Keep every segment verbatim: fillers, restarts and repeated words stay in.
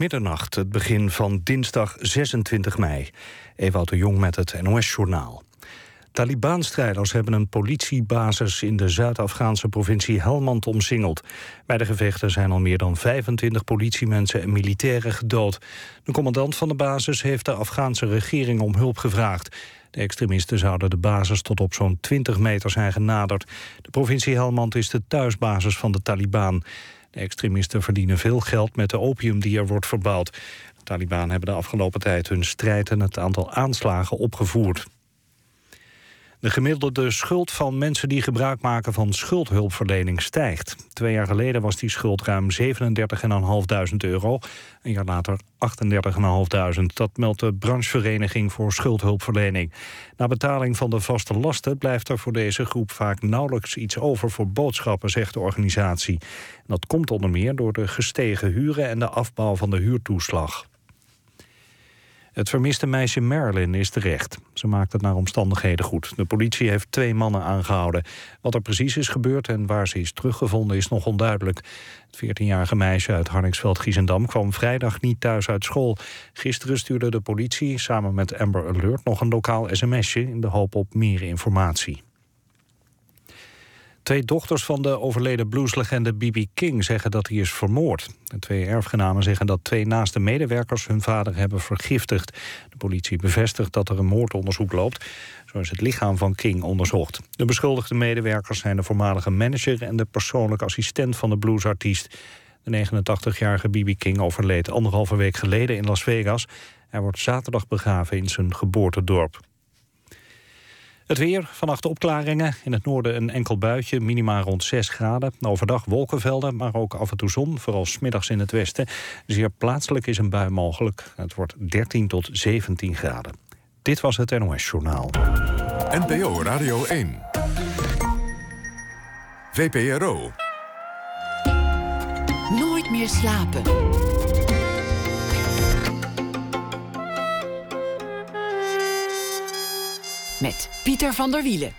Middernacht, het begin van dinsdag zesentwintig mei. Ewout de Jong met het N O S-journaal. Taliban-strijders hebben een politiebasis in de Zuid-Afghaanse provincie Helmand omsingeld. Bij de gevechten zijn al meer dan vijfentwintig politiemensen en militairen gedood. De commandant van de basis heeft de Afghaanse regering om hulp gevraagd. De extremisten zouden de basis tot op zo'n twintig meter zijn genaderd. De provincie Helmand is de thuisbasis van de Taliban. De extremisten verdienen veel geld met de opium die er wordt verbouwd. De Taliban hebben de afgelopen tijd hun strijd en het aantal aanslagen opgevoerd. De gemiddelde schuld van mensen die gebruik maken van schuldhulpverlening stijgt. Twee jaar geleden was die schuld ruim zevenendertigduizend vijfhonderd euro. Een jaar later achtendertigduizend vijfhonderd. Dat meldt de branchevereniging voor schuldhulpverlening. Na betaling van de vaste lasten blijft er voor deze groep vaak nauwelijks iets over voor boodschappen, zegt de organisatie. En dat komt onder meer door de gestegen huren en de afbouw van de huurtoeslag. Het vermiste meisje Marilyn is terecht. Ze maakt het naar omstandigheden goed. De politie heeft twee mannen aangehouden. Wat er precies is gebeurd en waar ze is teruggevonden is nog onduidelijk. Het veertienjarige meisje uit Harningsveld-Giessendam kwam vrijdag niet thuis uit school. Gisteren stuurde de politie samen met Amber Alert nog een lokaal sms'je in de hoop op meer informatie. Twee dochters van de overleden blueslegende B B King zeggen dat hij is vermoord. De twee erfgenamen zeggen dat twee naaste medewerkers hun vader hebben vergiftigd. De politie bevestigt dat er een moordonderzoek loopt. Zo is het lichaam van King onderzocht. De beschuldigde medewerkers zijn de voormalige manager en de persoonlijke assistent van de bluesartiest. De negenentachtigjarige B B King overleed anderhalve week geleden in Las Vegas. Hij wordt zaterdag begraven in zijn geboortedorp. Het weer, vannacht opklaringen. In het noorden een enkel buitje, minima rond zes graden. Overdag wolkenvelden, maar ook af en toe zon, vooral 's middags in het westen. Zeer plaatselijk is een bui mogelijk. Het wordt dertien tot zeventien graden. Dit was het N O S-journaal. N P O Radio één. V P R O. Nooit meer slapen. Met Pieter van der Wielen.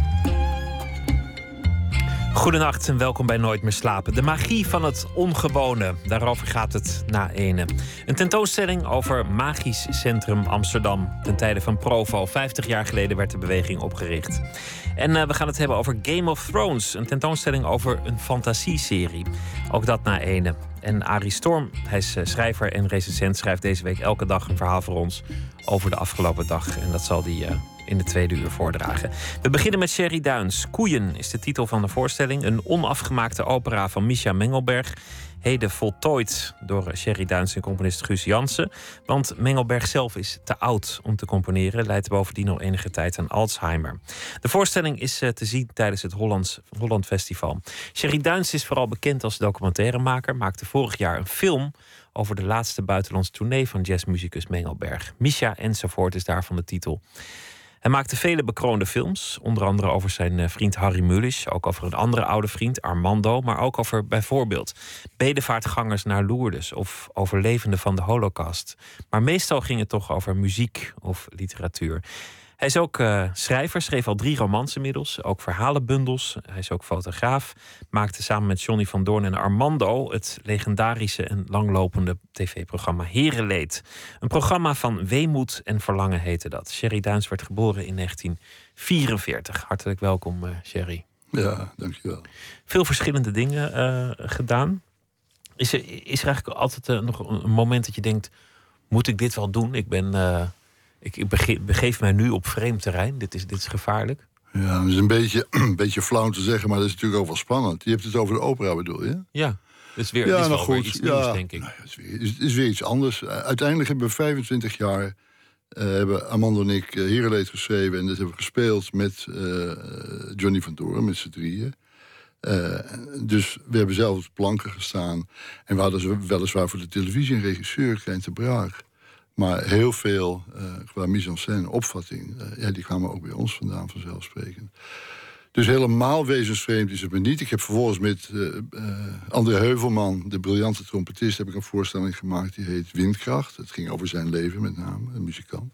Goedenacht en welkom bij Nooit meer slapen. De magie van het ongewone, daarover gaat het na ene. Een tentoonstelling over Magisch Centrum Amsterdam. Ten tijde van Provo, vijftig jaar geleden werd de beweging opgericht. En uh, we gaan het hebben over Game of Thrones. Een tentoonstelling over een fantasieserie. Ook dat na ene. En Arie Storm, hij is uh, schrijver en recensent, schrijft deze week elke dag een verhaal voor ons over de afgelopen dag. En dat zal hij uh, in de tweede uur voordragen. We beginnen met Sherry Duins. Koeien is de titel van de voorstelling. Een onafgemaakte opera van Misha Mengelberg. Heden voltooid door Sherry Duins en componist Guus Jansen. Want Mengelberg zelf is te oud om te componeren. Leidt bovendien al enige tijd aan Alzheimer. De voorstelling is uh, te zien tijdens het Hollands, Holland Festival. Sherry Duins is vooral bekend als documentairemaker. Maakte vorig jaar een film over de laatste buitenlandse tournee van jazzmuzikus Mengelberg. Misha enzovoort is daarvan de titel. Hij maakte vele bekroonde films, onder andere over zijn vriend Harry Mulisch, ook over een andere oude vriend, Armando, maar ook over bijvoorbeeld bedevaartgangers naar Lourdes of overlevenden van de Holocaust. Maar meestal ging het toch over muziek of literatuur. Hij is ook uh, schrijver, schreef al drie romans inmiddels, ook verhalenbundels. Hij is ook fotograaf, maakte samen met Johnny van Doorn en Armando het legendarische en langlopende tv-programma Herenleed. Een programma van weemoed en verlangen heette dat. Sherry Duins werd geboren in negentien vierenveertig. Hartelijk welkom, uh, Sherry. Ja, dankjewel. Veel verschillende dingen uh, gedaan. Is er, is er eigenlijk altijd uh, nog een moment dat je denkt, moet ik dit wel doen? Ik ben... Uh, Ik begeef, begeef mij nu op vreemd terrein. Dit is, dit is gevaarlijk. Ja, dat is een beetje, een beetje flauw te zeggen, maar dat is natuurlijk ook wel spannend. Je hebt het over de opera, bedoel je? Ja, dat is weer, ja, dit is nou wel goed, weer iets nieuws, ja, denk ik. Nou ja, het, is weer, het is weer iets anders. Uh, uiteindelijk hebben we vijfentwintig jaar... Uh, hebben Armando en ik uh, Herenleed geschreven... en dat hebben we gespeeld met uh, Johnny van Doorn, met z'n drieën. Uh, dus we hebben zelf op de planken gestaan. En we hadden weliswaar voor de televisie een regisseur, Krijn te Braak. Maar heel veel, uh, qua mise-en-scène, opvatting... Uh, ja, die kwamen ook bij ons vandaan, vanzelfsprekend. Dus helemaal wezensvreemd is het me niet. Ik heb vervolgens met uh, uh, André Heuvelman, de briljante trompetist... heb ik een voorstelling gemaakt, die heet Windkracht. Het ging over zijn leven, met name, een muzikant.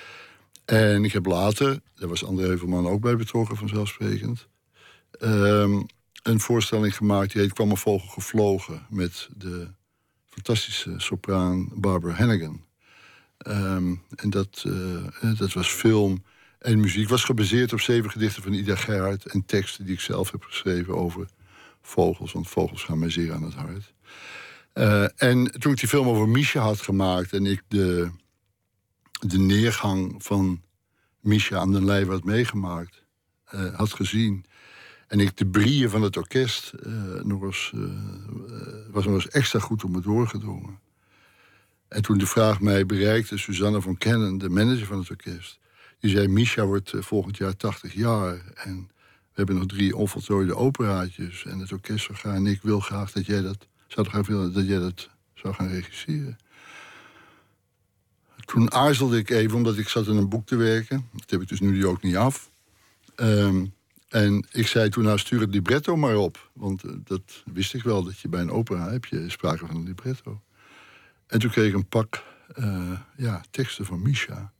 En ik heb later, daar was André Heuvelman ook bij betrokken, vanzelfsprekend... Um, een voorstelling gemaakt, die heet Kwam een vogel gevlogen... met de fantastische sopraan Barbara Hannigan. Um, en dat, uh, dat was film en muziek. Was gebaseerd op zeven gedichten van Ida Gerhard en teksten die ik zelf heb geschreven over vogels, want vogels gaan mij zeer aan het hart. Uh, en toen ik die film over Misha had gemaakt en ik de, de neergang van Misha aan den lijve had meegemaakt, uh, had gezien, en ik de brieën van het orkest uh, nog eens, uh, uh, was nog eens extra goed op me doorgedrongen. En toen de vraag mij bereikte, Suzanne van Kennen, de manager van het orkest, die zei: Misha wordt uh, volgend jaar tachtig jaar en we hebben nog drie onvoltooide operaatjes en het orkest zou gaan en ik wil graag dat jij dat zou graag willen dat jij dat zou gaan regisseren. Toen aarzelde ik even, omdat ik zat in een boek te werken. Dat heb ik dus nu ook niet af. Um, en ik zei toen: nou, stuur het libretto maar op. Want uh, dat wist ik wel, dat je bij een opera heb je sprake van een libretto. En toen kreeg ik een pak uh, ja, teksten van Misha.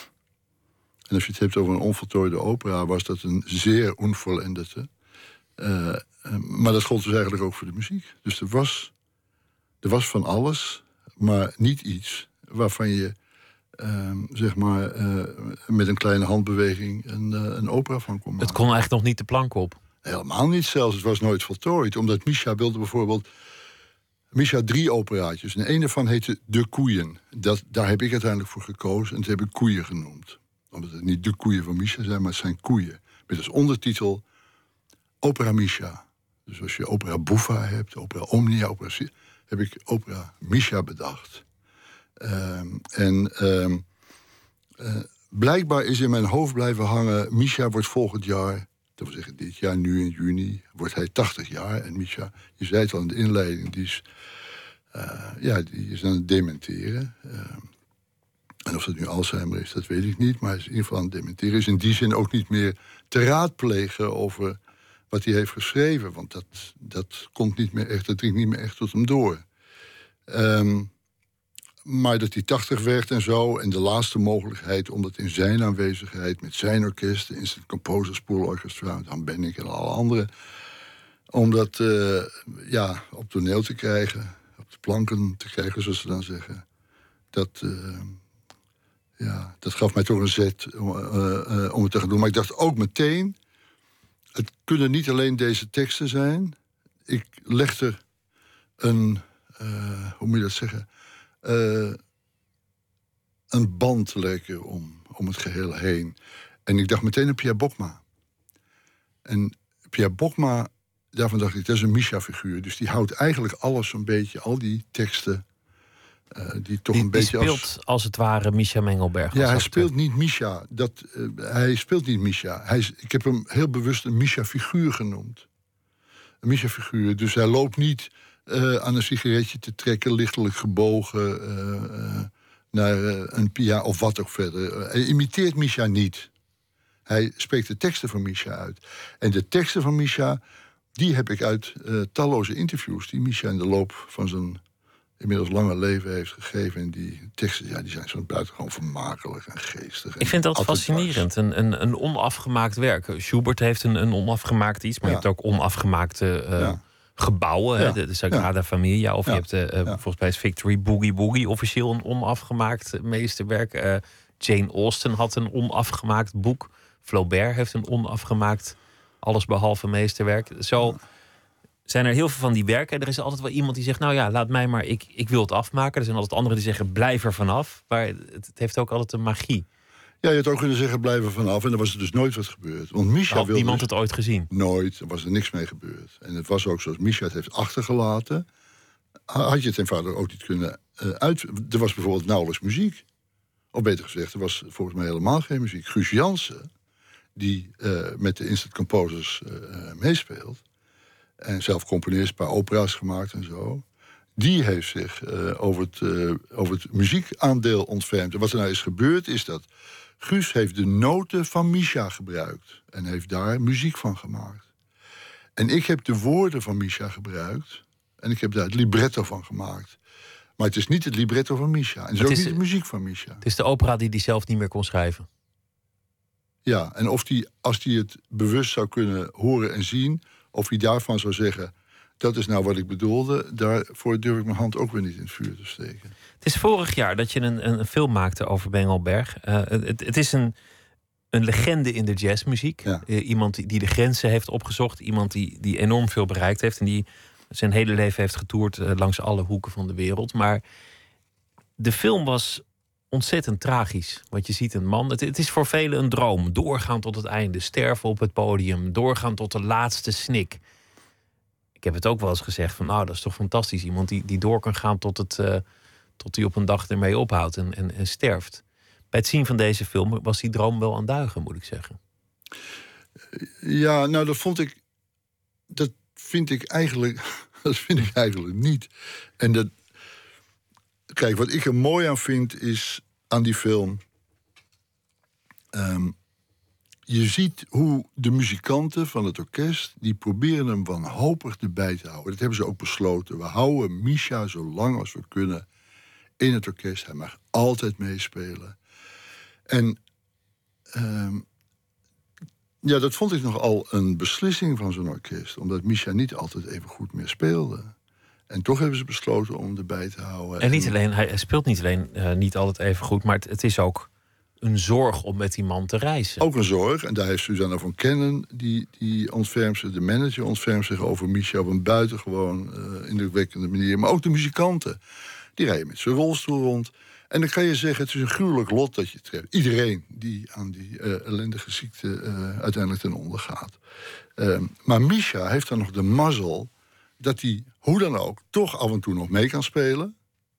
En als je het hebt over een onvoltooide opera, was dat een zeer onvollendete. Uh, uh, maar dat gold dus eigenlijk ook voor de muziek. Dus er was, er was van alles, maar niet iets waarvan je uh, zeg maar uh, met een kleine handbeweging een, uh, een opera van kon maken. Het kon eigenlijk nog niet de plank op. Helemaal niet zelfs. Het was nooit voltooid. Omdat Misha wilde bijvoorbeeld Misha had drie operaatjes. En een daarvan heette De Koeien. Dat, daar heb ik uiteindelijk voor gekozen en dat heb ik Koeien genoemd. Omdat het niet de koeien van Misha zijn, maar het zijn koeien. Met als ondertitel Opera Misha. Dus als je opera Buffa hebt, opera Omnia, opera Si- heb ik opera Misha bedacht. Um, en um, uh, blijkbaar is in mijn hoofd blijven hangen: Misha wordt volgend jaar, dat wil zeggen dit jaar, nu in juni, wordt hij tachtig jaar. En Misha, je zei het al in de inleiding, die is, uh, ja, die is aan het dementeren. Uh, en of dat nu Alzheimer is, dat weet ik niet. Maar hij is in ieder geval aan het dementeren. Is in die zin ook niet meer te raadplegen over wat hij heeft geschreven. Want dat, dat komt niet meer echt, dat dringt niet meer echt tot hem door. Um, maar dat hij tachtig werd en zo. En de laatste mogelijkheid om dat in zijn aanwezigheid, met zijn orkest, de Instant Composers Pool Orchestra, dan ben ik en alle anderen, om dat uh, ja, op toneel te krijgen, op de planken te krijgen, zoals ze dan zeggen. Dat, uh, ja, dat gaf mij toch een zet om, uh, uh, om het te gaan doen. Maar ik dacht ook meteen, het kunnen niet alleen deze teksten zijn. Ik leg er een, uh, hoe moet je dat zeggen, uh, een band lekker om, om het geheel heen. En ik dacht meteen aan Pierre Bokma. En Pierre Bokma, daarvan dacht ik, dat is een Misha-figuur. Dus die houdt eigenlijk alles een beetje, al die teksten, Uh, die toch die, een die beetje speelt als, als het ware Misha Mengelberg. Ja, hij speelt niet Misha. Dat, uh, hij speelt niet Misha. Hij is, ik heb hem heel bewust een Misha-figuur genoemd. Een Misha-figuur. Dus hij loopt niet uh, aan een sigaretje te trekken, lichtelijk gebogen, uh, uh, naar uh, een piano of wat ook verder. Uh, hij imiteert Misha niet. Hij spreekt de teksten van Misha uit. En de teksten van Misha, die heb ik uit uh, talloze interviews die Misha in de loop van zijn inmiddels lange leven heeft gegeven. En die teksten, ja, die zijn zo buitengewoon vermakelijk en geestig. Ik vind dat fascinerend. Een, een, een onafgemaakt werk. Schubert heeft een, een onafgemaakt iets, maar ja. je hebt ook onafgemaakte uh, ja. gebouwen. Ja. Hè? De, de Sagrada ja. Familia. Of ja. je hebt uh, ja. volgens mij is Victory Boogie Boogie officieel een onafgemaakt meesterwerk. Uh, Jane Austen had een onafgemaakt boek. Flaubert heeft een onafgemaakt allesbehalve meesterwerk. Zo ja. zijn er heel veel van die werken. Er is altijd wel iemand die zegt, nou ja, laat mij maar, ik, ik wil het afmaken. Er zijn altijd anderen die zeggen, blijf er vanaf. Maar het, het heeft ook altijd een magie. Ja, je had ook kunnen zeggen, blijf er vanaf. En dan was er dus nooit wat gebeurd. Want Misha had wilde niemand dus het ooit gezien? Nooit, er was er niks mee gebeurd. En het was ook zoals Misha het heeft achtergelaten. Had je het eenvoudig ook niet kunnen uh, uit... Er was bijvoorbeeld nauwelijks muziek. Of beter gezegd, er was volgens mij helemaal geen muziek. Guus Jansen, die uh, met de Instant Composers uh, meespeelt, en zelf componeert, een paar opera's gemaakt en zo, die heeft zich uh, over, het, uh, over het muziekaandeel ontfermd. En wat er nou is gebeurd, is dat Guus heeft de noten van Misha gebruikt en heeft daar muziek van gemaakt. En ik heb de woorden van Misha gebruikt en ik heb daar het libretto van gemaakt. Maar het is niet het libretto van Misha. En het is ook niet de muziek van Misha. Het is de opera die hij zelf niet meer kon schrijven. Ja, en of die, als hij het bewust zou kunnen horen en zien, of hij daarvan zou zeggen, dat is nou wat ik bedoelde. Daarvoor durf ik mijn hand ook weer niet in het vuur te steken. Het is vorig jaar dat je een, een, een film maakte over Bengelberg. Uh, het, het is een, een legende in de jazzmuziek. Ja. Uh, iemand die, die de grenzen heeft opgezocht. Iemand die, die enorm veel bereikt heeft. En die zijn hele leven heeft getoerd uh, langs alle hoeken van de wereld. Maar de film was ontzettend tragisch. Want je ziet een man. Het, het is voor velen een droom. Doorgaan tot het einde. Sterven op het podium. Doorgaan tot de laatste snik. Ik heb het ook wel eens gezegd van, nou, dat is toch fantastisch. Iemand die, die door kan gaan tot het, uh, tot hij op een dag ermee ophoudt en, en, en sterft. Bij het zien van deze film was die droom wel aan duigen, moet ik zeggen. Ja, nou, dat vond ik. Dat vind ik eigenlijk. Dat vind ik eigenlijk niet. En dat. Kijk, wat ik er mooi aan vind is aan die film. Um, Je ziet hoe de muzikanten van het orkest, die proberen hem wanhopig erbij te houden. Dat hebben ze ook besloten. We houden Misha zo lang als we kunnen in het orkest. Hij mag altijd meespelen. En um, ja, dat vond ik nogal een beslissing van zo'n orkest. Omdat Misha niet altijd even goed meer speelde. En toch hebben ze besloten om hem erbij te houden. En niet alleen, hij speelt niet alleen uh, niet altijd even goed, maar het, het is ook een zorg om met die man te reizen. Ook een zorg. En daar heeft Susanna van Kennen, die, die ontfermt zich, de manager ontfermt zich over Misha op een buitengewoon uh, indrukwekkende manier. Maar ook de muzikanten. Die rijden met zijn rolstoel rond. En dan kan je zeggen, het is een gruwelijk lot dat je treft. Iedereen die aan die uh, ellendige ziekte uh, uiteindelijk ten onder gaat. Uh, maar Misha heeft dan nog de mazzel dat hij, hoe dan ook, toch af en toe nog mee kan spelen.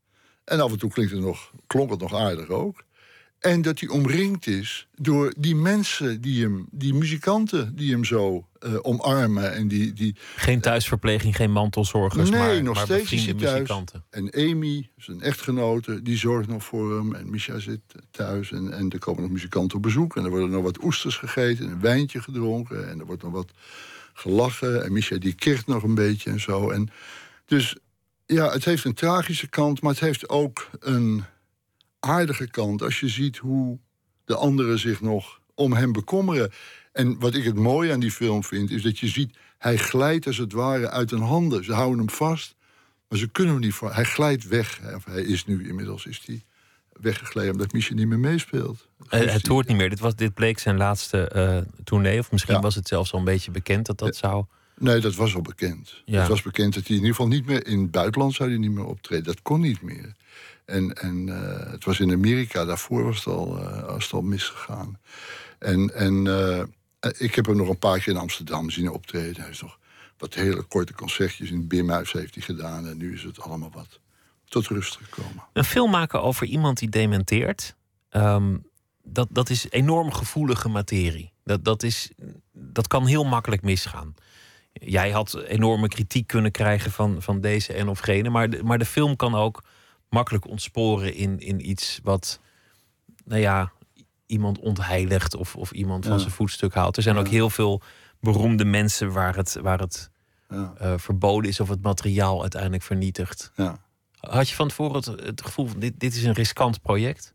En af en toe klinkt het nog, klonk het nog aardig ook. En dat hij omringd is door die mensen, die hem, die muzikanten die hem zo uh, omarmen. En die, die, geen thuisverpleging, geen mantelzorgers, nee, maar, nog maar steeds is hij thuis. muzikanten. En Amy, zijn echtgenote, die zorgt nog voor hem. En Misha zit thuis en, en er komen nog muzikanten op bezoek. En er worden nog wat oesters gegeten en een wijntje gedronken. En er wordt nog wat gelachen. En Misha die kirkt nog een beetje en zo. En dus ja, het heeft een tragische kant, maar het heeft ook een aardige kant als je ziet hoe de anderen zich nog om hem bekommeren. En wat ik het mooie aan die film vind, is dat je ziet, hij glijdt als het ware uit hun handen. Ze houden hem vast, maar ze kunnen hem niet vast. Hij glijdt weg. Of hij is nu, inmiddels is hij weggegleden omdat Misha niet meer meespeelt. Hij, hij toert niet meer. Dit, was, dit bleek zijn laatste uh, tournee. Of misschien ja. was het zelfs al een beetje bekend dat dat ja. zou. Nee, dat was al bekend. Ja. Het was bekend dat hij in ieder geval niet meer in het buitenland zou hij niet meer optreden. Dat kon niet meer. En, en uh, het was in Amerika, daarvoor was het al, uh, was het al misgegaan. En, en uh, ik heb hem nog een paar keer in Amsterdam zien optreden. Hij heeft nog wat hele korte concertjes in het Bimhuis heeft hij gedaan. En nu is het allemaal wat tot rust gekomen. Een film maken over iemand die dementeert, um, dat, dat is enorm gevoelige materie. Dat, dat, is, dat kan heel makkelijk misgaan. Jij had enorme kritiek kunnen krijgen van, van deze en of gene. Maar de, maar de film kan ook makkelijk ontsporen in, in iets wat, nou ja, iemand ontheiligt of, of iemand ja. van zijn voetstuk haalt. Er zijn ja. ook heel veel beroemde mensen waar het, waar het ja. uh, verboden is of het materiaal uiteindelijk vernietigt. Ja. Had je van tevoren het, het gevoel van dit, dit is een riskant project?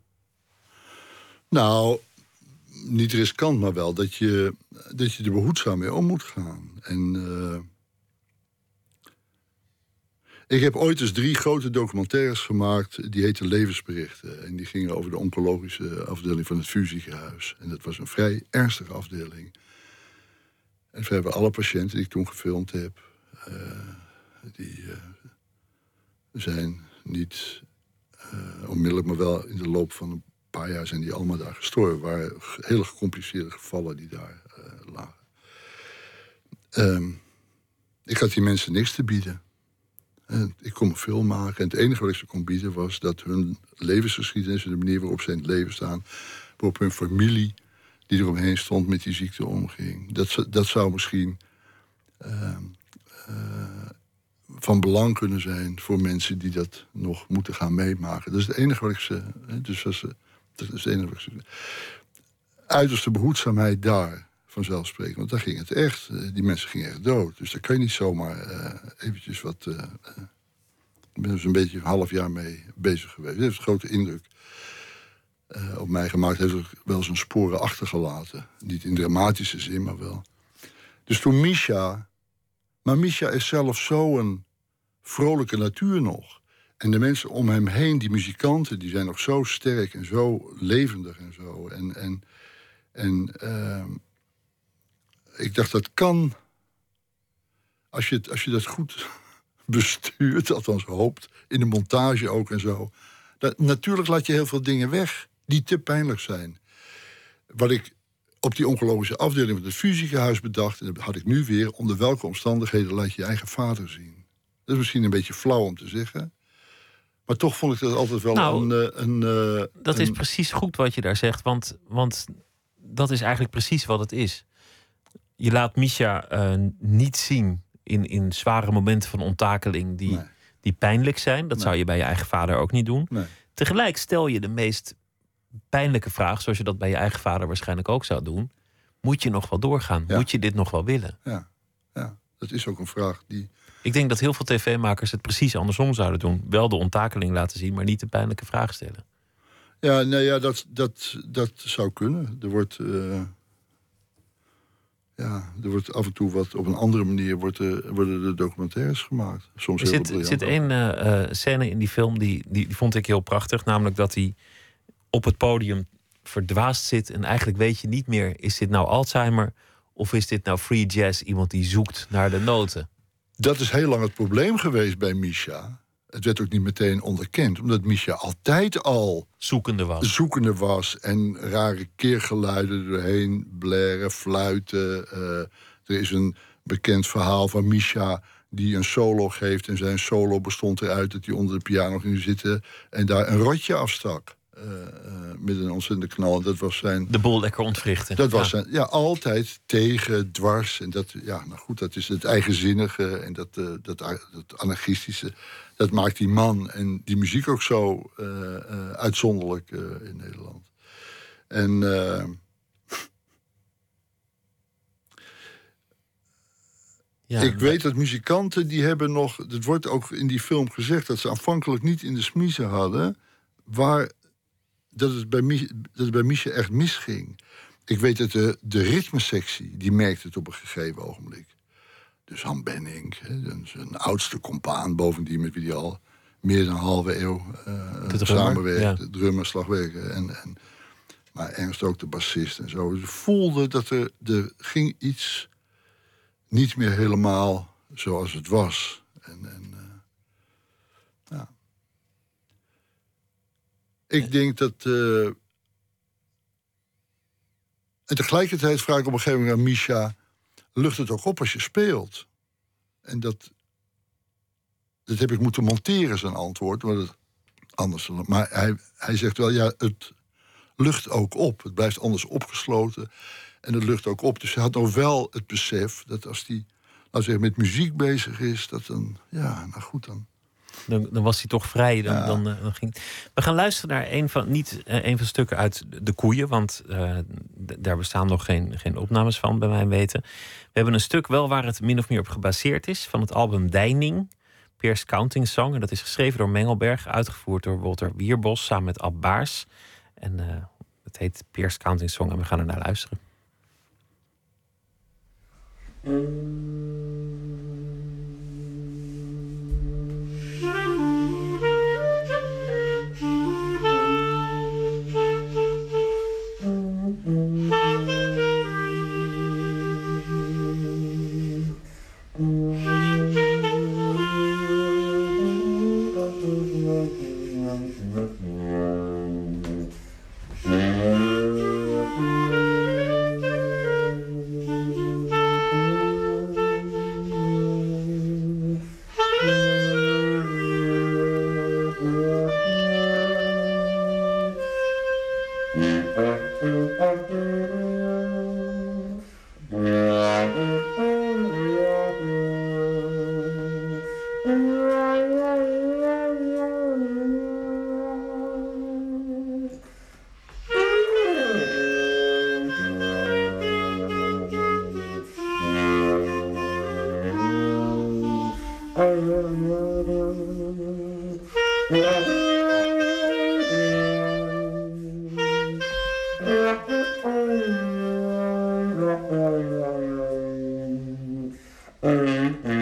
Nou, niet riskant, maar wel dat je, dat je er behoedzaam mee om moet gaan. En uh, ik heb ooit eens drie grote documentaires gemaakt. Die heten Levensberichten. En die gingen over de oncologische afdeling van het V U ziekenhuis. En dat was een vrij ernstige afdeling. En vrijwel alle patiënten die ik toen gefilmd heb, Uh, die uh, zijn niet uh, onmiddellijk, maar wel in de loop van een paar jaar zijn die allemaal daar gestorven. Waren hele gecompliceerde gevallen die daar uh, lagen. Um, ik had die mensen niks te bieden. En ik kon een film maken. En het enige wat ik ze kon bieden was dat hun levensgeschiedenis en de manier waarop ze in het leven staan, waarop hun familie die eromheen stond met die ziekte omging. Dat, dat zou misschien uh, uh, van belang kunnen zijn voor mensen die dat nog moeten gaan meemaken. Dat is het enige wat ik ze. Dus dat is, dat is het enige wat ik ze. Uiterste behoedzaamheid daar, vanzelfsprekend. Want daar ging het echt. Die mensen gingen echt dood. Dus daar kan je niet zomaar uh, eventjes wat. Uh, uh, ik ben dus een beetje een half jaar mee bezig geweest. Dat heeft een grote indruk uh, op mij gemaakt. Heeft ook wel zijn sporen achtergelaten. Niet in dramatische zin, maar wel. Dus toen Misha Maar Misha is zelf zo'n vrolijke natuur nog. En de mensen om hem heen, die muzikanten, die zijn nog zo sterk en zo levendig en zo. En, en, en uh, ik dacht, dat kan, als je, het, als je dat goed bestuurt, althans hoopt, in de montage ook en zo. Dat, natuurlijk laat je heel veel dingen weg die te pijnlijk zijn. Wat ik op die oncologische afdeling van het Fusiekenhuis bedacht, en dat had ik nu weer, onder welke omstandigheden laat je je eigen vader zien. Dat is misschien een beetje flauw om te zeggen. Maar toch vond ik dat altijd wel nou, een... een uh, dat een... is precies goed wat je daar zegt. Want, want dat is eigenlijk precies wat het is. Je laat Misha uh, niet zien in, in zware momenten van onttakeling die, nee. die pijnlijk zijn. Dat nee. zou je bij je eigen vader ook niet doen. Nee. Tegelijk stel je de meest pijnlijke vraag, zoals je dat bij je eigen vader waarschijnlijk ook zou doen. Moet je nog wel doorgaan? Ja. Moet je dit nog wel willen? Ja. ja, dat is ook een vraag die... Ik denk dat heel veel tv-makers het precies andersom zouden doen. Wel de onttakeling laten zien, maar niet de pijnlijke vraag stellen. Ja, nou ja, dat, dat, dat zou kunnen. Er wordt, uh, ja, er wordt af en toe wat op een andere manier wordt, uh, worden de documentaires gemaakt. Soms er zit, er zit één uh, scène in die film die, die, die vond ik heel prachtig. Namelijk dat hij op het podium verdwaasd zit en eigenlijk weet je niet meer, is dit nou Alzheimer of is dit nou free jazz, iemand die zoekt naar de noten? Dat is heel lang het probleem geweest bij Misha. Het werd ook niet meteen onderkend, omdat Misha altijd al zoekende was. Zoekende was en rare keergeluiden doorheen, blaren, fluiten. Uh, er is een bekend verhaal van Misha die een solo geeft en zijn solo bestond eruit dat hij onder de piano ging zitten en daar een rotje afstak. Uh, uh, met een ontzettende knal. Dat was zijn... De boel lekker ontwrichten. Dat was ja. zijn... Ja, altijd tegen, dwars. En dat, ja, nou goed, dat is het eigenzinnige en dat, uh, dat, dat anarchistische. Dat maakt die man en die muziek ook zo uh, uh, uitzonderlijk uh, in Nederland. En... Uh, ja, ik weet dat muzikanten die hebben nog... Het wordt ook in die film gezegd dat ze aanvankelijk niet in de smiezen hadden... waar... Dat het, bij, dat het bij Misha echt misging. Ik weet dat de, de ritmesectie, die merkte het op een gegeven ogenblik. Dus Han Benning, hè, zijn oudste compaan, bovendien met wie hij al meer dan een halve eeuw uh, samenwerkte. Ja. De drummer, slagwerker. En, en, maar Ernst ook de bassist en zo. Ze voelden dat er, er ging iets niet meer helemaal zoals het was. En, en, uh, ja. Ik denk dat... Uh... En tegelijkertijd vraag ik op een gegeven moment aan Misha... lucht het ook op als je speelt? En dat... Dat heb ik moeten monteren, zijn antwoord. Maar, het anders, maar hij, hij zegt wel, ja, het lucht ook op. Het blijft anders opgesloten. En het lucht ook op. Dus hij had nog wel het besef dat als hij, laten we zeggen, met muziek bezig is... dat dan, ja, nou goed dan... Dan, dan was hij toch vrij. Dan, ja. dan, uh, dan ging... We gaan luisteren naar een van, niet uh, een van stukken uit De Koeien. Want uh, d- daar bestaan nog geen, geen opnames van, bij mijn weten. We hebben een stuk wel waar het min of meer op gebaseerd is. Van het album Deining. Peers Counting Song. En dat is geschreven door Mengelberg. Uitgevoerd door Walter Wierbos samen met Ab Baars. En uh, het heet Peers Counting Song. En we gaan er naar luisteren. Mm-hmm.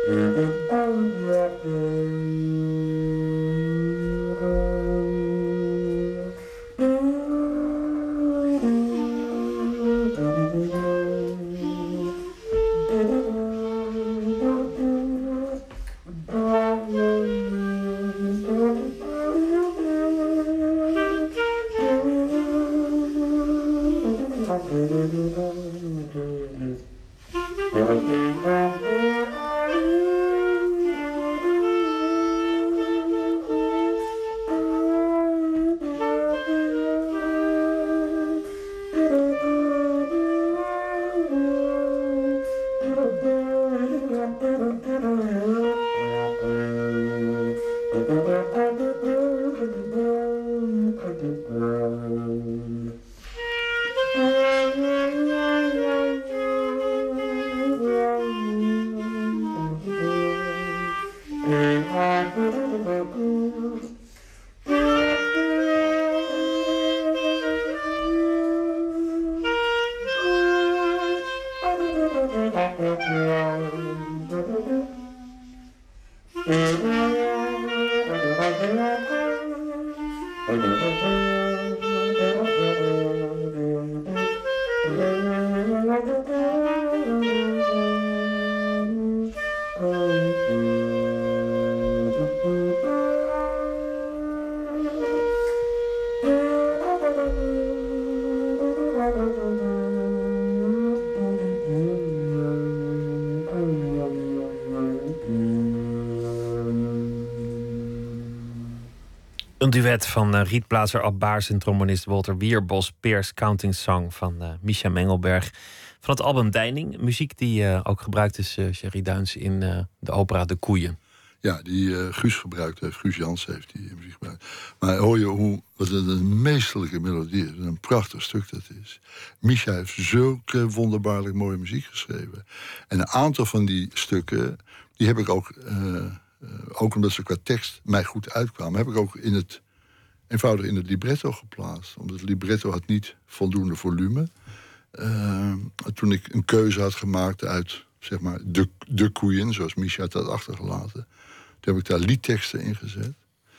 Een duet van uh, rietblazer Ab Baars en trombonist Walter Wierbos, Peers Counting Song van uh, Mischa Mengelberg. Van het album Deining. Muziek die uh, ook gebruikt is, uh, Gerry Duins, in uh, de opera De Koeien. Ja, die uh, Guus gebruikt heeft. Guus Jans heeft die muziek gebruikt. Maar hoor je hoe, wat een, een meesterlijke melodie is. Een prachtig stuk dat is. Mischa heeft zulke wonderbaarlijk mooie muziek geschreven. En een aantal van die stukken, die heb ik ook... Uh, Uh, ook omdat ze qua tekst mij goed uitkwamen, heb ik ook in het, eenvoudig in het libretto geplaatst. Omdat het libretto had niet voldoende volume. Uh, toen ik een keuze had gemaakt uit, zeg maar, de, de koeien, zoals Mischa het had achtergelaten, toen heb ik daar liedteksten in gezet.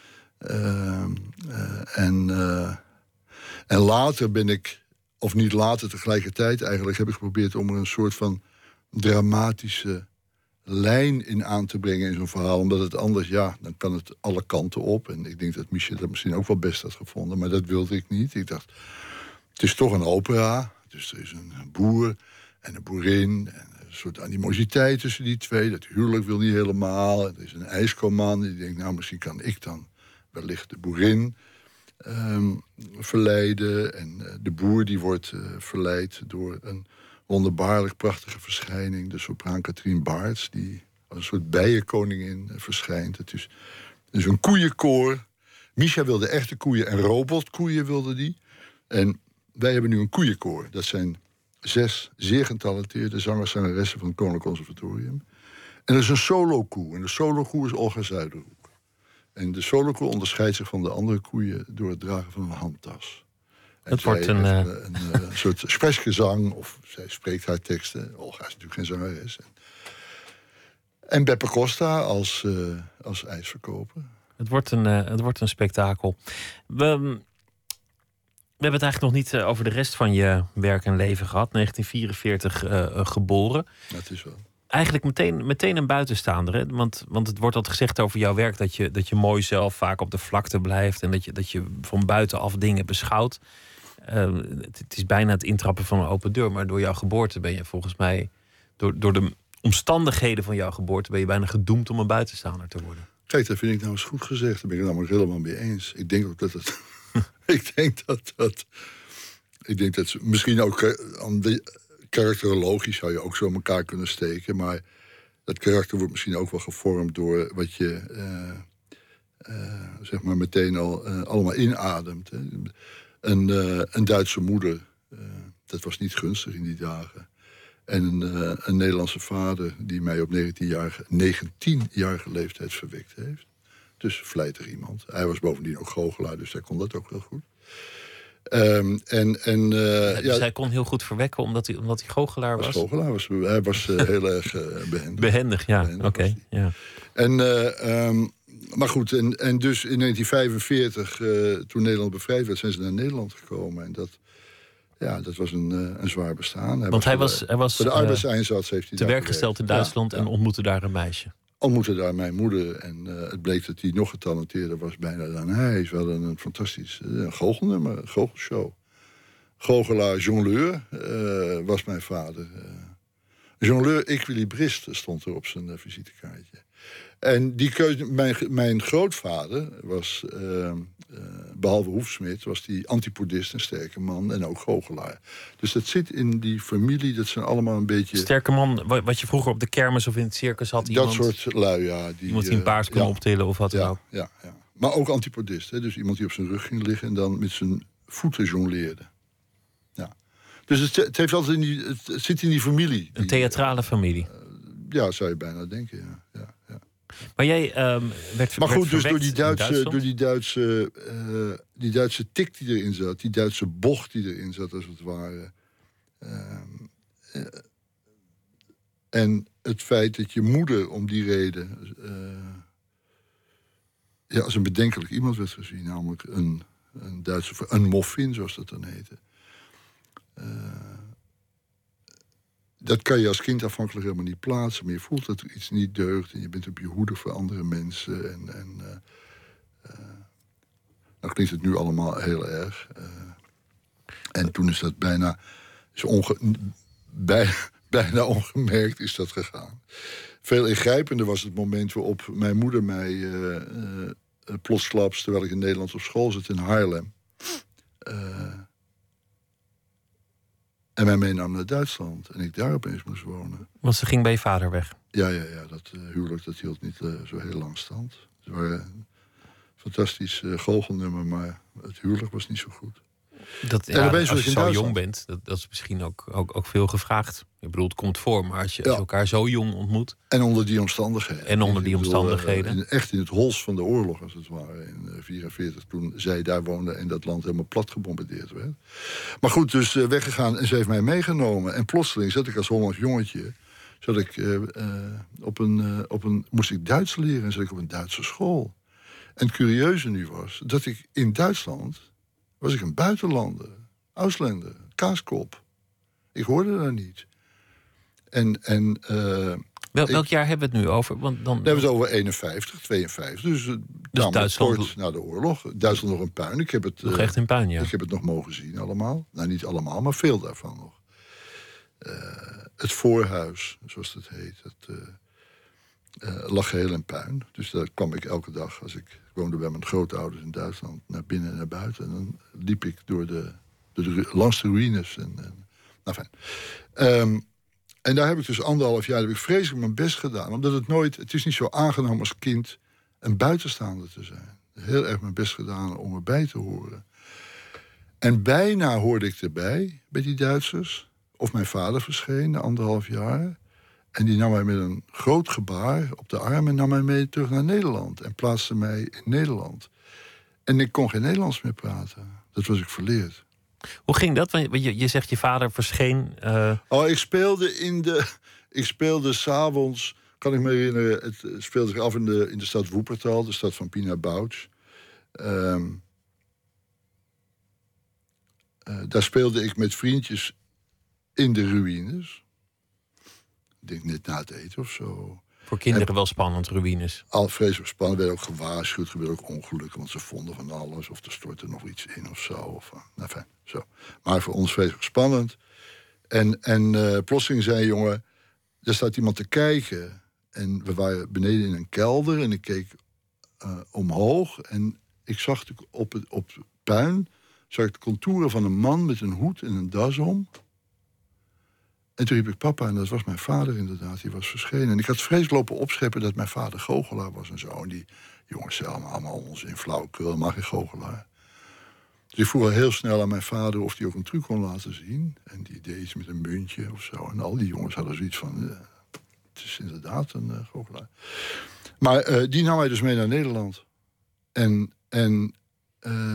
Uh, uh, en, uh, en later ben ik, of niet later tegelijkertijd eigenlijk, heb ik geprobeerd om er een soort van dramatische lijn in aan te brengen in zo'n verhaal. Omdat het anders, ja, dan kan het alle kanten op. En ik denk dat Mischa dat misschien ook wel best had gevonden. Maar dat wilde ik niet. Ik dacht, het is toch een opera. Dus er is een boer en een boerin. En een soort animositeit tussen die twee. Dat huwelijk wil niet helemaal. En er is een ijskoman die denkt, nou, misschien kan ik dan wellicht de boerin um, verleiden. En uh, de boer die wordt uh, verleid door een wonderbaarlijk prachtige verschijning, de sopraan Katrien Baarts, die als een soort bijenkoningin verschijnt. Het is dus een koeienkoor. Mischa wilde echte koeien en robotkoeien wilde die. En wij hebben nu een koeienkoor. Dat zijn zes zeer getalenteerde zangers, zangeressen van het Koninklijk Conservatorium. En dat is een solo-koe. En de solo-koe is Olga Zuiderhoek. En de solo-koe onderscheidt zich van de andere koeien door het dragen van een handtas. Het wordt een, een, een, een, een soort sprechgezang, of zij spreekt haar teksten. Olga is natuurlijk geen zangeres. En, en Beppe Costa als, uh, als ijsverkoper. Het wordt een, uh, het wordt een spektakel. We, we hebben het eigenlijk nog niet uh, over de rest van je werk en leven gehad. negentien vierenveertig uh, uh, geboren. Dat is wel. Eigenlijk meteen, meteen een buitenstaander. Hè? Want, want het wordt altijd gezegd over jouw werk dat je, dat je mooi zelf vaak op de vlakte blijft. En dat je, dat je van buitenaf dingen beschouwt. Uh, het, het is bijna het intrappen van een open deur. Maar door jouw geboorte ben je volgens mij, door, door de omstandigheden van jouw geboorte, ben je bijna gedoemd om een buitenstaander te worden. Kijk, dat vind ik nou eens goed gezegd. Daar ben ik het namelijk helemaal mee eens. Ik denk ook dat het... ik denk dat dat... Ik denk dat ze, misschien ook uh, karakterologisch zou je ook zo in elkaar kunnen steken. Maar dat karakter wordt misschien ook wel gevormd door wat je uh, uh, zeg maar meteen al uh, allemaal inademt. Hè. Een, uh, een Duitse moeder, uh, dat was niet gunstig in die dagen. En een, uh, een Nederlandse vader die mij op negentienjarige leeftijd verwekt heeft. Dus vlijtig iemand. Hij was bovendien ook goochelaar, dus hij kon dat ook heel goed. Um, en, en, uh, ja, dus ja, hij kon heel goed verwekken omdat hij, omdat hij goochelaar was? was goochelaar was. Hij was uh, heel erg uh, behendig. Behendig, ja. Oké. Okay, ja. En, uh, um, maar goed, en, en dus in negentien vijfenveertig, uh, toen Nederland bevrijd werd, zijn ze naar Nederland gekomen. En dat, ja, dat was een, uh, een zwaar bestaan. Hij Want was hij voor, was, hij was voor de arbeidseinsatz heeft hij te werk gesteld in Duitsland ja, en ja. ontmoette daar een meisje. Ontmoette daar mijn moeder. En uh, het bleek dat hij nog getalenteerder was bijna dan hij. Ze hadden een fantastisch uh, goochelnummer, een goochelshow. Goochelaar, jongleur uh, was mijn vader. Uh, jongleur equilibrist stond er op zijn uh, visitekaartje. En die keuze, mijn, mijn grootvader was, uh, uh, behalve hoefsmid, was die antipodist, een sterke man en ook goochelaar. Dus dat zit in die familie, dat zijn allemaal een beetje... Sterke man, wat je vroeger op de kermis of in het circus had. Dat iemand, soort lui, ja. Die, iemand die een paard kon ja, optillen of wat dan ja, ook. Ja, ja. Maar ook antipodist, hè? Dus iemand die op zijn rug ging liggen en dan met zijn voeten jongleerde. Ja. Dus het, het, heeft altijd in die, het, het zit in die familie. Die, een theatrale familie. Uh, ja, zou je bijna denken, ja. ja, ja. Maar jij um, werd Maar goed, werd dus door die Duitse, door die Duitse, uh, die Duitse tik die erin zat, die Duitse bocht die erin zat, als het ware. Uh, uh, en het feit dat je moeder om die reden uh, ja, als een bedenkelijk iemand werd gezien, namelijk een, een Duitse, een moffin, zoals dat dan heette. Uh, Dat kan je als kind afhankelijk helemaal niet plaatsen. Maar je voelt dat er iets niet deugt. En je bent op je hoede voor andere mensen. En, en uh, uh, nou klinkt het nu allemaal heel erg. Uh, en toen is dat bijna, is onge, bij, bijna ongemerkt is dat gegaan. Veel ingrijpender was het moment waarop mijn moeder mij uh, uh, plotsklaps, terwijl ik in Nederland op school zat in Haarlem, Uh, en mij meenam naar Duitsland. En ik daar opeens moest wonen. Want ze ging bij je vader weg? Ja, ja, ja. Dat uh, huwelijk dat hield niet uh, zo heel lang stand. Ze waren een fantastisch uh, goochelnummer, maar het huwelijk was niet zo goed. Dat, ja, als je zo jong bent, dat, dat is misschien ook, ook, ook veel gevraagd. Ik bedoel, het komt voor, maar als je, als je elkaar zo jong ontmoet... En onder die omstandigheden. En onder die omstandigheden. In, echt in het hols van de oorlog, als het ware, in negentien vierenveertig... toen zij daar woonde en dat land helemaal plat gebombardeerd werd. Maar goed, dus uh, weggegaan en ze heeft mij meegenomen. En plotseling zat ik als Hollands jongetje... Zat ik, uh, uh, op een, uh, op een, moest ik Duits leren en zat ik op een Duitse school. En het curieuze nu was dat ik in Duitsland... was ik een buitenlander, Ausländer, kaaskop. Ik hoorde daar niet. En, en, uh, Wel, welk ik, jaar hebben we het nu over? Want dan, dan hebben we het over eenenvijftig, tweeënvijftig. Dus, uh, dus Duitsland kort na de oorlog. Duitsland nog een puin. Ik heb het, nog uh, echt in puin, ja. Ik heb het nog mogen zien allemaal. Nou, niet allemaal, maar veel daarvan nog. Uh, het voorhuis, zoals het heet, het, uh, uh, lag geheel in puin. Dus daar kwam ik elke dag, als ik woonde bij mijn grootouders in Duitsland, naar binnen en naar buiten. En dan liep ik door de, door de langs de ruïnes. En, en, nou fijn. Um, en daar heb ik dus anderhalf jaar heb ik vreselijk mijn best gedaan. Omdat het nooit, het is niet zo aangenaam als kind een buitenstaander te zijn. Heel erg mijn best gedaan om erbij te horen. En bijna hoorde ik erbij, bij die Duitsers. Of mijn vader verscheen na anderhalf jaar. En die nam mij met een groot gebaar op de arm en nam mij mee terug naar Nederland. En plaatste mij in Nederland. En ik kon geen Nederlands meer praten. Dat was ik verleerd. Hoe ging dat? Want je, je zegt je vader verscheen... Uh... Oh, ik speelde in de... Ik speelde s'avonds, kan ik me herinneren... Het speelde zich af in de, in de stad Wuppertal, de stad van Pina Bausch. Um, uh, daar speelde ik met vriendjes in de ruïnes. Ik denk net na het eten of zo. Voor kinderen en, wel spannend, ruïnes. Al vreselijk spannend. Er werd ook gewaarschuwd, er gebeurde ook ongelukken... want ze vonden van alles, of er stortte nog iets in of zo. Of, nou, fijn, zo. Maar voor ons vreselijk spannend. En, en uh, plotseling zei een jongen... er staat iemand te kijken. En we waren beneden in een kelder... en ik keek uh, omhoog... en ik zag op het op puin... zag ik de contouren van een man met een hoed en een das om... En toen riep ik papa, en dat was mijn vader inderdaad, die was verschenen. En ik had vreselijk lopen opscheppen dat mijn vader goochelaar was en zo. En die jongens zeiden allemaal, allemaal onzin, flauwekul, maar geen goochelaar. Dus ik vroeg al heel snel aan mijn vader of hij ook een truc kon laten zien. En die deed iets met een muntje of zo. En al die jongens hadden zoiets van, uh, het is inderdaad een uh, goochelaar. Maar uh, die nam hij dus mee naar Nederland. En... en uh,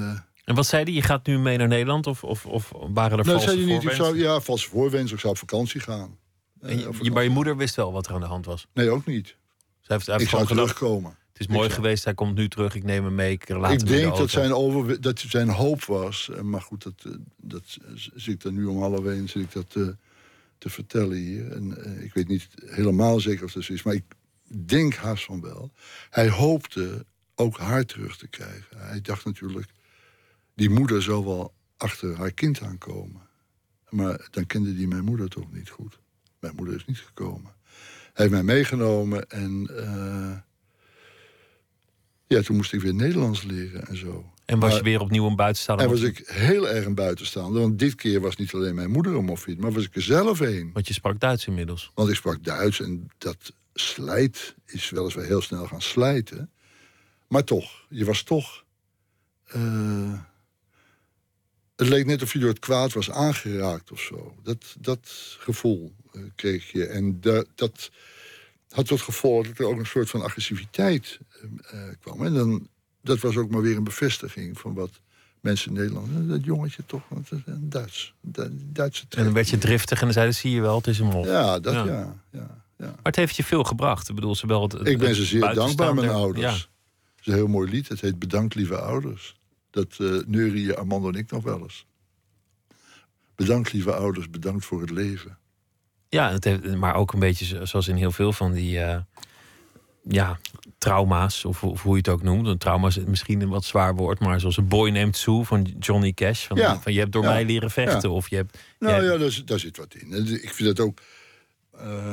En wat zei hij? Je gaat nu mee naar Nederland? Of, of, of waren er nou, valse zei hij niet. Ik voorwensen? zou, ja, valse voorwensen. Ik zou op vakantie gaan. En je, je, maar je moeder wist wel wat er aan de hand was? Nee, ook niet. Zij heeft, hij heeft ik zou gedacht, terugkomen. Het is mooi ik geweest, hij komt nu terug. Ik neem hem mee, ik laat Ik hem in de denk auto. dat zijn, over, dat zijn hoop was. Maar goed, dat, dat zit ik er nu om half één zit ik dat te, te vertellen hier. En uh, ik weet niet helemaal zeker of dat zo is. Maar ik denk haast van wel. Hij hoopte ook haar terug te krijgen. Hij dacht natuurlijk, die moeder zal wel achter haar kind aankomen. Maar dan kende hij mijn moeder toch niet goed. Mijn moeder is niet gekomen. Hij heeft mij meegenomen en uh, ja, toen moest ik weer Nederlands leren en zo. En was maar, je weer opnieuw een buitenstaander? En was ik heel erg een buitenstaander. Want dit keer was niet alleen mijn moeder een moffiet, maar was ik er zelf een. Want je sprak Duits inmiddels. Want ik sprak Duits en dat slijt is weliswaar heel snel gaan slijten. Maar toch, je was toch... Uh, het leek net of je door het kwaad was aangeraakt of zo. Dat, dat gevoel uh, kreeg je. En da, dat had tot gevolg dat er ook een soort van agressiviteit uh, kwam. En dan, dat was ook maar weer een bevestiging van wat mensen in Nederland... Dat jongetje toch, dat is een Duits, een Duitse trek. En dan werd je driftig en dan zeiden, zie je wel, het is een mof. Ja, dat ja. ja. ja, ja, ja. Maar het heeft je veel gebracht. Ik bedoel, zowel het, het, Ik ben ze zeer dankbaar, mijn der... ouders. Ja. Het is een heel mooi lied. Het heet Bedankt, lieve ouders. Dat uh, neurieën Armando en ik nog wel eens. Bedankt, lieve ouders. Bedankt voor het leven. Ja, het heeft, maar ook een beetje zoals in heel veel van die uh, ja, trauma's, of, of hoe je het ook noemt. Een trauma is misschien een wat zwaar woord, maar zoals een Boy Named Sue van Johnny Cash. Van, ja. van je hebt door ja. mij leren vechten. Ja. Of je hebt, nou jij... ja, daar, daar zit wat in. Ik vind dat ook... Uh,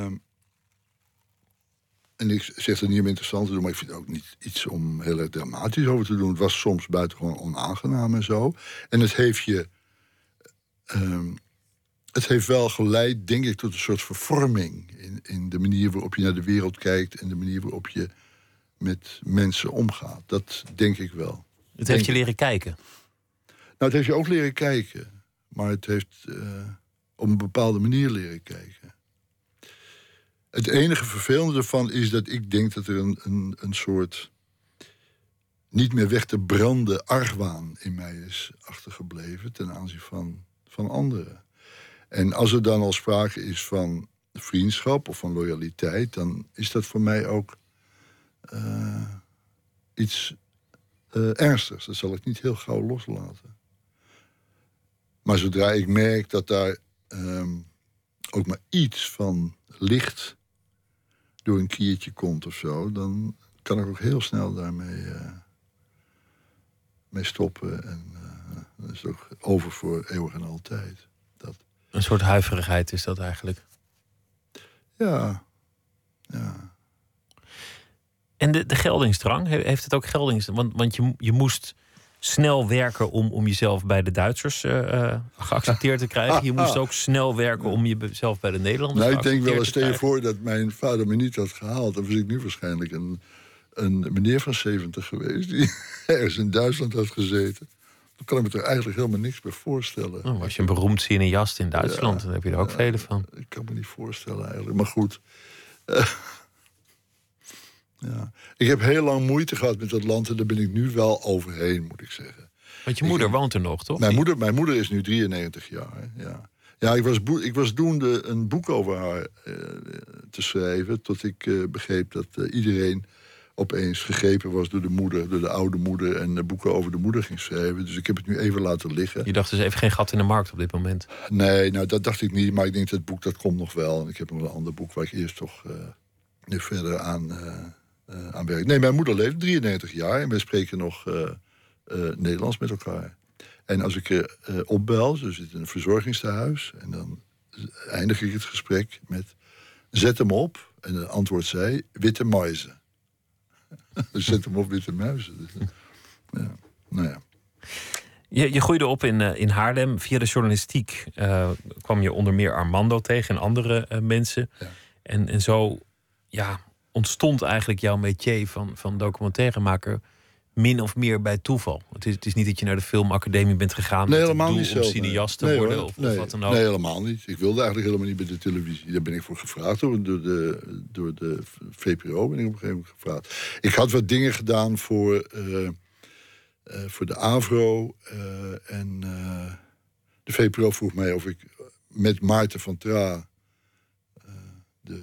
en ik zeg het niet om interessant te doen, maar ik vind het ook niet iets om heel erg dramatisch over te doen. Het was soms buitengewoon onaangenaam en zo. En het heeft je... Um, het heeft wel geleid, denk ik, tot een soort vervorming in, in de manier waarop je naar de wereld kijkt en de manier waarop je met mensen omgaat. Dat denk ik wel. Het denk heeft je leren kijken? Nou, het heeft je ook leren kijken. Maar het heeft uh, op een bepaalde manier leren kijken. Het enige vervelende ervan is dat ik denk dat er een, een, een soort niet meer weg te branden argwaan in mij is achtergebleven ten aanzien van, van anderen. En als er dan al sprake is van vriendschap of van loyaliteit, dan is dat voor mij ook uh, iets uh, ernstigs. Dat zal ik niet heel gauw loslaten. Maar zodra ik merk dat daar um, ook maar iets van licht door een kiertje komt of zo, dan kan ik ook heel snel daarmee uh, mee stoppen. En uh, dan is het ook over voor eeuwig en altijd. Dat. Een soort huiverigheid is dat eigenlijk. Ja, ja. En de, de geldingsdrang, heeft het ook geldingsdrang? Want, want je, je moest snel werken om, om jezelf bij de Duitsers uh, uh, geaccepteerd te krijgen. Je moest ook snel werken om jezelf bij de Nederlanders nou, geaccepteerd te krijgen. Ik denk wel eens, stel je voor dat mijn vader me niet had gehaald, dan was ik nu waarschijnlijk een, een meneer van zeventig geweest die ergens in Duitsland had gezeten. Dan kan ik me er eigenlijk helemaal niks bij voorstellen. Oh, was je een beroemd cineast in Duitsland, ja, dan heb je er ook ja, vele van. Ik kan me niet voorstellen eigenlijk, maar goed. Uh, ja. Ik heb heel lang moeite gehad met dat land en daar ben ik nu wel overheen, moet ik zeggen. Want je moeder ik, woont er nog, toch? Mijn moeder, mijn moeder is nu drieënnegentig jaar, ja. Ja, ik was, boe, ik was doende een boek over haar uh, te schrijven, tot ik uh, begreep dat uh, iedereen opeens gegrepen was door de moeder, door de oude moeder, en uh, boeken over de moeder ging schrijven. Dus ik heb het nu even laten liggen. Je dacht dus even geen gat in de markt op dit moment? Nee, nou dat dacht ik niet, maar ik denk dat het boek dat komt nog wel. En ik heb nog een ander boek waar ik eerst toch uh, nu verder aan, uh, uh, aan werk. Nee, mijn moeder leeft drieënnegentig jaar en wij spreken nog uh, uh, Nederlands met elkaar. En als ik er uh, opbel, ze zit in een verzorgingstehuis, en dan eindig ik het gesprek met zet hem op. En dan antwoordt zij, witte muizen. Zet hem op, witte muizen. Dus, ja, nou ja. Je, je groeide op in, uh, in Haarlem. Via de journalistiek uh, kwam je onder meer Armando tegen en andere uh, mensen. Ja. En, en zo ja, ontstond eigenlijk jouw métier van, van documentairemaker min of meer bij toeval. Het is, het is niet dat je naar de filmacademie bent gegaan nee, met het doel niet om zelf, cineast te nee, worden hoor, of, nee, of wat dan ook. Nee, helemaal niet. Ik wilde eigenlijk helemaal niet bij de televisie. Daar ben ik voor gevraagd door, door, de, door de V P R O. Ben ik op een gegeven moment gevraagd. Ik had wat dingen gedaan voor uh, uh, voor de AVRO. Uh, en uh, de V P R O vroeg mij of ik met Maarten van Traa... Uh, de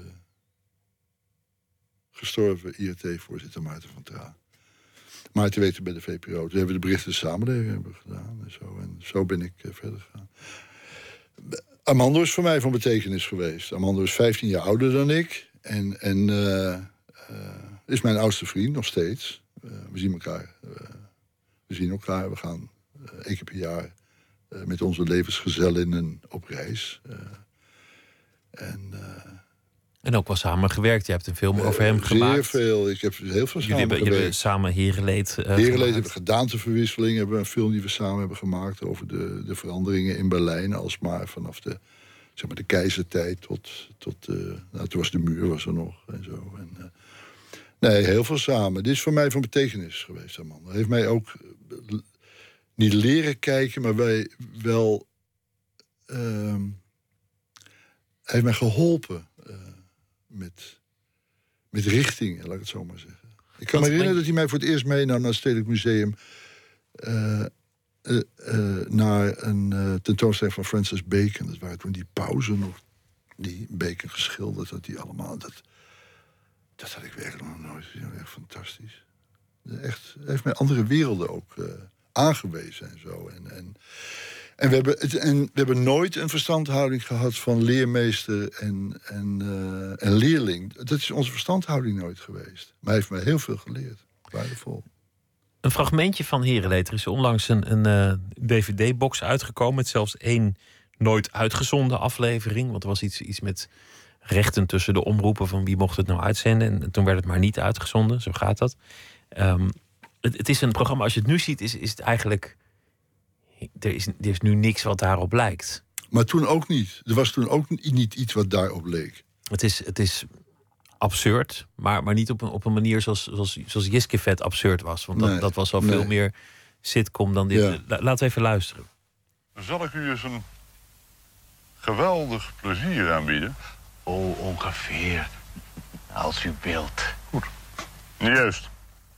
gestorven I R T-voorzitter Maarten van Traa... Maarten werkte bij de V P R O. Toen hebben we de berichten de samenleving hebben gedaan. En zo, en zo ben ik uh, verder gegaan. Armando is voor mij van betekenis geweest. Armando is vijftien jaar ouder dan ik. En, en uh, uh, is mijn oudste vriend, nog steeds. Uh, we zien elkaar. Uh, we zien elkaar. We gaan uh, één keer per jaar uh, met onze levensgezellinnen op reis. Uh, en... Uh, En ook wel samen gewerkt. Je hebt een film over uh, hem gemaakt. Zeer veel. Ik heb heel veel jullie samen hebben, jullie hebben samen Herenleed uh, Herenleed hebben gedaanteverwisseling. Hebben we een film die we samen hebben gemaakt... over de, de veranderingen in Berlijn. Alsmaar vanaf de, zeg maar, de keizertijd tot... tot uh, nou, toen was de muur was er nog en zo. En, uh, nee, heel veel samen. Dit is voor mij van betekenis geweest, man. Hij heeft mij ook uh, niet leren kijken... maar wij wel... Uh, hij heeft mij geholpen... Uh, Met, met richting, laat ik het zo maar zeggen. Ik kan me herinneren dat hij mij voor het eerst meenam naar het Stedelijk Museum... Uh, uh, uh, naar een uh, tentoonstelling van Francis Bacon. Dat waren toen die pauzen nog, die Bacon geschilderd had, die allemaal. Dat, dat had ik werkelijk nog nooit gezien. Echt fantastisch. Echt, hij heeft mij andere werelden ook uh, aangewezen en zo. En, en, En we, hebben het, en we hebben nooit een verstandhouding gehad van leermeester en, en, uh, en leerling. Dat is onze verstandhouding nooit geweest. Maar hij heeft mij heel veel geleerd. Waardevol. Een fragmentje van Herenleed. Er is onlangs een, een uh, D V D-box uitgekomen... met zelfs één nooit uitgezonden aflevering. Want er was iets, iets met rechten tussen de omroepen... van wie mocht het nou uitzenden. En toen werd het maar niet uitgezonden. Zo gaat dat. Um, het, het is een programma, als je het nu ziet... is, is het eigenlijk... Er is, er is nu niks wat daarop lijkt. Maar toen ook niet. Er was toen ook niet iets wat daarop leek. Het is, het is absurd, maar, maar niet op een, op een manier zoals, zoals, zoals Jiskefet absurd was. Want dat, nee, dat was al nee. veel meer sitcom dan dit. Ja. La, laten we even luisteren. Zal ik u eens een geweldig plezier aanbieden? Oh, ongeveer. Als u wilt. Goed. Juist.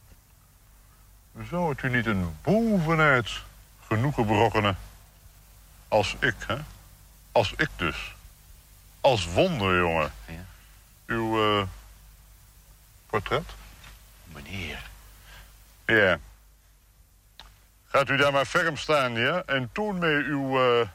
Zou het u niet een bovenuit genoegen berokkenen als ik, hè? Als ik dus. Als wonderjongen. Ja. Uw uh, portret? Meneer. Ja. Gaat u daar maar ferm staan, ja? En toon mij uw uh,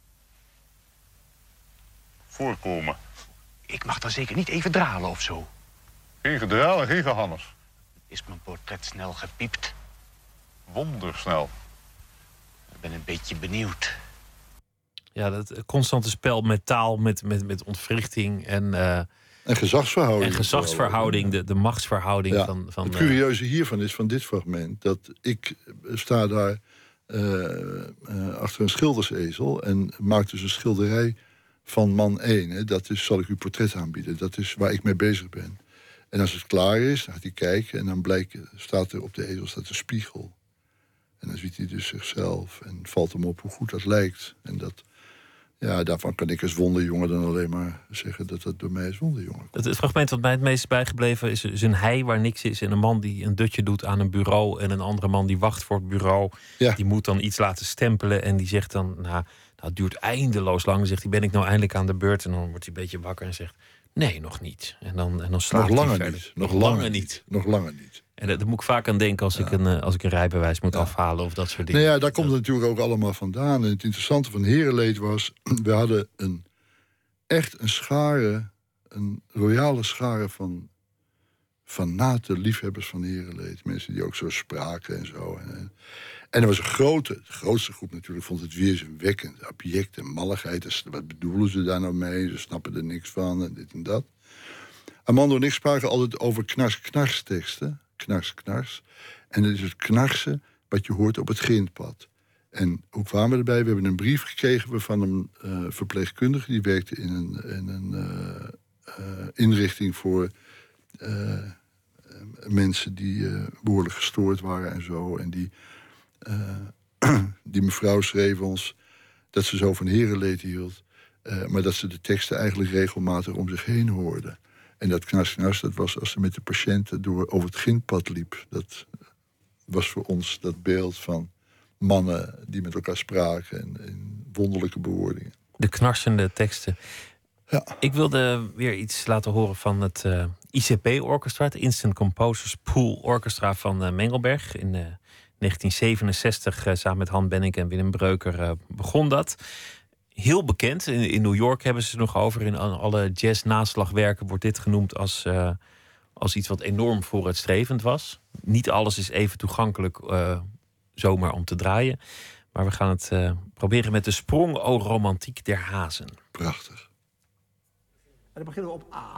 voorkomen. Ik mag dan zeker niet even dralen of zo. Geen gedraal en geen gehannes. Is mijn portret snel gepiept? Wondersnel. Ik ben een beetje benieuwd. Ja, dat constante spel met taal, met, met, met ontwrichting en, uh, En gezagsverhouding. en gezagsverhouding, de, de machtsverhouding Ja, van... van het uh, curieuze hiervan is, van dit fragment... dat ik sta daar uh, uh, achter een schildersezel... en maak dus een schilderij van man één. Hè. Dat is, zal ik uw portret aanbieden. Dat is waar ik mee bezig ben. En als het klaar is, dan gaat hij kijken... en dan blijkt, staat er op de ezel staat een spiegel. En dan ziet hij dus zichzelf en valt hem op hoe goed dat lijkt. En dat, ja, daarvan kan ik als wonderjongen dan alleen maar zeggen... dat dat door mij als wonderjongen komt. Het, het fragment wat mij het meest is bijgebleven is, is een hei waar niks is... en een man die een dutje doet aan een bureau... en een andere man die wacht voor het bureau. Ja. Die moet dan iets laten stempelen en die zegt dan... nou, nou het duurt eindeloos lang. Dan zegt hij, ben ik nou eindelijk aan de beurt? En dan wordt hij een beetje wakker en zegt... nee, nog niet. En dan, en dan slaapt Nog hij langer verder. niet. Nog langer niet. Nog langer niet. En daar moet ik vaak aan denken als, Ja. ik, een, uh, als ik een rijbewijs moet Ja. afhalen of dat soort dingen. Nou ja, daar komt het natuurlijk ook allemaal vandaan. En het interessante van Herenleed was... we hadden een, echt een schare, een royale schare van fanate liefhebbers van Herenleed. Mensen die ook zo spraken en zo. En, en er was een grote, de grootste groep natuurlijk... vond het weerzinwekkend, abject en malligheid. Dus wat bedoelen ze daar nou mee? Ze snappen er niks van en dit en dat. Armando en ik spraken altijd over knars-knars teksten. Knars, knars. En dat is het knarsen wat je hoort op het grindpad. En hoe kwamen we erbij? We hebben een brief gekregen van een uh, verpleegkundige... die werkte in een, in een uh, uh, inrichting voor uh, mensen die uh, behoorlijk gestoord waren en zo. En die, uh, die mevrouw schreef ons dat ze zo van Herenleed hield... Uh, maar dat ze de teksten eigenlijk regelmatig om zich heen hoorde. En dat knars, knars, dat was als ze met de patiënten door over het grindpad liep. Dat, was voor ons dat beeld van mannen die met elkaar spraken en, en wonderlijke bewoordingen. De knarsende teksten. Ja. Ik wilde weer iets laten horen van het uh, I C P-orchestra, het Instant Composers Pool Orchestra van uh, Mengelberg. In uh, negentien zevenenzestig, uh, samen met Han Bennink en Willem Breuker, uh, begon dat. Heel bekend. In, in New York hebben ze het nog over. In alle jazz-naslagwerken wordt dit genoemd als, uh, als iets wat enorm vooruitstrevend was. Niet alles is even toegankelijk uh, zomaar om te draaien. Maar we gaan het uh, proberen met de sprong o romantiek der hazen. Prachtig. En dan beginnen we op A.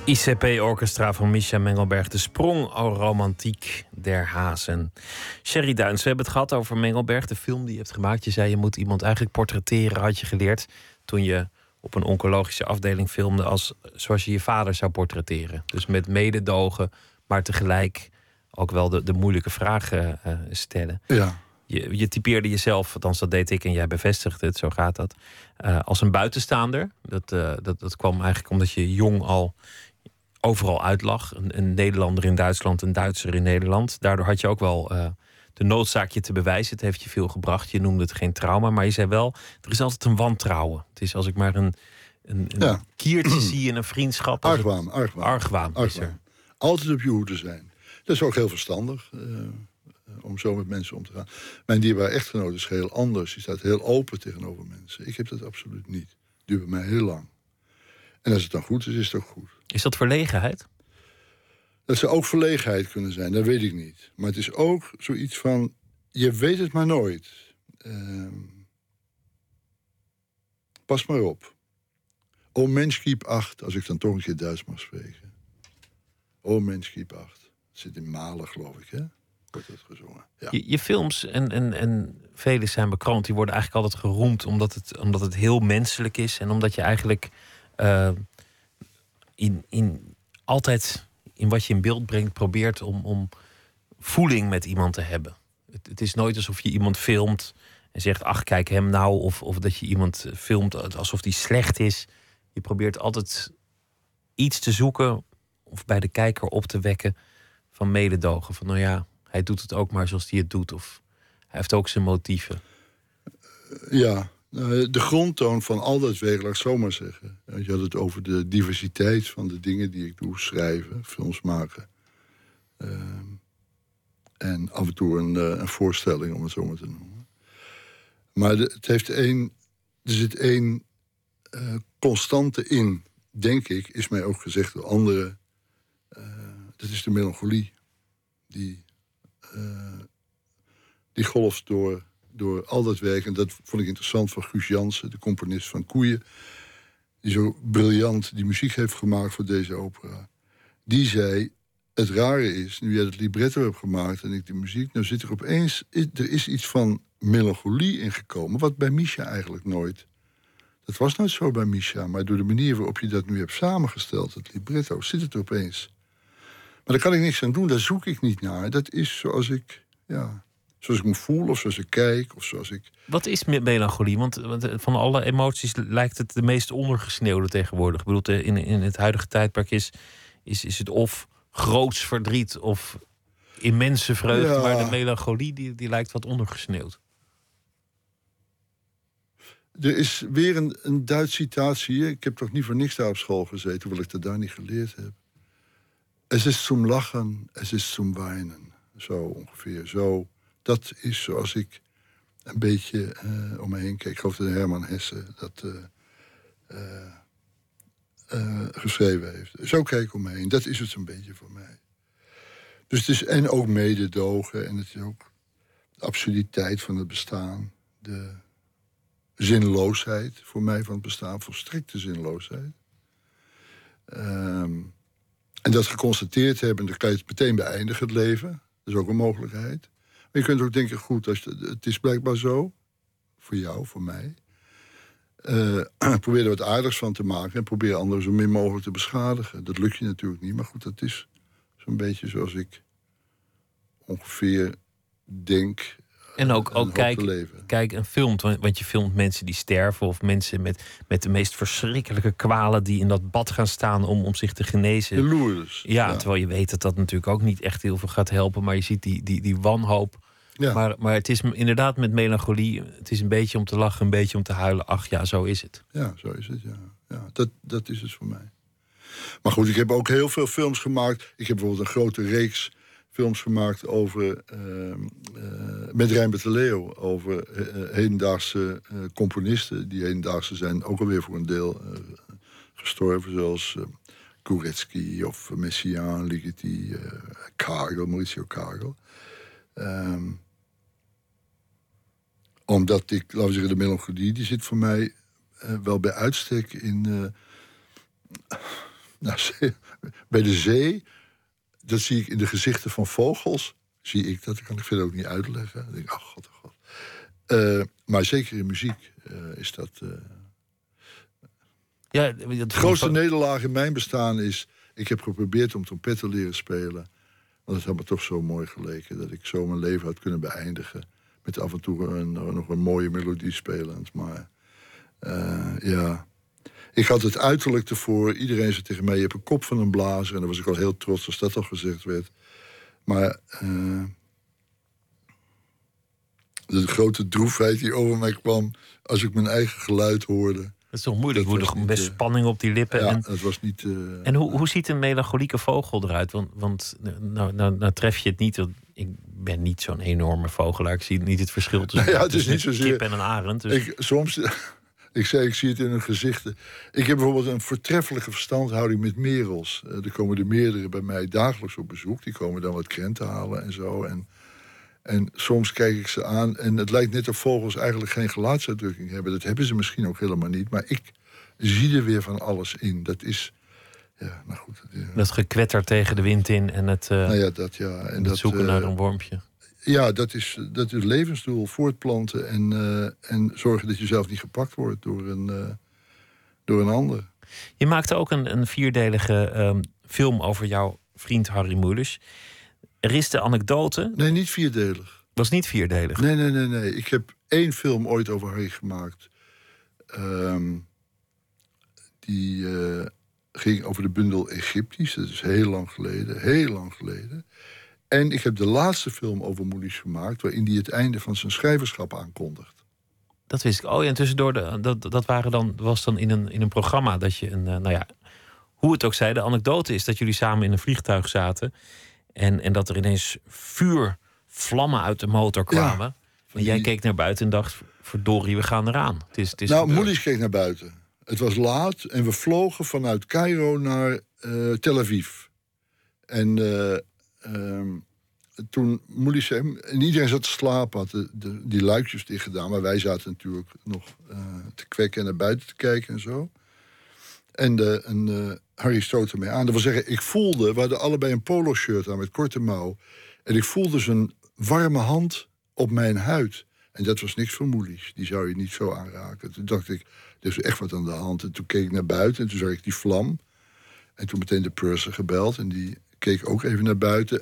I C P-orchestra van Mischa Mengelberg. De sprong au romantiek der hazen. Sherry Duins, we hebben het gehad over Mengelberg. De film die je hebt gemaakt. Je zei je moet iemand eigenlijk portretteren. Had je geleerd toen je op een oncologische afdeling filmde. Als, zoals je je vader zou portretteren. Dus met mededogen. Maar tegelijk ook wel de, de moeilijke vragen uh, stellen. Ja. Je, je typeerde jezelf, althans dat deed ik en jij bevestigde het, zo gaat dat. Uh, als een buitenstaander. Dat, uh, dat, dat kwam eigenlijk omdat je jong al overal uitlag. Een, een Nederlander in Duitsland, een Duitser in Nederland. Daardoor had je ook wel uh, de noodzaak je te bewijzen. Het heeft je veel gebracht. Je noemde het geen trauma, maar je zei wel, er is altijd een wantrouwen. Het is als ik maar een, een, een Ja. kiertje zie in een vriendschap. als het- Argwaan, argwaan. Argwaan is er. Argwaan. Altijd op je hoede zijn. Dat is ook heel verstandig. Uh, om zo met mensen om te gaan. Mijn dierbare echtgenoot is heel anders. Die staat heel open tegenover mensen. Ik heb dat absoluut niet. Het duurt bij mij heel lang. En als het dan goed is, is het ook goed. Is dat verlegenheid? Dat zou ook verlegenheid kunnen zijn, dat weet ik niet. Maar het is ook zoiets van, je weet het maar nooit. Uh, pas maar op. O mens, keep acht, als ik dan toch een keer Duits mag spreken. O mens, keep acht. Het zit in Malen, geloof ik, hè? Wordt dat gezongen. Ja. Je, je films, en, en, en vele zijn bekroond, die worden eigenlijk altijd geroemd omdat het, omdat het heel menselijk is. En omdat je eigenlijk uh, in, in, altijd in wat je in beeld brengt probeert om, om voeling met iemand te hebben. Het, het is nooit alsof je iemand filmt en zegt, ach kijk hem nou. Of, of dat je iemand filmt alsof die slecht is. Je probeert altijd iets te zoeken of bij de kijker op te wekken van mededogen. Van nou ja, hij doet het ook maar zoals hij het doet. Of hij heeft ook zijn motieven. Ja, de grondtoon van al dat werk, laat ik zo maar zeggen. Je had het over de diversiteit van de dingen die ik doe. Schrijven, films maken. Uh, en af en toe een, uh, een voorstelling, om het zo maar te noemen. Maar de, het heeft één, er zit één uh, constante in, denk ik, is mij ook gezegd door anderen. Uh, dat is de melancholie. Die, uh, die golft door, door al dat werk. En dat vond ik interessant van Guus Jansen, de componist van Koeien. Die zo briljant die muziek heeft gemaakt voor deze opera. Die zei, het rare is, nu jij het libretto hebt gemaakt en ik de muziek, nou zit er opeens, er is iets van melancholie ingekomen, wat bij Mischa eigenlijk nooit. Dat was nooit zo bij Mischa, maar door de manier waarop je dat nu hebt samengesteld, het libretto, zit het er opeens. Maar daar kan ik niks aan doen, daar zoek ik niet naar. Dat is zoals ik, ja, zoals ik me voel, of zoals ik kijk, of zoals ik... Wat is me- melancholie? Want, want van alle emoties lijkt het de meest ondergesneeuwde tegenwoordig. Ik bedoel, in, in het huidige tijdperk is, is, is het of groots verdriet of immense vreugde. Ja. Maar de melancholie die, die lijkt wat ondergesneeuwd. Er is weer een, een Duits citatie. Ik heb toch niet voor niks daar op school gezeten, hoewel ik dat daar niet geleerd heb. Es ist zum Lachen, es ist zum Weinen. Zo ongeveer, zo. Dat is zoals ik een beetje uh, om me heen kijk. Ik geloof dat Herman Hesse dat uh, uh, uh, geschreven heeft. Zo kijk ik om me heen. Dat is het zo'n beetje voor mij. Dus het is en ook mededogen. En het is ook de absurditeit van het bestaan. De zinloosheid voor mij van het bestaan. Volstrekte zinloosheid. Um, en dat geconstateerd hebben, dan kan je het meteen beëindigen, het leven. Dat is ook een mogelijkheid. Maar je kunt ook denken, goed, als het, het is blijkbaar zo. Voor jou, voor mij. Uh, probeer er wat aardigs van te maken. En probeer anderen zo min mogelijk te beschadigen. Dat lukt je natuurlijk niet. Maar goed, dat is zo'n beetje zoals ik ongeveer denk. En ook, ook kijk, kijk en filmt. Want je filmt mensen die sterven. Of mensen met, met de meest verschrikkelijke kwalen die in dat bad gaan staan om, om zich te genezen. De Lourdes. Ja, ja, terwijl je weet dat dat natuurlijk ook niet echt heel veel gaat helpen. Maar je ziet die, die, die wanhoop. Ja. Maar, maar het is inderdaad met melancholie. Het is een beetje om te lachen, een beetje om te huilen. Ach ja, zo is het. Ja, zo is het, ja. ja dat, dat is het voor mij. Maar goed, ik heb ook heel veel films gemaakt. Ik heb bijvoorbeeld een grote reeks films gemaakt over, uh, uh, met Rijnbert de Leeuw, over uh, hedendaagse uh, componisten. Die hedendaagse zijn ook alweer voor een deel uh, gestorven, zoals uh, Gorecki of Messiaen, Ligeti, uh, Karel, Maurizio Karel. Um, omdat ik, laten we zeggen, de melancholie, die zit voor mij uh, wel bij uitstek in... Uh, Nou, bij de zee, dat zie ik in de gezichten van vogels. Zie ik dat, dat kan ik verder ook niet uitleggen. Dan denk ik, oh god, oh god. Uh, maar zeker in muziek uh, is dat... Uh... Ja, dat de grootste van... nederlaag in mijn bestaan is... ik heb geprobeerd om trompet te leren spelen. Want het had me toch zo mooi geleken... dat ik zo mijn leven had kunnen beëindigen... met af en toe een, nog een mooie melodie spelend. Maar uh, ja... Ik had het uiterlijk ervoor. Iedereen zei tegen mij, je hebt een kop van een blazer. En daar was ik al heel trots als dat al gezegd werd. Maar uh, de grote droefheid die over mij kwam... als ik mijn eigen geluid hoorde... Dat is toch moeilijk, er wordt best uh, spanning op die lippen. Ja, en, het was niet... Uh, en hoe, hoe ziet een melancholieke vogel eruit? Want, want nou, nou, nou tref je het niet... Ik ben niet zo'n enorme vogelaar. Ik zie niet het verschil tussen, nou ja, het is tussen niet een zozeer, kip en een arend. Dus. Ik, soms... Ik zei, ik zie het in hun gezichten. Ik heb bijvoorbeeld een voortreffelijke verstandhouding met merels. Uh, er komen er meerdere bij mij dagelijks op bezoek. Die komen dan wat krenten halen en zo. En, en soms kijk ik ze aan. En het lijkt net of vogels eigenlijk geen gelaatsuitdrukking hebben. Dat hebben ze misschien ook helemaal niet. Maar ik zie er weer van alles in. Dat is... Ja, nou goed. Dat, ja. dat gekwetter tegen de wind in en het, uh, nou ja, dat, ja. en het dat, zoeken uh, naar een wormpje. Ja, dat is, dat is het levensdoel. Voortplanten en, uh, en zorgen dat je zelf niet gepakt wordt door een, uh, door een ander. Je maakte ook een, een vierdelige um, film over jouw vriend Harry Mulisch. Er is de anekdote... Nee, niet vierdelig. Was niet vierdelig? Nee, nee, nee, nee. Ik heb één film ooit over Harry gemaakt. Um, die uh, ging over de bundel Egyptisch. Dat is heel lang geleden. Heel lang geleden. En ik heb de laatste film over Mulisch gemaakt... waarin hij het einde van zijn schrijverschap aankondigt. Dat wist ik. Oh ja, en tussendoor, de, dat, dat waren dan, was dan in een, in een programma... dat je een, uh, nou ja, hoe het ook zij, de anekdote is... dat jullie samen in een vliegtuig zaten... en, en dat er ineens vuur, vlammen uit de motor kwamen. Ja, en jij die... keek naar buiten en dacht... verdorie, we gaan eraan. Het is, het is nou, Mulisch keek naar buiten. Het was laat en we vlogen vanuit Cairo naar uh, Tel Aviv. En... Uh, Um, toen Mulisch en iedereen zat te slapen, had de, de, die luikjes dicht gedaan. Maar wij zaten natuurlijk nog uh, te kwekken en naar buiten te kijken en zo. En, de, en uh, Harry stootte mij aan. Dat wil zeggen, ik voelde, we hadden allebei een polo-shirt aan met korte mouw. En ik voelde zijn warme hand op mijn huid. En dat was niks voor Mulisch. Die zou je niet zo aanraken. Toen dacht ik, er is echt wat aan de hand. En toen keek ik naar buiten en toen zag ik die vlam. En toen meteen de purser gebeld en die... keek ook even naar buiten.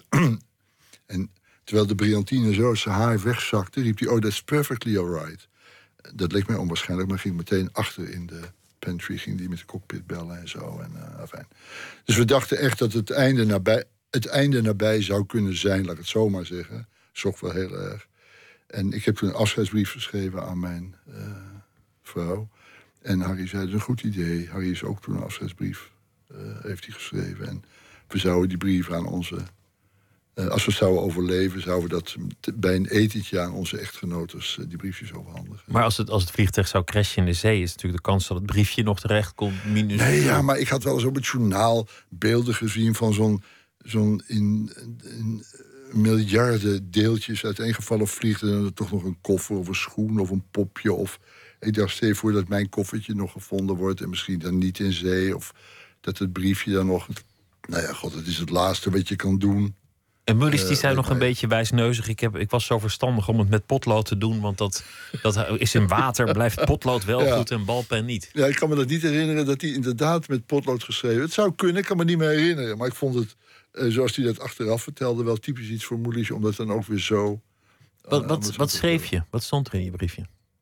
En terwijl de brillantine zo zijn haar wegzakte... riep hij, oh, that's perfectly alright. Dat leek mij onwaarschijnlijk, maar ging meteen achter in de pantry... ging die met de cockpit bellen en zo. En, uh, afijn. Dus we dachten echt dat het einde, nabij, het einde nabij zou kunnen zijn... laat ik het zo maar zeggen. Zocht wel heel erg. En ik heb toen een afscheidsbrief geschreven aan mijn uh, vrouw. En Harry zei, dat is een goed idee. Harry is ook toen een afscheidsbrief uh, heeft hij geschreven... En we zouden die brief aan onze... Uh, als we zouden overleven, zouden we dat te, bij een etentje aan onze echtgenotes... Uh, die briefjes overhandigen. Maar als het, als het vliegtuig zou crashen in de zee... is natuurlijk de kans dat het briefje nog terecht komt minus... Nee, ja, maar ik had wel eens op het journaal beelden gezien... van zo'n zo'n in, in miljarden deeltjes uiteengevallen vliegtuig... en dan toch nog een koffer of een schoen of een popje. Of ik dacht, stel je voor dat mijn koffertje nog gevonden wordt... en misschien dan niet in zee, of dat het briefje dan nog... Nou ja, god, het is het laatste wat je kan doen. En Mulisch die zei uh, nog een beetje wijsneuzig. Ik, heb, ik was zo verstandig om het met potlood te doen... want dat, dat is in water, blijft potlood wel ja. goed en balpen niet. Ja, ik kan me dat niet herinneren dat hij inderdaad met potlood geschreven... Het zou kunnen, ik kan me niet meer herinneren. Maar ik vond het, uh, zoals hij dat achteraf vertelde... wel typisch iets voor Mulisch, om dat dan ook weer zo... Uh, wat wat, wat schreef je? Wat stond er in je briefje?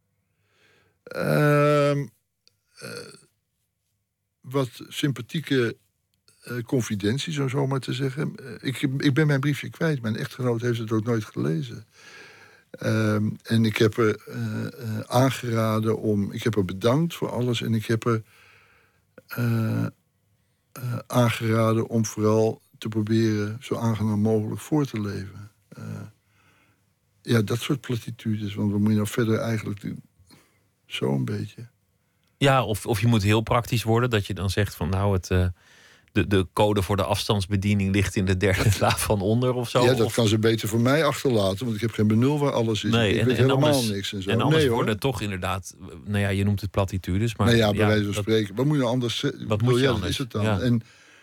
Uh, uh, wat sympathieke... Uh, confidenties, om zo maar te zeggen. Uh, ik, ik ben mijn briefje kwijt. Mijn echtgenoot heeft het ook nooit gelezen. Uh, en ik heb er uh, uh, aangeraden om... Ik heb er bedankt voor alles. En ik heb er uh, uh, aangeraden om vooral te proberen... zo aangenaam mogelijk voor te leven. Uh, ja, dat soort platitudes. Want we moeten nou verder eigenlijk... zo een beetje. Ja, of, of je moet heel praktisch worden. Dat je dan zegt van nou het... Uh... De, de code voor de afstandsbediening ligt in de derde la van onder of zo. Ja, dat of... kan ze beter voor mij achterlaten. Want ik heb geen benul waar alles is. Nee, ik en, weet en helemaal anders, niks. En, zo. en anders nee, worden toch inderdaad... Nou ja, je noemt het platitudes. Maar nee, ja, bij ja, wijze van dat, spreken. Wat moet je nou anders... Wat moet je ja, anders? Is het dan? Ja. En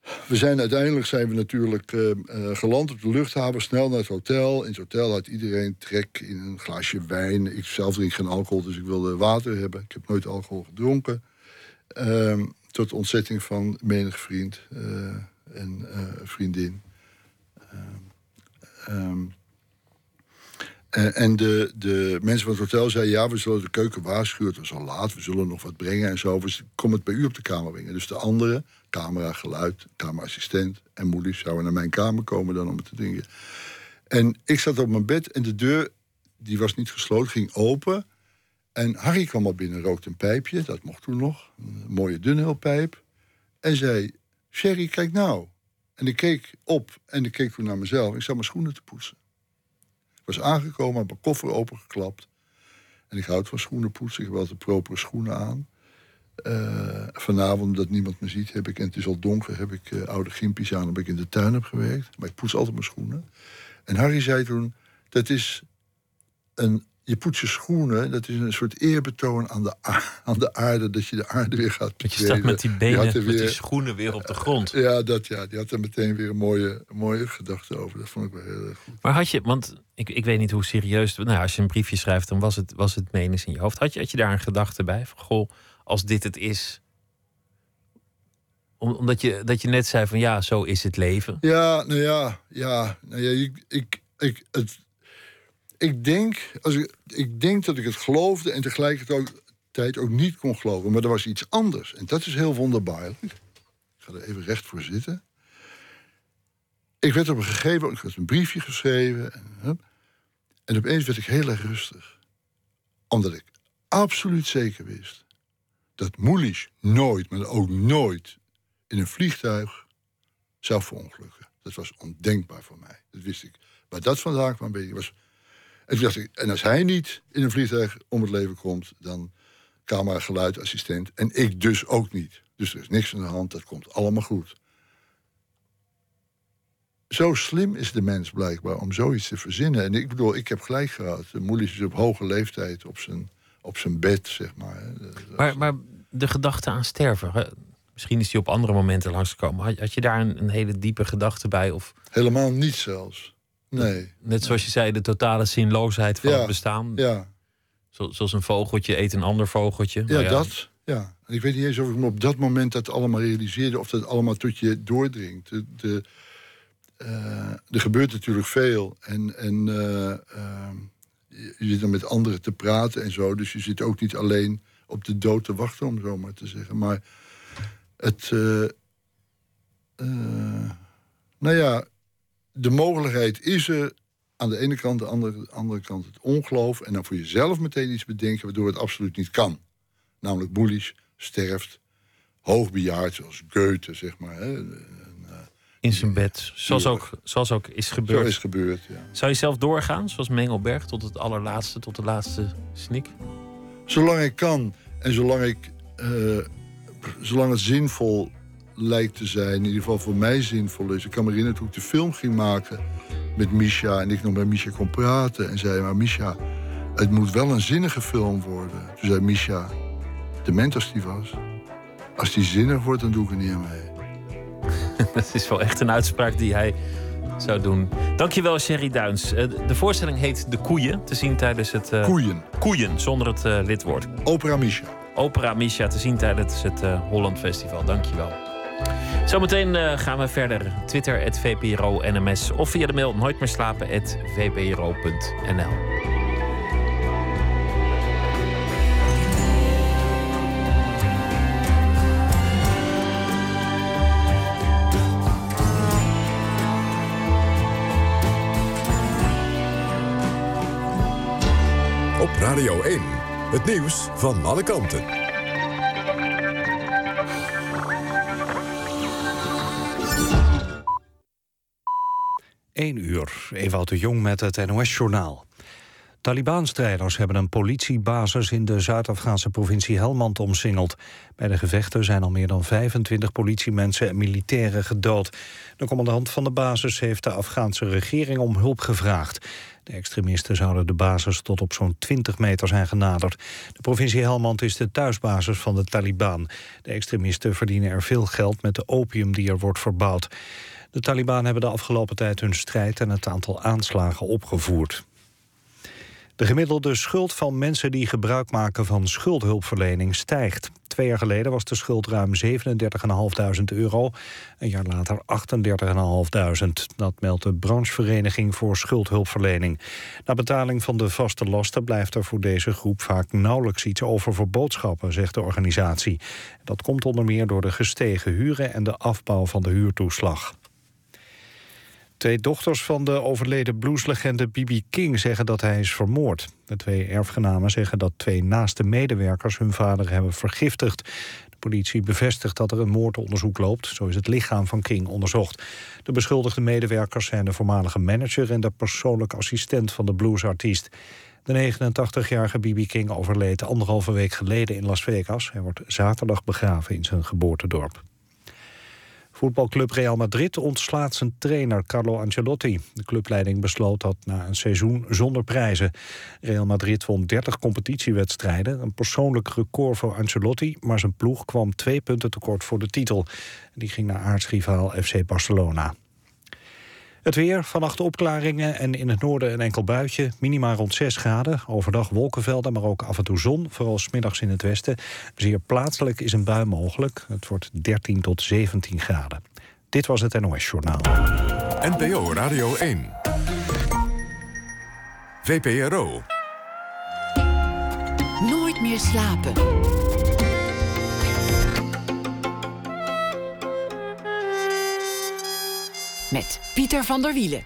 We zijn uiteindelijk zijn we natuurlijk uh, uh, geland op de luchthaven, snel naar het hotel. In het hotel had iedereen trek in een glaasje wijn. Ik zelf drink geen alcohol, dus ik wilde water hebben. Ik heb nooit alcohol gedronken. Uh, tot ontzetting van menig vriend uh, en uh, vriendin. Uh, um, uh, en de, de mensen van het hotel zeiden, ja, we zullen de keuken waarschuwen. Het was al laat, we zullen nog wat brengen en zo. Dus kom het bij u op de kamer brengen. Dus de andere, camera, geluid, camera-assistent en Moelis zouden naar mijn kamer komen dan om het te drinken. En ik zat op mijn bed en de deur, die was niet gesloten, ging open. En Harry kwam al binnen, rookte een pijpje, dat mocht toen nog. Een mooie dunhulpijp. En zei, Sherry, kijk nou. En ik keek op en ik keek toen naar mezelf. Ik zat mijn schoenen te poetsen. Ik was aangekomen, had mijn koffer opengeklapt. En ik houd van schoenen poetsen. Ik heb altijd propere schoenen aan. Uh, vanavond, omdat niemand me ziet, heb ik, en het is al donker, heb ik uh, oude gimpies aan, omdat ik in de tuin heb gewerkt. Maar ik poets altijd mijn schoenen. En Harry zei toen, dat is een, je poetst je schoenen, dat is een soort eerbetoon aan de, a- aan de aarde, dat je de aarde weer gaat betreden. Dat je staat met die benen, die met weer, die schoenen weer op de grond. Uh, ja, dat, ja, die had er meteen weer een mooie, mooie gedachte over. Dat vond ik wel heel erg goed. Maar had je, want ik, ik weet niet hoe serieus, nou, als je een briefje schrijft, dan was het, was het menens in je hoofd. Had je, had je daar een gedachte bij? Van, goh, als dit het is. Om, omdat je, dat je net zei van ja, zo is het leven. Ja, nou ja, ja, nou ja ik, ik, ik, het, ik, denk, als ik, ik denk dat ik het geloofde en tegelijkertijd ook niet kon geloven. Maar er was iets anders. En dat is heel wonderbaarlijk. Ik ga er even recht voor zitten. Ik werd op een gegeven moment, ik had een briefje geschreven. En, en opeens werd ik heel erg rustig. Omdat ik absoluut zeker wist dat Moelis nooit, maar ook nooit in een vliegtuig zou verongelukken. Dat was ondenkbaar voor mij. Dat wist ik. Waar dat vandaan kwam, weet ik. Was... En, toen dacht ik, en als hij niet in een vliegtuig om het leven komt, dan camera, geluid, assistent. En ik dus ook niet. Dus er is niks aan de hand, dat komt allemaal goed. Zo slim is de mens blijkbaar om zoiets te verzinnen. En ik bedoel, ik heb gelijk gehad. Moelis is op hoge leeftijd op zijn, op zijn bed, zeg maar. Maar, maar de gedachte aan sterven, hè? Misschien is die op andere momenten langsgekomen. Had, had je daar een, een hele diepe gedachte bij? Of... Helemaal niet zelfs. Nee. Net zoals je zei, de totale zinloosheid van ja, het bestaan. Ja. Zo, zoals een vogeltje eet een ander vogeltje. Ja, nou ja, dat. Ja. En ik weet niet eens of ik me op dat moment dat allemaal realiseerde, of dat allemaal tot je doordringt. De, de, uh, er gebeurt natuurlijk veel. En, en uh, uh, je zit dan met anderen te praten en zo. Dus je zit ook niet alleen op de dood te wachten, om zo maar te zeggen. Maar het... Uh, uh, nou ja, de mogelijkheid is er. Aan de ene kant, de andere, andere kant het ongeloof. En dan voor jezelf meteen iets bedenken waardoor het absoluut niet kan. Namelijk Moelis sterft, hoogbejaard, zoals Goethe, zeg maar. Hè. En, uh, in zijn bed, zoals ook, zoals ook is gebeurd. Zo is gebeurd, ja. Zou je zelf doorgaan, zoals Mengelberg, tot het allerlaatste, tot de laatste snik? Zolang ik kan en zolang, ik, uh, zolang het zinvol lijkt te zijn, in ieder geval voor mij zinvol is. Ik kan me herinneren toen ik de film ging maken met Misha en ik nog met Misha kon praten en zei, maar Misha, het moet wel een zinnige film worden. Toen zei Misha, dement als die was, als die zinnig wordt, dan doe ik er niet aan mee. Dat is wel echt een uitspraak die hij zou doen. Dankjewel, Sherry Duins. De voorstelling heet De Koeien, te zien tijdens het... Uh, Koeien. Koeien, zonder het uh, lidwoord. Opera Misha. Opera Misha, te zien tijdens het uh, Holland Festival. Dankjewel. Zometeen uh, gaan we verder. Twitter, at V P R O N M S. Of via de mail nooit meer slapen, at V P R O punt N L. Op Radio één, het nieuws van alle kanten. één uur, Ewout de Jong met het N O S-journaal. Taliban-strijders hebben een politiebasis in de Zuid-Afghaanse provincie Helmand omsingeld. Bij de gevechten zijn al meer dan vijfentwintig politiemensen en militairen gedood. De commandant van de basis heeft de Afghaanse regering om hulp gevraagd. De extremisten zouden de basis tot op zo'n twintig meter zijn genaderd. De provincie Helmand is de thuisbasis van de Taliban. De extremisten verdienen er veel geld met de opium die er wordt verbouwd. De Taliban hebben de afgelopen tijd hun strijd en het aantal aanslagen opgevoerd. De gemiddelde schuld van mensen die gebruik maken van schuldhulpverlening stijgt. Twee jaar geleden was de schuld ruim zevenendertigduizend vijfhonderd euro. Een jaar later achtendertigduizend vijfhonderd. Dat meldt de branchevereniging voor schuldhulpverlening. Na betaling van de vaste lasten blijft er voor deze groep vaak nauwelijks iets over voor boodschappen, zegt de organisatie. Dat komt onder meer door de gestegen huren en de afbouw van de huurtoeslag. Twee dochters van de overleden blueslegende B B King zeggen dat hij is vermoord. De twee erfgenamen zeggen dat twee naaste medewerkers hun vader hebben vergiftigd. De politie bevestigt dat er een moordonderzoek loopt. Zo is het lichaam van King onderzocht. De beschuldigde medewerkers zijn de voormalige manager en de persoonlijke assistent van de bluesartiest. De negenentachtigjarige B B King overleed anderhalve week geleden in Las Vegas. Hij wordt zaterdag begraven in zijn geboortedorp. Voetbalclub Real Madrid ontslaat zijn trainer Carlo Ancelotti. De clubleiding besloot dat na een seizoen zonder prijzen. Real Madrid won dertig competitiewedstrijden, een persoonlijk record voor Ancelotti, maar zijn ploeg kwam twee punten tekort voor de titel. Die ging naar aartsrivaal F C Barcelona. Het weer, vannacht opklaringen en in het noorden een enkel buitje. Minima rond zes graden. Overdag wolkenvelden, maar ook af en toe zon. Vooral 's middags in het westen. Zeer plaatselijk is een bui mogelijk. Het wordt dertien tot zeventien graden. Dit was het N O S-journaal. N P O Radio één. V P R O. Nooit meer slapen. Met Pieter van der Wielen.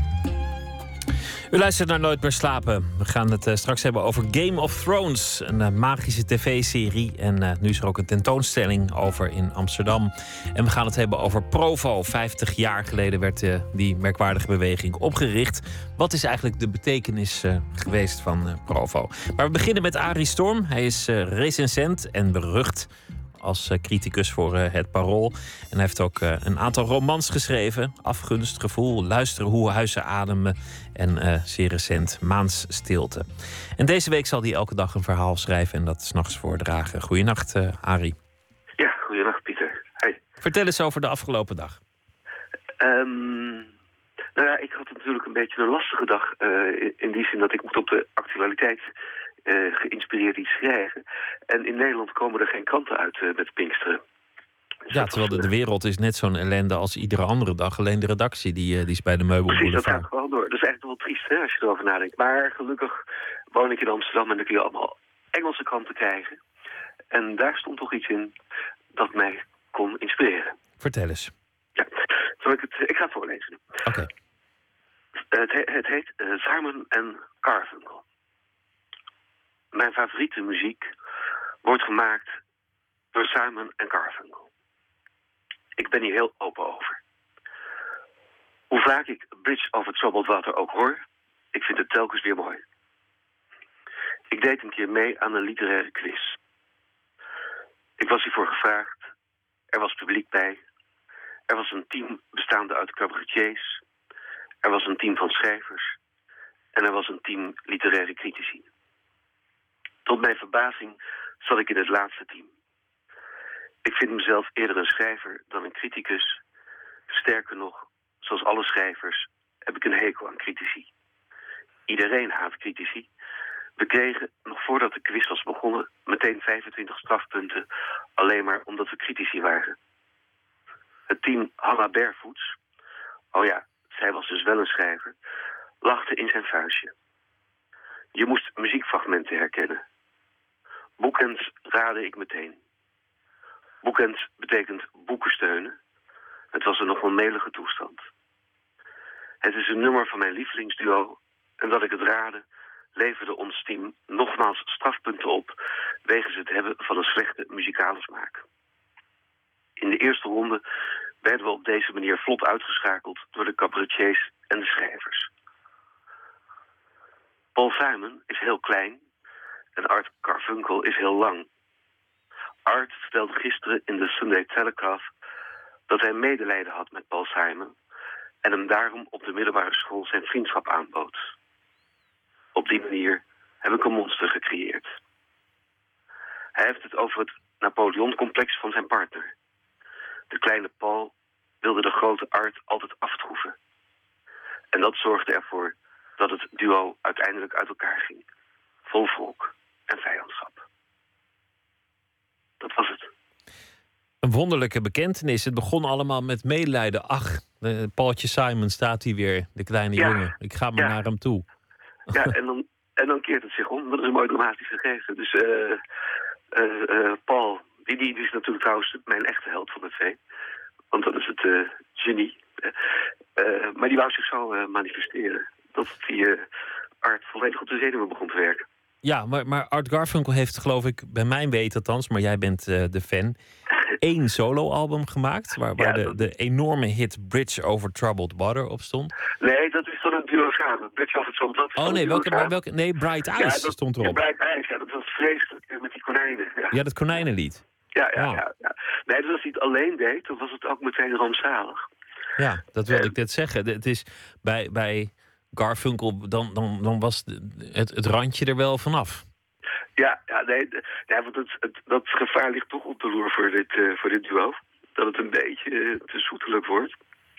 U luistert naar Nooit meer slapen. We gaan het uh, straks hebben over Game of Thrones. Een uh, magische tv-serie. En uh, nu is er ook een tentoonstelling over in Amsterdam. En we gaan het hebben over Provo. vijftig jaar geleden werd uh, die merkwaardige beweging opgericht. Wat is eigenlijk de betekenis uh, geweest van uh, Provo? Maar we beginnen met Arie Storm. Hij is uh, recensent en berucht als uh, criticus voor uh, Het Parool. En hij heeft ook uh, een aantal romans geschreven. Afgunst, Gevoel, Luisteren hoe huizen ademen en uh, zeer recent Maansstilte. En deze week zal hij elke dag een verhaal schrijven en dat 's nachts voordragen. Goeienacht, uh, Arie. Ja, goeienacht, Pieter. Hey. Vertel eens over de afgelopen dag. Um, nou ja, ik had natuurlijk een beetje een lastige dag. Uh, in, in die zin dat ik moet op de actualiteit Uh, geïnspireerd iets schrijven. En in Nederland komen er geen kranten uit uh, met Pinksteren. Dus ja, terwijl de, de wereld is net zo'n ellende als iedere andere dag. Alleen de redactie die, uh, die is bij de meubelboulevard. Precies, dat gaat gewoon door. Dat is eigenlijk wel triest, hè, als je erover nadenkt. Maar gelukkig woon ik in Amsterdam en dan kun je allemaal Engelse kranten krijgen. En daar stond toch iets in dat mij kon inspireren. Vertel eens. Ja, zal ik, het, ik ga het voorlezen. Oké. Okay. Uh, het, he, het heet uh, Simon en Garfunkel. Mijn favoriete muziek wordt gemaakt door Simon en Garfunkel. Ik ben hier heel open over. Hoe vaak ik Bridge over Troubled Water ook hoor, ik vind het telkens weer mooi. Ik deed een keer mee aan een literaire quiz. Ik was hiervoor gevraagd. Er was publiek bij. Er was een team bestaande uit cabaretiers. Er was een team van schrijvers. En er was een team literaire critici. Tot mijn verbazing zat ik in het laatste team. Ik vind mezelf eerder een schrijver dan een criticus. Sterker nog, zoals alle schrijvers, heb ik een hekel aan critici. Iedereen haat critici. We kregen, nog voordat de quiz was begonnen, meteen vijfentwintig strafpunten, alleen maar omdat we critici waren. Het team Hannah Barefoots, oh ja, zij was dus wel een schrijver, lachte in zijn vuistje. Je moest muziekfragmenten herkennen. Boekends raadde ik meteen. Boekends betekent boeken steunen. Het was een nog onmelige toestand. Het is een nummer van mijn lievelingsduo en dat ik het raadde leverde ons team nogmaals strafpunten op wegens het hebben van een slechte muzikale smaak. In de eerste ronde werden we op deze manier vlot uitgeschakeld door de cabaretiers en de schrijvers. Paul Simon is heel klein en Art Garfunkel is heel lang. Art vertelde gisteren in de Sunday Telegraph dat hij medelijden had met Paul Simon en hem daarom op de middelbare school zijn vriendschap aanbood. Op die manier heb ik een monster gecreëerd. Hij heeft het over het Napoleon-complex van zijn partner. De kleine Paul wilde de grote Art altijd aftroeven. En dat zorgde ervoor dat het duo uiteindelijk uit elkaar ging. Vol wrok en vijandschap. Dat was het. Een wonderlijke bekentenis. Het begon allemaal met medelijden. Ach, de Paultje Simon staat hier weer, de kleine ja. jongen. Ik ga maar ja. naar hem toe. Ja, en dan, en dan keert het zich om. Dat is een mooi dramatisch gegeven. Dus uh, uh, uh, Paul, die, die, die is natuurlijk trouwens mijn echte held van de twee. Want dat is het uh, genie. Uh, maar die wou zich zo uh, manifesteren. Dat die uh, Art volledig op de zenuwen begon te werken. Ja, maar, maar Art Garfunkel heeft, geloof ik, bij mijn weten althans, maar jij bent uh, de fan, één soloalbum gemaakt, waar, waar ja, de, dat... de enorme hit Bridge Over Troubled Water op stond. Nee, dat is dan een duo samen. Bridge Over Troubled Water. Oh nee, welke, maar welke, nee, Bright Eyes ja, dat, stond erop. Ja, Bright Eyes, ja, dat was vreselijk met die konijnen. Ja, ja dat konijnenlied. Ja, ja, wow. ja, ja. Nee, dus als hij het alleen deed, dan was het ook meteen rampzalig. Ja, dat wilde en... ik net zeggen. Het is bij... bij Garfunkel, dan, dan, dan was het, het randje er wel vanaf. Ja, ja nee, nee want het, het, dat gevaar ligt toch op de loer voor dit, uh, voor dit duo. Dat het een beetje uh, te zoetelijk wordt.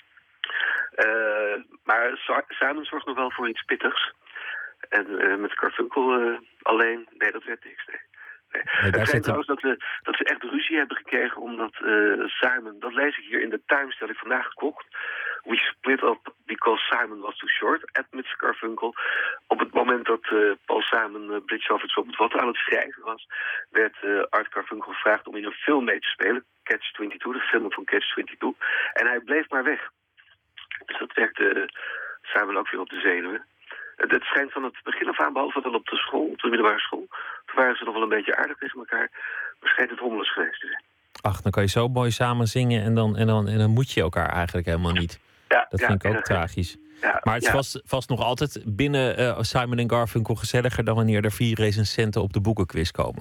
Uh, maar Simon zorgt nog wel voor iets pittigs. En uh, met Garfunkel uh, alleen, nee, dat werd niks, nee. Nee. Nee, het schijnt trouwens dat, we, dat ze echt ruzie hebben gekregen omdat uh, Simon, dat lees ik hier in de Times, dat ik vandaag gekocht. We split up because Simon was too short, admits Garfunkel. Op het moment dat uh, Paul Simon uh, Bridge Over Troubled Water aan het schrijven was, werd uh, Art Garfunkel gevraagd om in een film mee te spelen. Catch twenty-two, de film van Catch twenty-two. En hij bleef maar weg. Dus dat werkte uh, Simon ook weer op de zenuwen. Het schijnt van het begin af aan, behalve dan op de school, op de middelbare school, toen waren ze nog wel een beetje aardig tegen elkaar, maar schijnt het rommelig geweest te zijn. Ach, dan kan je zo mooi samen zingen en dan, en dan, en dan moet je elkaar eigenlijk helemaal niet. Ja, dat ja, vind ik ook ja, tragisch. Ja, maar het is ja. vast, vast nog altijd binnen uh, Simon en Garfunkel gezelliger dan wanneer er vier recensenten op de boekenquiz komen.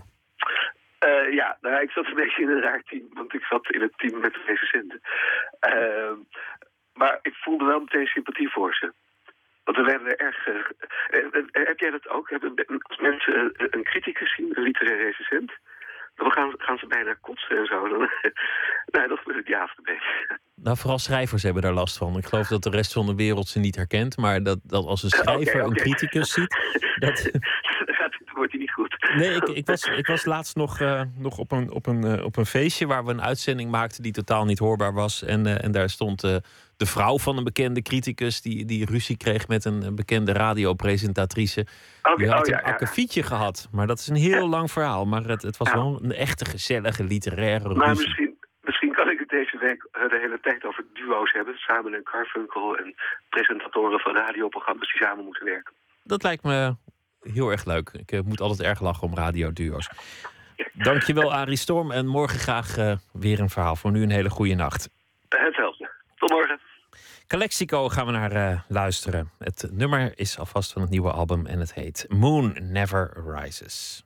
Uh, ja, nou, ik zat een beetje in een raar team, want ik zat in het team met de recensenten. Uh, maar ik voelde wel meteen sympathie voor ze. Want we werden er erg... Uh, uh, uh, heb jij dat ook? Hebben, als mensen uh, een criticus zien, een literaire recensent, dan gaan, gaan ze bijna kotsen en zo. Dan, nou, dat gebeurt die avond een beetje. Nou, vooral schrijvers hebben daar last van. Ik geloof dat de rest van de wereld ze niet herkent, maar dat, dat als een schrijver okay, okay. een criticus ziet, dat... Dan wordt hij niet goed. Nee, ik, ik, was, ik was laatst nog, uh, nog op, een, op, een, uh, op een feestje waar we een uitzending maakten die totaal niet hoorbaar was. En, uh, en daar stond uh, de vrouw van een bekende criticus die, die ruzie kreeg met een bekende radiopresentatrice. Okay, die had oh, ja, een akkefietje ja. gehad. Maar dat is een heel ja. lang verhaal. Maar het, het was ja. wel een echte gezellige literaire maar ruzie. Misschien, misschien kan ik het deze week de hele tijd over duo's hebben. Simon en Garfunkel en presentatoren van radioprogramma's die samen moeten werken. Dat lijkt me heel erg leuk. Ik uh, moet altijd erg lachen om radioduo's. Dankjewel, Arie Storm. En morgen graag uh, weer een verhaal. Voor nu een hele goede nacht. Hetzelfde. Tot morgen. Calexico gaan we naar uh, luisteren. Het nummer is alvast van het nieuwe album en het heet Moon Never Rises.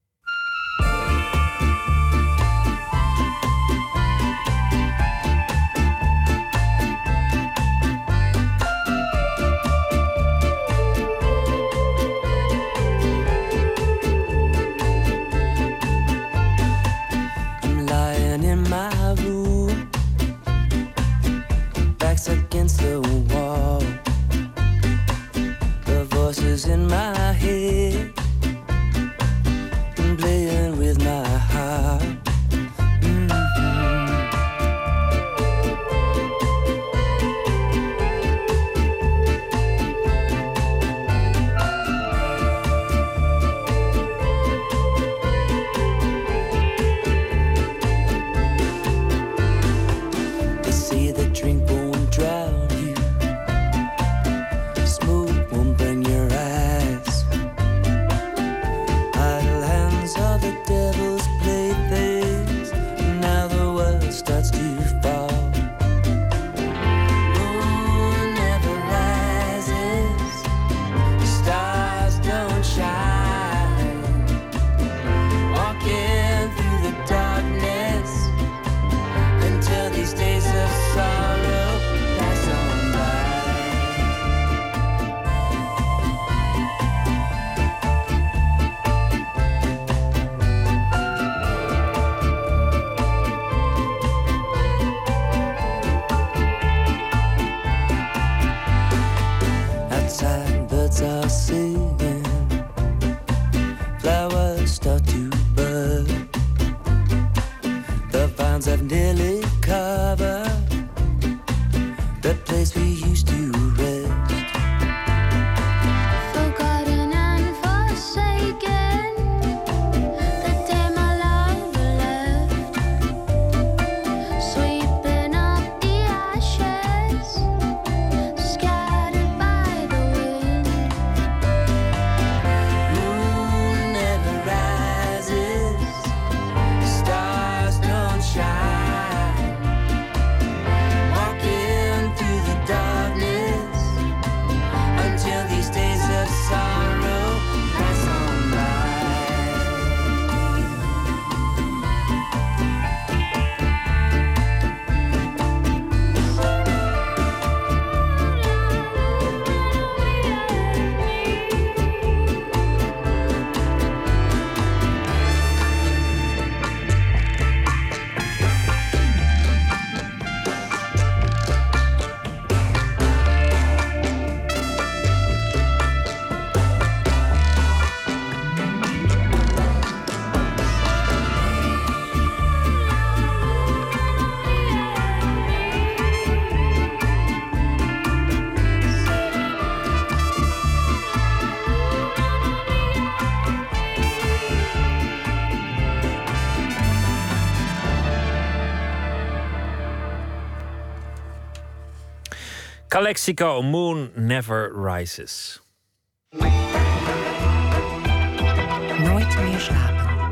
Against the wall, the voices in my head Calexico, Moon Never Rises. Nooit meer slapen.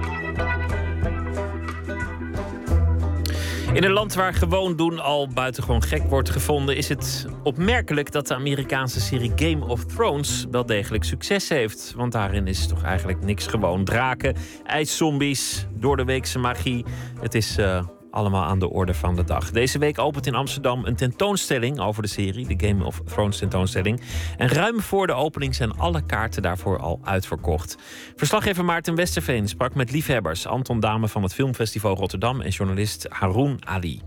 In een land waar gewoon doen al buitengewoon gek wordt gevonden, is het opmerkelijk dat de Amerikaanse serie Game of Thrones wel degelijk succes heeft. Want daarin is toch eigenlijk niks gewoon. Draken, ijszombies, doordeweekse magie. Het is uh, allemaal aan de orde van de dag. Deze week opent in Amsterdam een tentoonstelling over de serie, de Game of Thrones tentoonstelling. En ruim voor de opening zijn alle kaarten daarvoor al uitverkocht. Verslaggever Maarten Westerveen sprak met liefhebbers, Anton Dame van het Filmfestival Rotterdam en journalist Haroun Ali.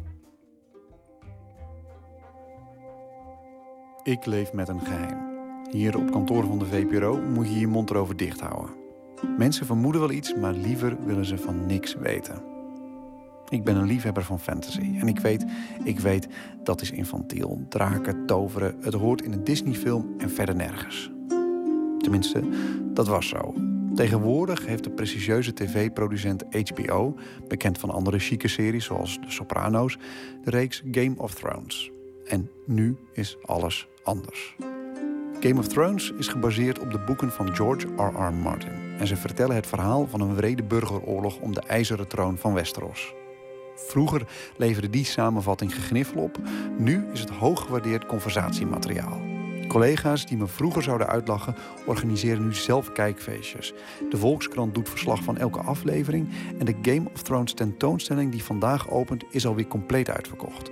Ik leef met een geheim. Hier op kantoor van de V P R O moet je je mond erover dicht houden. Mensen vermoeden wel iets, maar liever willen ze van niks weten. Ik ben een liefhebber van fantasy. En ik weet, ik weet, dat is infantiel. Draken, toveren, het hoort in een Disney-film en verder nergens. Tenminste, dat was zo. Tegenwoordig heeft de prestigieuze tv-producent H B O, bekend van andere chique series zoals The Sopranos, de reeks Game of Thrones. En nu is alles anders. Game of Thrones is gebaseerd op de boeken van George R R. Martin. En ze vertellen het verhaal van een wrede burgeroorlog om de ijzeren troon van Westeros. Vroeger leverde die samenvatting gegniffel op. Nu is het hoog gewaardeerd conversatiemateriaal. Collega's die me vroeger zouden uitlachen, organiseren nu zelf kijkfeestjes. De Volkskrant doet verslag van elke aflevering. En de Game of Thrones tentoonstelling die vandaag opent, is alweer compleet uitverkocht.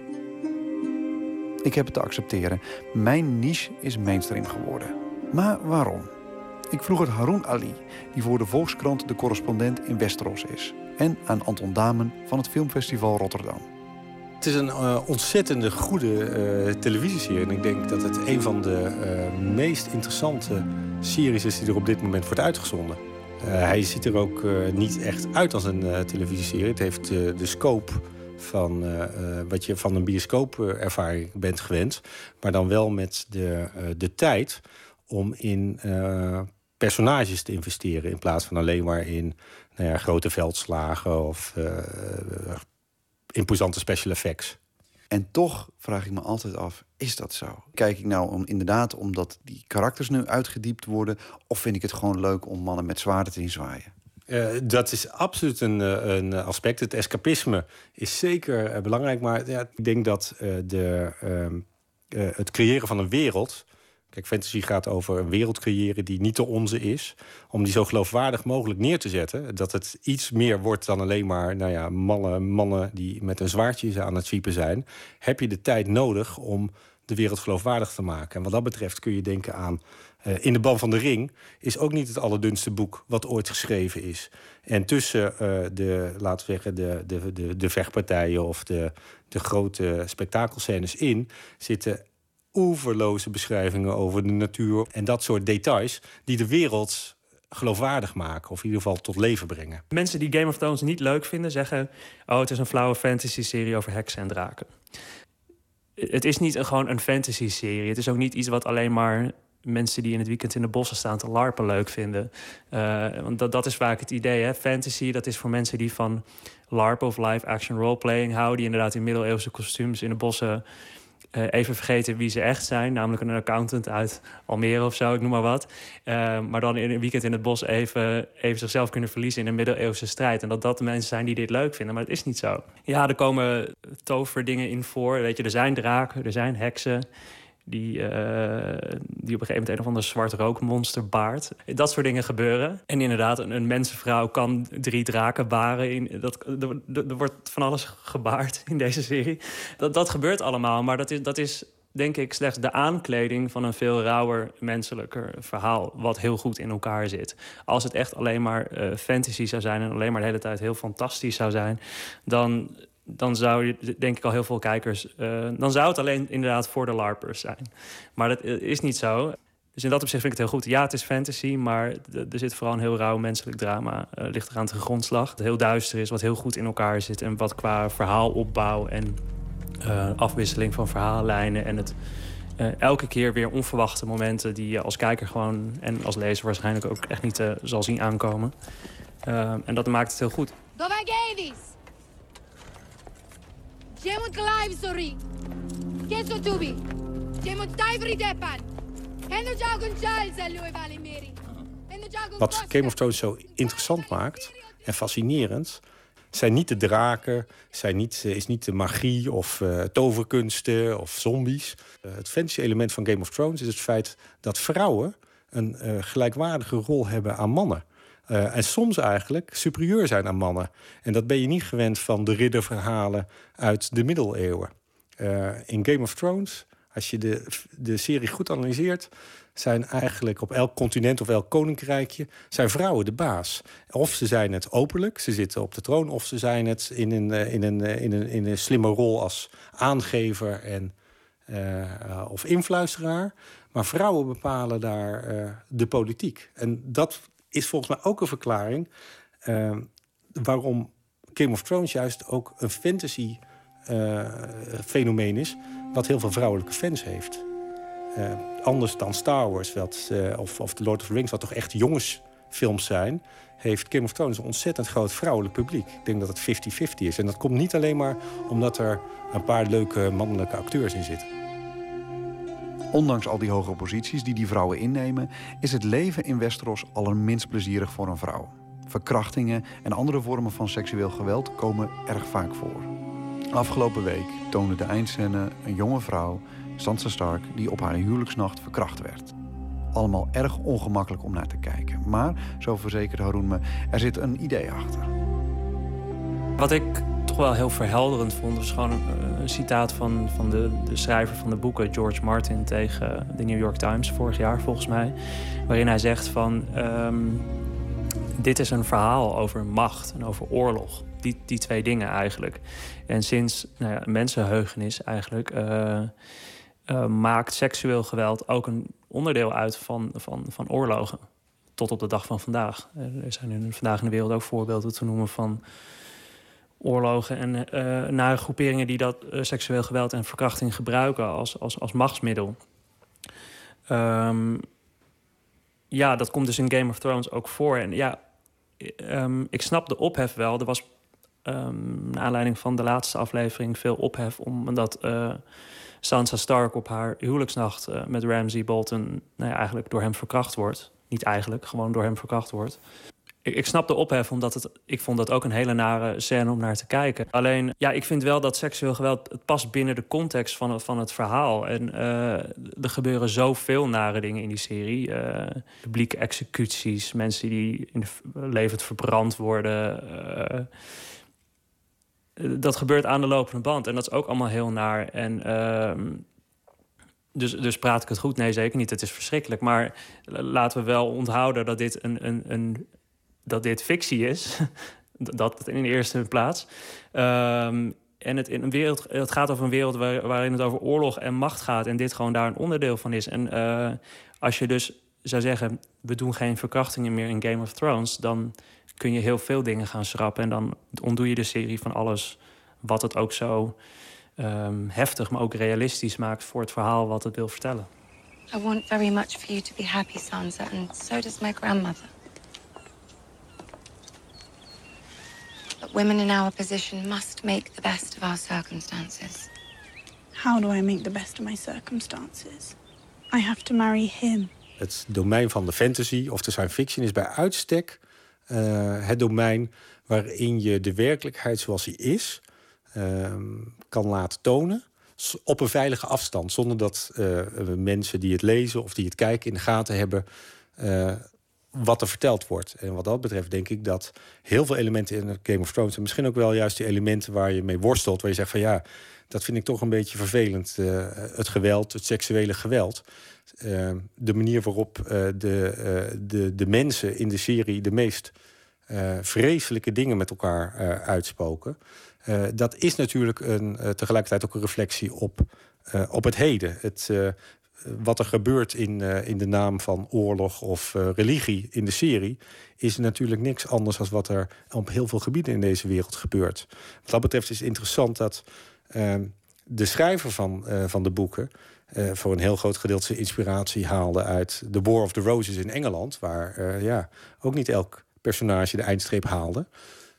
Ik heb het te accepteren. Mijn niche is mainstream geworden. Maar waarom? Ik vroeg het Haroun Ali, die voor de Volkskrant de correspondent in Westeros is. En aan Anton Damen van het Filmfestival Rotterdam. Het is een uh, ontzettende goede uh, televisieserie. En ik denk dat het een van de uh, meest interessante series is die er op dit moment wordt uitgezonden. Uh, hij ziet er ook uh, niet echt uit als een uh, televisieserie. Het heeft uh, de scope van uh, uh, wat je van een bioscoopervaring bent gewend. Maar dan wel met de, uh, de tijd om in uh, personages te investeren. In plaats van alleen maar in nou ja, grote veldslagen of uh, imposante special effects. En toch vraag ik me altijd af, is dat zo? Kijk ik nou om, inderdaad omdat die karakters nu uitgediept worden, of vind ik het gewoon leuk om mannen met zwaarden te zien zwaaien? Uh, dat is absoluut een, een aspect. Het escapisme is zeker uh, belangrijk. Maar ja, ik denk dat uh, de, uh, uh, het creëren van een wereld... Kijk, fantasy gaat over een wereld creëren die niet de onze is. Om die zo geloofwaardig mogelijk neer te zetten. Dat het iets meer wordt dan alleen maar nou ja, mannen, mannen die met een zwaardje aan het zwiepen zijn. Heb je de tijd nodig om de wereld geloofwaardig te maken. En wat dat betreft kun je denken aan uh, In de Ban van de Ring is ook niet het allerdunste boek wat ooit geschreven is. En tussen uh, de, laten we zeggen, de, de, de, de vechtpartijen of de, de grote spektakelscènes in zitten oeverloze beschrijvingen over de natuur en dat soort details die de wereld geloofwaardig maken of in ieder geval tot leven brengen. Mensen die Game of Thrones niet leuk vinden zeggen, oh, het is een flauwe fantasy-serie over heksen en draken. Het is niet een, gewoon een fantasy-serie. Het is ook niet iets wat alleen maar mensen die in het weekend in de bossen staan te larpen leuk vinden. Uh, want dat, dat is vaak het idee, hè? Fantasy, dat is voor mensen die van larpen of live-action roleplaying houden, die inderdaad in middeleeuwse kostuums in de bossen Uh, even vergeten wie ze echt zijn. Namelijk een accountant uit Almere of zo, ik noem maar wat. Uh, maar dan in een weekend in het bos even, even zichzelf kunnen verliezen in een middeleeuwse strijd. En dat dat de mensen zijn die dit leuk vinden. Maar het is niet zo. Ja, er komen toverdingen in voor. Weet je, er zijn draken, er zijn heksen. Die, uh, die op een gegeven moment een of ander zwart rookmonster baart. Dat soort dingen gebeuren. En inderdaad, een, een mensenvrouw kan drie draken baren. In, dat, er, er wordt van alles gebaard in deze serie. Dat, dat gebeurt allemaal, maar dat is, dat is denk ik slechts de aankleding van een veel rauwer, menselijker verhaal. Wat heel goed in elkaar zit. Als het echt alleen maar uh, fantasy zou zijn en alleen maar de hele tijd heel fantastisch zou zijn, dan dan zou je, denk ik, al heel veel kijkers Uh, dan zou het alleen inderdaad voor de larpers zijn. Maar dat is niet zo. Dus in dat opzicht vind ik het heel goed. Ja, het is fantasy, maar er zit vooral een heel rauw menselijk drama. Uh, ligt er aan de grondslag. Dat heel duister is, wat heel goed in elkaar zit. En wat qua verhaalopbouw en uh, afwisseling van verhaallijnen en het Uh, elke keer weer onverwachte momenten die je als kijker gewoon en als lezer waarschijnlijk ook echt niet uh, zal zien aankomen. Uh, en dat maakt het heel goed. Dove Gavis? Ce mult live, sorry. Che so tubi? Wat Game of Thrones zo interessant maakt en fascinerend zijn niet de draken, zijn niet, is niet de magie of uh, toverkunsten of zombies. Uh, het fantasy-element van Game of Thrones is het feit dat vrouwen een uh, gelijkwaardige rol hebben aan mannen. Uh, en soms eigenlijk superieur zijn aan mannen. En dat ben je niet gewend van de ridderverhalen uit de middeleeuwen. Uh, in Game of Thrones, als je de, de serie goed analyseert, zijn eigenlijk op elk continent of elk koninkrijkje zijn vrouwen de baas. Of ze zijn het openlijk, ze zitten op de troon, of ze zijn het in een, in een, in een, in een slimme rol als aangever en, uh, of influisteraar. Maar vrouwen bepalen daar uh, de politiek. En dat is volgens mij ook een verklaring uh, waarom Game of Thrones juist ook een fantasy uh, fenomeen is, wat heel veel vrouwelijke fans heeft. Uh, anders dan Star Wars wat, uh, of, of The Lord of the Rings, wat toch echt jongensfilms zijn, heeft Game of Thrones een ontzettend groot vrouwelijk publiek. Ik denk dat het vijftig vijftig is. En dat komt niet alleen maar omdat er een paar leuke mannelijke acteurs in zitten. Ondanks al die hoge posities die die vrouwen innemen, is het leven in Westeros allerminst plezierig voor een vrouw. Verkrachtingen en andere vormen van seksueel geweld komen erg vaak voor. Afgelopen week toonde de eindscène een jonge vrouw, Sansa Stark, die op haar huwelijksnacht verkracht werd. Allemaal erg ongemakkelijk om naar te kijken. Maar, zo verzekerde Haroon me, er zit een idee achter. Wat ik toch wel heel verhelderend vond, was gewoon een, een citaat van, van de, de schrijver van de boeken, George Martin, tegen de New York Times vorig jaar volgens mij. Waarin hij zegt van, um, dit is een verhaal over macht en over oorlog. Die, die twee dingen eigenlijk. En sinds nou ja, mensenheugenis eigenlijk Uh, Uh, maakt seksueel geweld ook een onderdeel uit van, van, van oorlogen. Tot op de dag van vandaag. Uh, er zijn in, vandaag in de wereld ook voorbeelden te noemen van oorlogen en uh, nare groeperingen die dat uh, seksueel geweld en verkrachting gebruiken als, als, als machtsmiddel. Um, ja, dat komt dus in Game of Thrones ook voor. En ja, um, ik snap de ophef wel. Er was um, naar aanleiding van de laatste aflevering veel ophef omdat Uh, Sansa Stark op haar huwelijksnacht uh, met Ramsay Bolton nou ja, eigenlijk door hem verkracht wordt. Niet eigenlijk, gewoon door hem verkracht wordt. Ik, ik snap de ophef, omdat het, ik vond dat ook een hele nare scène om naar te kijken. Alleen, ja, ik vind wel dat seksueel geweld, het past binnen de context van, van het verhaal. En uh, er gebeuren zoveel nare dingen in die serie. Uh, publieke executies, mensen die in de, levend verbrand worden. Uh, Dat gebeurt aan de lopende band. En dat is ook allemaal heel naar. En uh, dus, dus praat ik het goed? Nee, zeker niet. Het is verschrikkelijk. Maar laten we wel onthouden dat dit, een, een, een, dat dit fictie is. Dat in de eerste plaats. Um, en het, in een wereld, het gaat over een wereld waar, waarin het over oorlog en macht gaat. En dit gewoon daar een onderdeel van is. En uh, als je dus zou zeggen, we doen geen verkrachtingen meer in Game of Thrones, dan kun je heel veel dingen gaan schrappen. En dan ontdoe je de serie van alles wat het ook zo um, heftig, maar ook realistisch maakt voor het verhaal wat het wil vertellen. I want very much for you to be happy, Sansa, and so does my grandmother. But women in our position must make the best of our circumstances. How do I make the best of my circumstances? I have to marry him. Het domein van de fantasy of de science fiction is bij uitstek uh, het domein waarin je de werkelijkheid zoals die is uh, kan laten tonen op een veilige afstand, zonder dat uh, mensen die het lezen of die het kijken in de gaten hebben uh, wat er verteld wordt. En wat dat betreft denk ik dat heel veel elementen in Game of Thrones, en misschien ook wel juist die elementen waar je mee worstelt, waar je zegt van ja, dat vind ik toch een beetje vervelend. Uh, het geweld, het seksuele geweld. Uh, de manier waarop uh, de, uh, de, de mensen in de serie de meest uh, vreselijke dingen met elkaar uh, uitspoken. Uh, dat is natuurlijk een, uh, tegelijkertijd ook een reflectie op, uh, op het heden. Het, uh, wat er gebeurt in, uh, in de naam van oorlog of uh, religie in de serie is natuurlijk niks anders dan wat er op heel veel gebieden in deze wereld gebeurt. Wat dat betreft is het interessant dat uh, de schrijver van, uh, van de boeken Uh, voor een heel groot gedeelte zijn inspiratie haalde uit The War of the Roses in Engeland, waar uh, ja, ook niet elk personage de eindstreep haalde.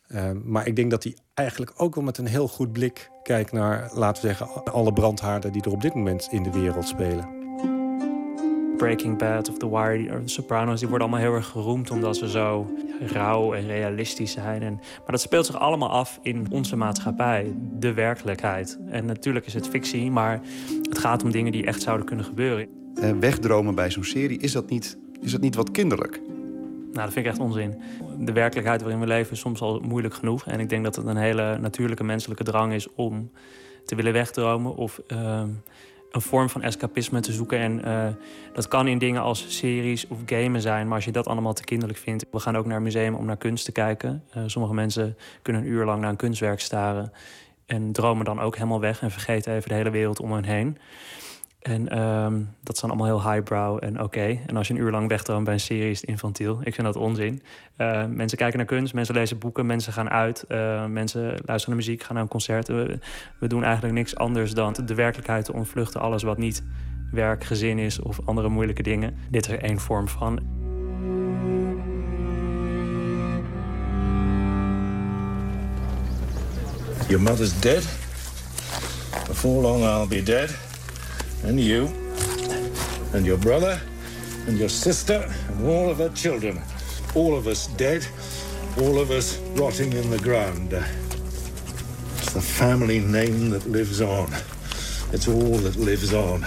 Uh, maar ik denk dat hij eigenlijk ook wel met een heel goed blik kijkt naar, laten we zeggen, alle brandhaarden die er op dit moment in de wereld spelen. Breaking Bad of The Wire of The Sopranos, die worden allemaal heel erg geroemd omdat ze zo rauw en realistisch zijn. En, maar dat speelt zich allemaal af in onze maatschappij, de werkelijkheid. En natuurlijk is het fictie, maar het gaat om dingen die echt zouden kunnen gebeuren. Uh, wegdromen bij zo'n serie, is dat niet, is dat niet wat kinderlijk? Nou, dat vind ik echt onzin. De werkelijkheid waarin we leven is soms al moeilijk genoeg. En ik denk dat het een hele natuurlijke menselijke drang is om te willen wegdromen of uh, een vorm van escapisme te zoeken. En uh, dat kan in dingen als series of gamen zijn. Maar als je dat allemaal te kinderlijk vindt... We gaan ook naar een museum om naar kunst te kijken. Uh, sommige mensen kunnen een uur lang naar een kunstwerk staren en dromen dan ook helemaal weg en vergeten even de hele wereld om hen heen. En um, dat zijn allemaal heel highbrow en oké. Okay. En als je een uur lang wegdroomt bij een serie is het infantiel. Ik vind dat onzin. Uh, mensen kijken naar kunst, mensen lezen boeken, mensen gaan uit. Uh, mensen luisteren naar muziek, gaan naar een concert. We, we doen eigenlijk niks anders dan de werkelijkheid te ontvluchten. Alles wat niet werk, gezin is of andere moeilijke dingen. Dit is er één vorm van. Your mother's dead. Before long I'll be dead. And you, and your brother, and your sister, and all of her children. All of us dead, all of us rotting in the ground. It's the family name that lives on. It's all that lives on.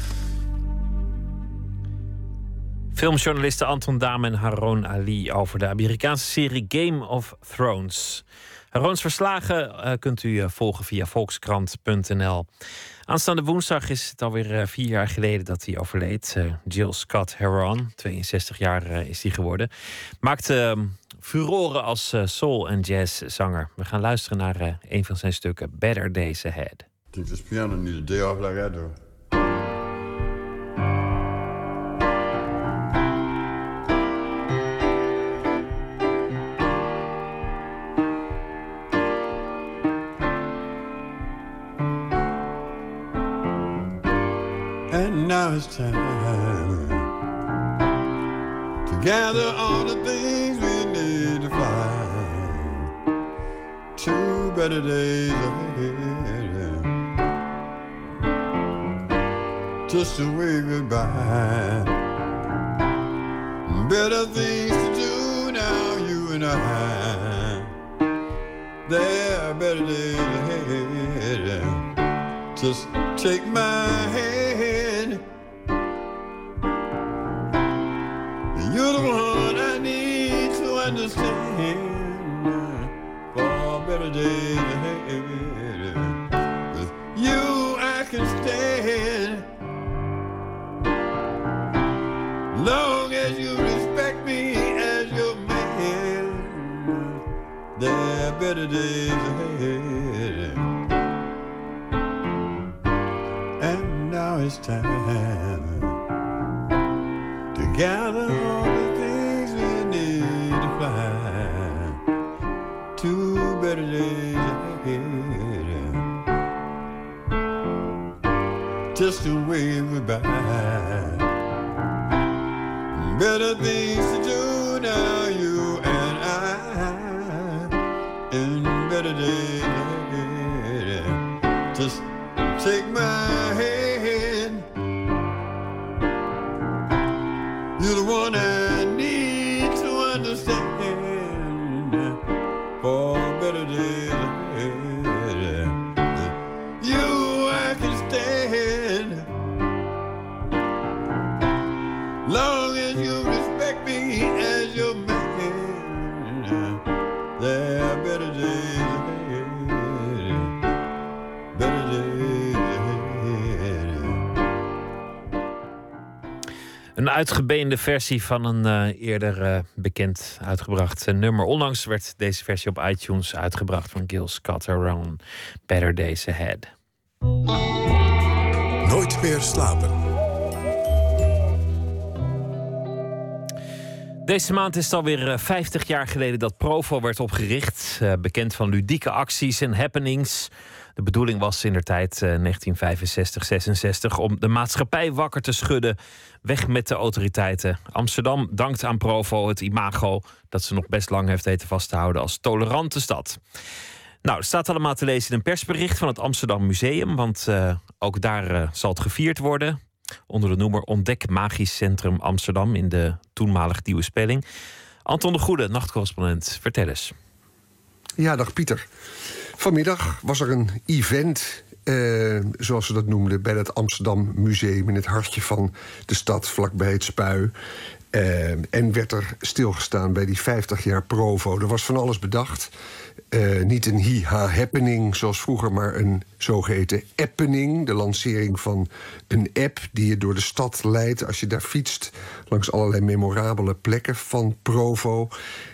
Filmjournalisten Anton Dame en Haroon Ali over de Amerikaanse serie Game of Thrones. Haroons verslagen uh, kunt u uh, volgen via volkskrant punt n l. Aanstaande woensdag is het alweer uh, vier jaar geleden dat hij overleed. Uh, Jill Scott Heron, tweeënzestig jaar uh, is hij geworden. Maakte uh, furoren als uh, soul- en jazzzanger. We gaan luisteren naar uh, een van zijn stukken, Better Days Ahead. I think this piano need a day off like I do. And now it's time to gather all the things we need to find. Two better days ahead. Just to wave goodbye. Better things to do now, you and I. There are better days ahead. Just take my hand. You're the one I need to understand. For better days ahead. With you I can stand. Long as you respect me as your man. There are better days ahead. And now it's time to gather all the things we need to find. Two better days ahead. Just to wave goodbye. Better things to do now, you and I. In better days ahead. Just take my hand. You're the one I need to understand. For better days ahead. With you I can stand. Long as you respect me as your man. There are better days ahead. Better days ahead. Een uitgebeende versie van een uh, eerder uh, bekend uitgebracht uh, nummer. Onlangs werd deze versie op iTunes uitgebracht van Jill Scott Heron. Better Days Ahead. Nooit meer slapen. Deze maand is het alweer vijftig jaar geleden dat Provo werd opgericht. Uh, bekend van ludieke acties en happenings. De bedoeling was indertijd uh, negentien vijfenzestig, zesenzestig... om de maatschappij wakker te schudden. Weg met de autoriteiten. Amsterdam dankt aan Provo het imago dat ze nog best lang heeft weten vast te houden als tolerante stad. Nou, het staat allemaal te lezen in een persbericht van het Amsterdam Museum. Want uh, ook daar uh, zal het gevierd worden. Onder de noemer Ontdek Magisch Centrum Amsterdam in de toenmalig nieuwe spelling. Anton de Goede, nachtcorrespondent, vertel eens. Ja, dag Pieter. Vanmiddag was er een event, eh, zoals ze dat noemden, bij het Amsterdam Museum in het hartje van de stad, vlakbij het Spui. Uh, en werd er stilgestaan bij die vijftig jaar Provo. Er was van alles bedacht. Uh, niet een hi-ha-happening zoals vroeger, maar een zogeheten appening. De lancering van een app die je door de stad leidt als je daar fietst, langs allerlei memorabele plekken van Provo.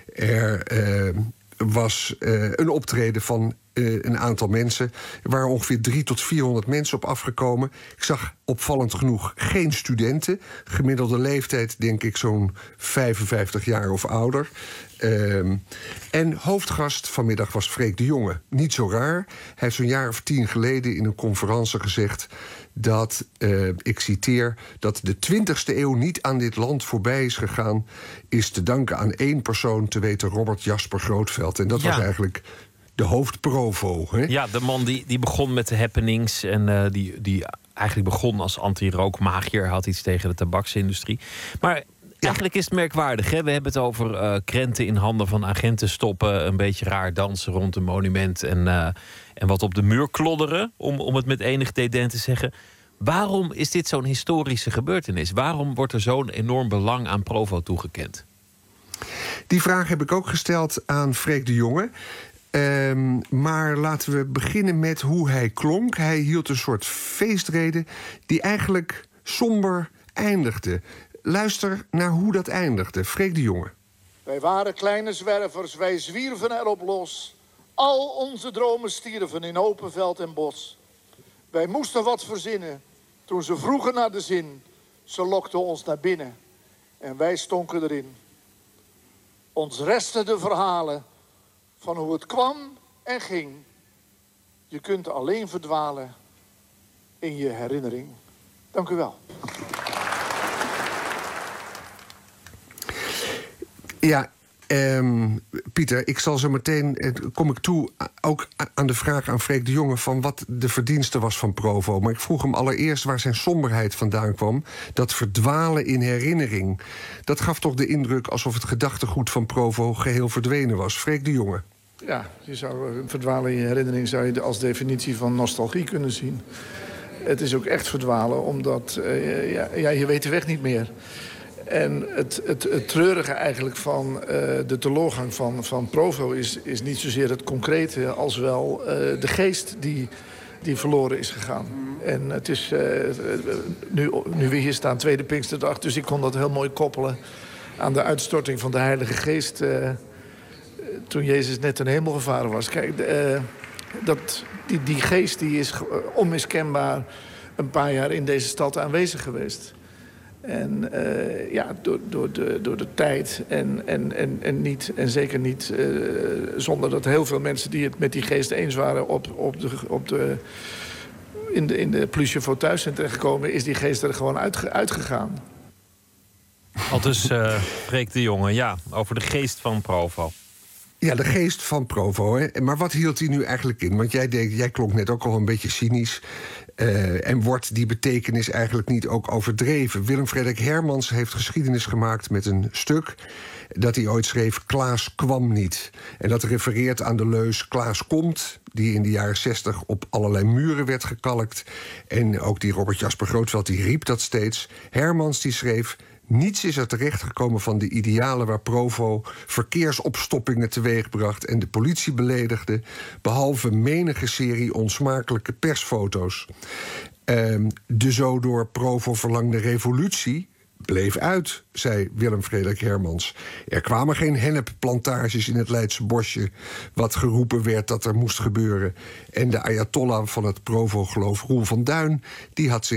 Er uh, was uh, een optreden van uh, een aantal mensen. Er waren ongeveer drie tot vierhonderd mensen op afgekomen. Ik zag opvallend genoeg geen studenten. Gemiddelde leeftijd denk ik zo'n vijfenvijftig jaar of ouder. Um, en hoofdgast vanmiddag was Freek de Jonge. Niet zo raar. Hij heeft zo'n jaar of tien geleden in een conferentie gezegd dat, uh, ik citeer, dat de twintigste eeuw niet aan dit land voorbij is gegaan, is te danken aan één persoon, te weten Robert Jasper Grootveld. En dat ja. was eigenlijk de hoofdprovo. Hè? Ja, de man die, die begon met de happenings en uh, die, die eigenlijk begon als anti-rookmagier, had iets tegen de tabaksindustrie. Maar eigenlijk is het merkwaardig, hè? We hebben het over uh, krenten in handen van agenten stoppen, een beetje raar dansen rond een monument en, uh, en wat op de muur klodderen, om, om het met enig dédain te zeggen. Waarom is dit zo'n historische gebeurtenis? Waarom wordt er zo'n enorm belang aan Provo toegekend? Die vraag heb ik ook gesteld aan Freek de Jonge. Um, maar laten we beginnen met hoe hij klonk. Hij hield een soort feestrede die eigenlijk somber eindigde. Luister naar hoe dat eindigde. Freek de Jonge. Wij waren kleine zwervers, wij zwierven erop los. Al onze dromen stierven in open veld en bos. Wij moesten wat verzinnen. Toen ze vroegen naar de zin, ze lokten ons naar binnen. En wij stonken erin. Ons resten de verhalen van hoe het kwam en ging. Je kunt alleen verdwalen in je herinnering. Dank u wel. Ja, um, Pieter, ik zal zo meteen, kom ik toe, ook aan de vraag aan Freek de Jonge van wat de verdienste was van Provo. Maar ik vroeg hem allereerst waar zijn somberheid vandaan kwam. Dat verdwalen in herinnering. Dat gaf toch de indruk alsof het gedachtegoed van Provo geheel verdwenen was. Freek de Jonge. Ja, je zou verdwalen in je herinnering zou je als definitie van nostalgie kunnen zien. Het is ook echt verdwalen, omdat uh, ja, ja, je weet de weg niet meer. En het, het, het treurige eigenlijk van uh, de teloorgang van, van Provo is, is niet zozeer het concrete als wel uh, de geest die, die verloren is gegaan. En het is, uh, nu, nu we hier staan, tweede Pinksterdag, dus ik kon dat heel mooi koppelen aan de uitstorting van de Heilige Geest Uh, toen Jezus net ten hemel gevaren was. Kijk, uh, dat, die, die geest die is onmiskenbaar een paar jaar in deze stad aanwezig geweest. En uh, ja, door, door, de, door de tijd en, en, en, en, niet, en zeker niet uh, zonder dat heel veel mensen die het met die geest eens waren op, op de, op de, in de, in de Plusje voor thuis zijn terechtgekomen, is die geest er gewoon uitge, uitgegaan. Al dus uh, Freek de Jonge, ja, over de geest van Provo. Ja, de geest van Provo. Hè? Maar wat hield hij nu eigenlijk in? Want jij, deed, jij klonk net ook al een beetje cynisch. Uh, en wordt die betekenis eigenlijk niet ook overdreven? Willem Frederik Hermans heeft geschiedenis gemaakt met een stuk dat hij ooit schreef, Klaas kwam niet. En dat refereert aan de leus Klaas komt, die in de jaren zestig op allerlei muren werd gekalkt. En ook die Robert Jasper Grootveld, die riep dat steeds. Hermans die schreef, niets is er terechtgekomen van de idealen waar Provo verkeersopstoppingen teweegbracht en de politie beledigde, behalve menige serie onsmakelijke persfoto's. Uh, de zo door Provo verlangde revolutie bleef uit, zei Willem Frederik Hermans. Er kwamen geen hennepplantages in het Leidse bosje, wat geroepen werd dat er moest gebeuren. En de Ayatollah van het Provo-geloof, Roel van Duin, die had zich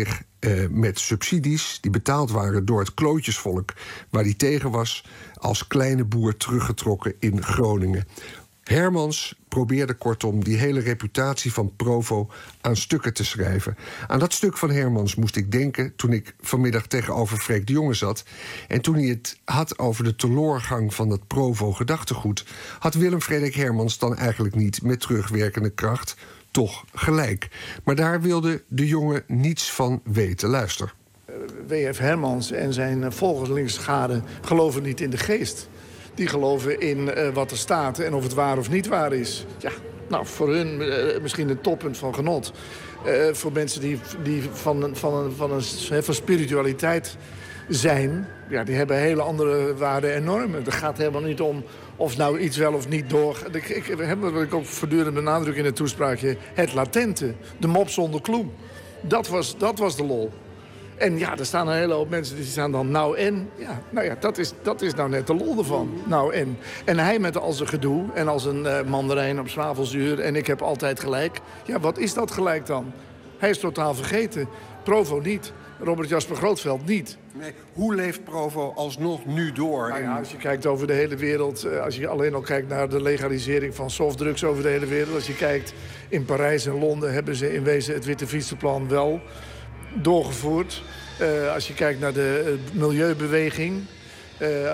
uh, met subsidies die betaald waren door het klootjesvolk waar hij tegen was, als kleine boer teruggetrokken in Groningen. Hermans probeerde kortom die hele reputatie van Provo aan stukken te schrijven. Aan dat stuk van Hermans moest ik denken toen ik vanmiddag tegenover Freek de Jonge zat. En toen hij het had over de teloorgang van dat Provo-gedachtegoed, had Willem Frederik Hermans dan eigenlijk niet met terugwerkende kracht toch gelijk. Maar daar wilde de Jonge niets van weten. Luister. W F Hermans en zijn volgelingsschade geloven niet in de geest. Die geloven in uh, wat er staat en of het waar of niet waar is. Ja, nou, voor hun uh, misschien een toppunt van genot. Uh, voor mensen die, die van, van, van, een, van spiritualiteit zijn, ja, die hebben hele andere waarden en normen. Het gaat helemaal niet om of nou iets wel of niet door. Ik, ik heb dat wil ik ook voortdurend benadrukken in het toespraakje. Het latente, de mop zonder clue. Dat was, dat was de lol. En ja, er staan een hele hoop mensen die staan dan nou en. Ja, nou ja, dat is, dat is nou net de lol ervan. Nou en. En hij met al zijn gedoe en als een uh, mandarijn op zwavelzuur en ik heb altijd gelijk. Ja, wat is dat gelijk dan? Hij is totaal vergeten. Provo niet. Robert Jasper Grootveld niet. Nee, hoe leeft Provo alsnog nu door? Nou ja, als je kijkt over de hele wereld, als je alleen al kijkt naar de legalisering van softdrugs over de hele wereld. Als je kijkt in Parijs en Londen hebben ze in wezen het Witte Fietsenplan wel doorgevoerd. Uh, als je kijkt naar de uh, milieubeweging. Uh, uh, uh,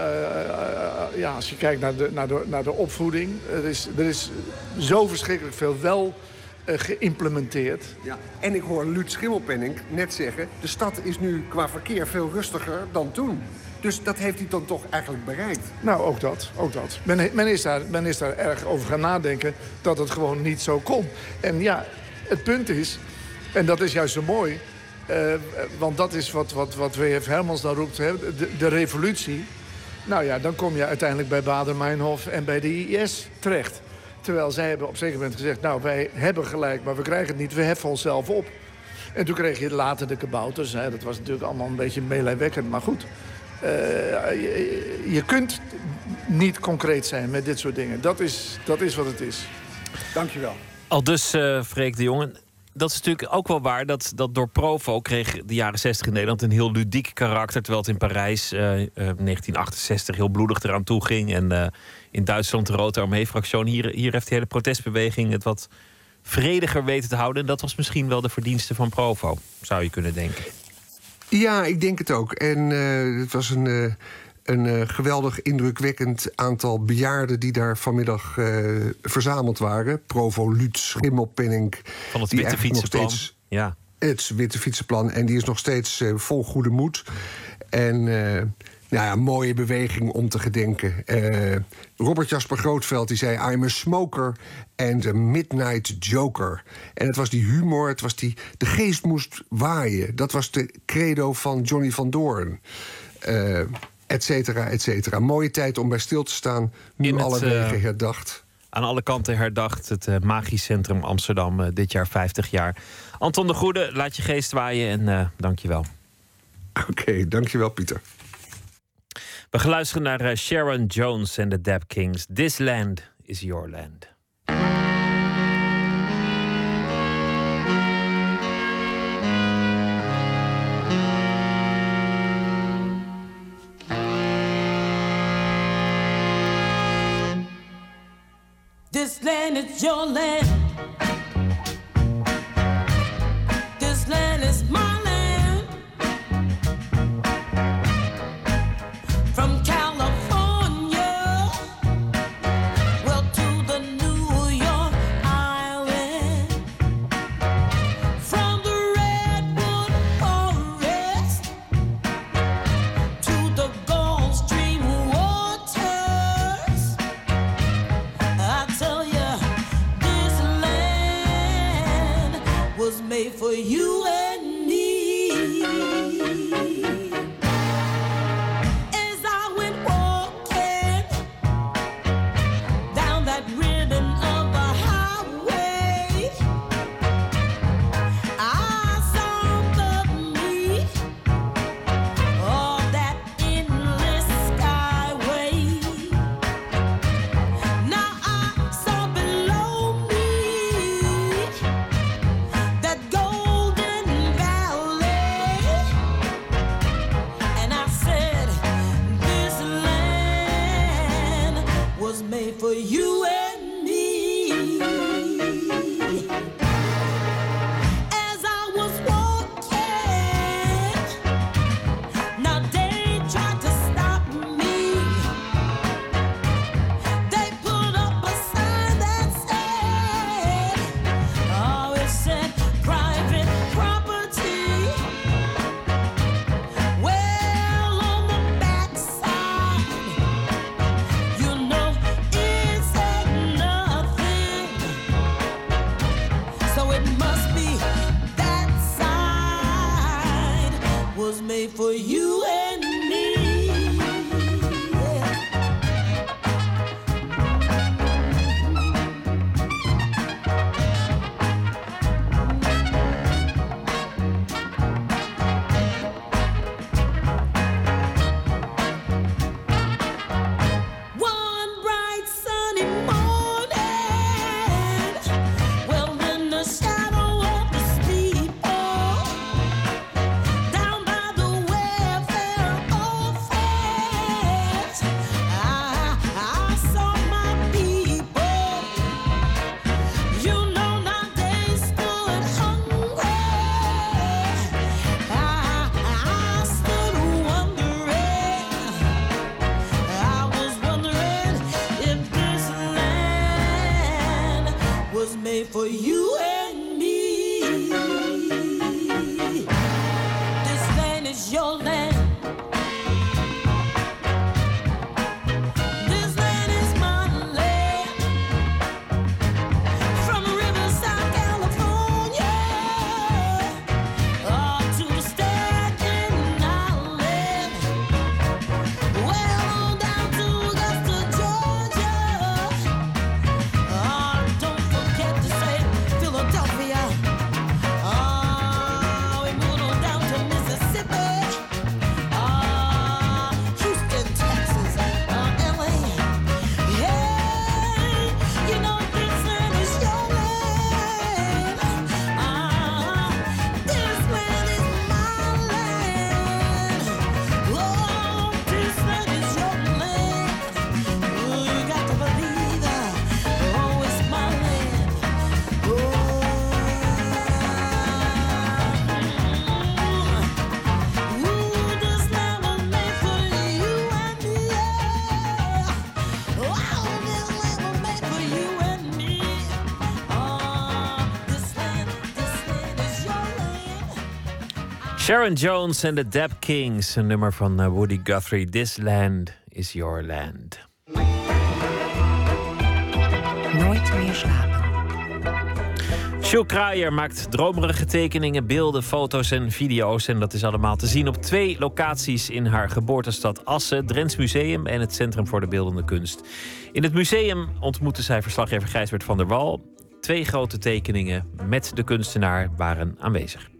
ja, als je kijkt naar de, naar de, naar de opvoeding. Er is, er is zo verschrikkelijk veel wel uh, geïmplementeerd. Ja. En ik hoor Luut Schimmelpenninck net zeggen, de stad is nu qua verkeer veel rustiger dan toen. Dus dat heeft hij dan toch eigenlijk bereikt? Nou, ook dat. Ook dat. Men, men, is daar, men is daar erg over gaan nadenken dat het gewoon niet zo kon. En ja, het punt is, en dat is juist zo mooi, Uh, want dat is wat, wat, wat W F Hermans dan roept, hè, de, de revolutie. Nou ja, dan kom je uiteindelijk bij Baader-Meinhof en bij de I S terecht. Terwijl zij hebben op een zeker moment gezegd, nou, wij hebben gelijk, maar we krijgen het niet, we heffen onszelf op. En toen kreeg je later de kabouters, hè, dat was natuurlijk allemaal een beetje meelijwekkend, maar goed. Uh, je, je kunt niet concreet zijn met dit soort dingen. Dat is, dat is wat het is. Dankjewel. Al dus, uh, Freek de Jonge. Dat is natuurlijk ook wel waar. Dat, dat door Provo kreeg de jaren zestig in Nederland een heel ludiek karakter. Terwijl het in Parijs uh, uh, negentien achtenzestig heel bloedig eraan toe ging. En uh, in Duitsland de Rote Armee-fractie. Hier, hier heeft de hele protestbeweging het wat vrediger weten te houden. En dat was misschien wel de verdienste van Provo, zou je kunnen denken. Ja, ik denk het ook. En uh, het was een... Uh... Een uh, geweldig indrukwekkend aantal bejaarden die daar vanmiddag uh, verzameld waren. Provo, Luut Schimmelpenninck. Van het Witte Fietsenplan. Ja. Het Witte Fietsenplan. En die is nog steeds uh, vol goede moed. En uh, nou ja, mooie beweging om te gedenken. Uh, Robert Jasper Grootveld die zei, I'm a smoker and a midnight joker. En het was die humor, het was die... De geest moest waaien. Dat was de credo van Johnny van Doorn. Uh, et cetera, et cetera. Mooie tijd om bij stil te staan. Nu In alle het, wegen uh, herdacht. Aan alle kanten herdacht. Het uh, Magisch Centrum Amsterdam. Uh, dit jaar vijftig jaar. Anton de Goede, laat je geest waaien en uh, dank je wel. Oké, okay, dank je wel, Pieter. We gaan luisteren naar uh, Sharon Jones en de Dap Kings. This land is your land. This land is your land. This land is my land. From California, well, to the New York Island. From the Redwood Forest to the Gulf Stream waters. I tell you, this for you and me. This land is your land. Sharon Jones en de Dap Kings, een nummer van uh, Woody Guthrie. This land is your land. Nooit meer slapen. Sjoe Kruijer maakt dromerige tekeningen, beelden, foto's en video's. En dat is allemaal te zien op twee locaties in haar geboortestad Assen. Drents Museum en het Centrum voor de Beeldende Kunst. In het museum ontmoette zij verslaggever Gijsbert van der Wal. Twee grote tekeningen met de kunstenaar waren aanwezig.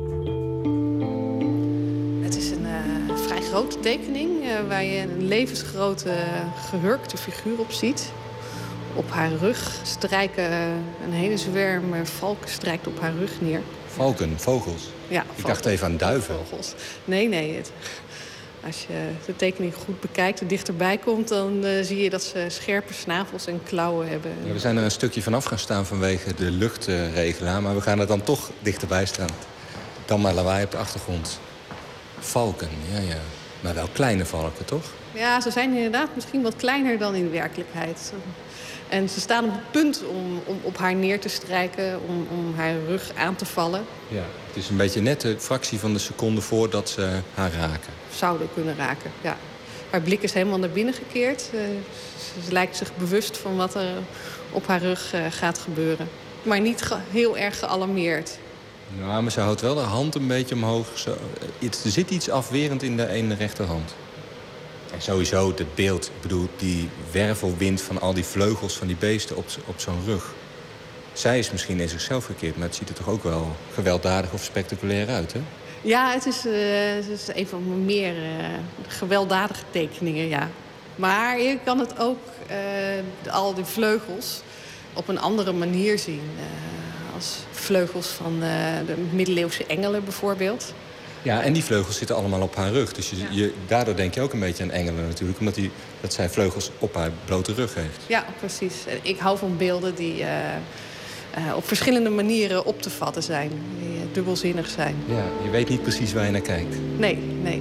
Het is een uh, vrij grote tekening uh, waar je een levensgrote gehurkte figuur op ziet. Op haar rug strijken een hele zwerm valken strijkt op haar rug neer. Valken, vogels? Ja, Ik valken, dacht even aan duiven. Vogels. Nee, nee. Het, als je de tekening goed bekijkt en dichterbij komt, dan uh, zie je dat ze scherpe snavels en klauwen hebben. Ja, we zijn er een stukje vanaf gaan staan vanwege de luchtregelaar, maar we gaan er dan toch dichterbij staan. Dan maar lawaai op de achtergrond. Valken, ja, ja. Maar wel kleine valken, toch? Ja, ze zijn inderdaad misschien wat kleiner dan in werkelijkheid. En ze staan op het punt om, om op haar neer te strijken, om, om haar rug aan te vallen. Ja, het is een beetje net de fractie van de seconde voordat ze haar raken. Zouden kunnen raken, ja. Haar blik is helemaal naar binnen gekeerd. Uh, ze lijkt zich bewust van wat er op haar rug uh, gaat gebeuren. Maar niet ge- heel erg gealarmeerd. Nou, maar ze houdt wel de hand een beetje omhoog. Zo, er zit iets afwerend in de ene rechterhand. En sowieso het beeld, ik bedoel, die wervelwind van al die vleugels van die beesten op, op zo'n rug. Zij is misschien in zichzelf gekeerd, maar het ziet er toch ook wel gewelddadig of spectaculair uit, hè? Ja, het is, uh, het is een van mijn meer uh, gewelddadige tekeningen, ja. Maar je kan het ook, uh, al die vleugels, op een andere manier zien. Uh, als vleugels van uh, de middeleeuwse engelen bijvoorbeeld. Ja, en die vleugels zitten allemaal op haar rug. Dus je, ja. je, daardoor denk je ook een beetje aan engelen natuurlijk. Omdat die, dat zij vleugels op haar blote rug heeft. Ja, precies. Ik hou van beelden die uh, uh, op verschillende manieren op te vatten zijn. Die uh, dubbelzinnig zijn. Ja, je weet niet precies waar je naar kijkt. Nee, nee.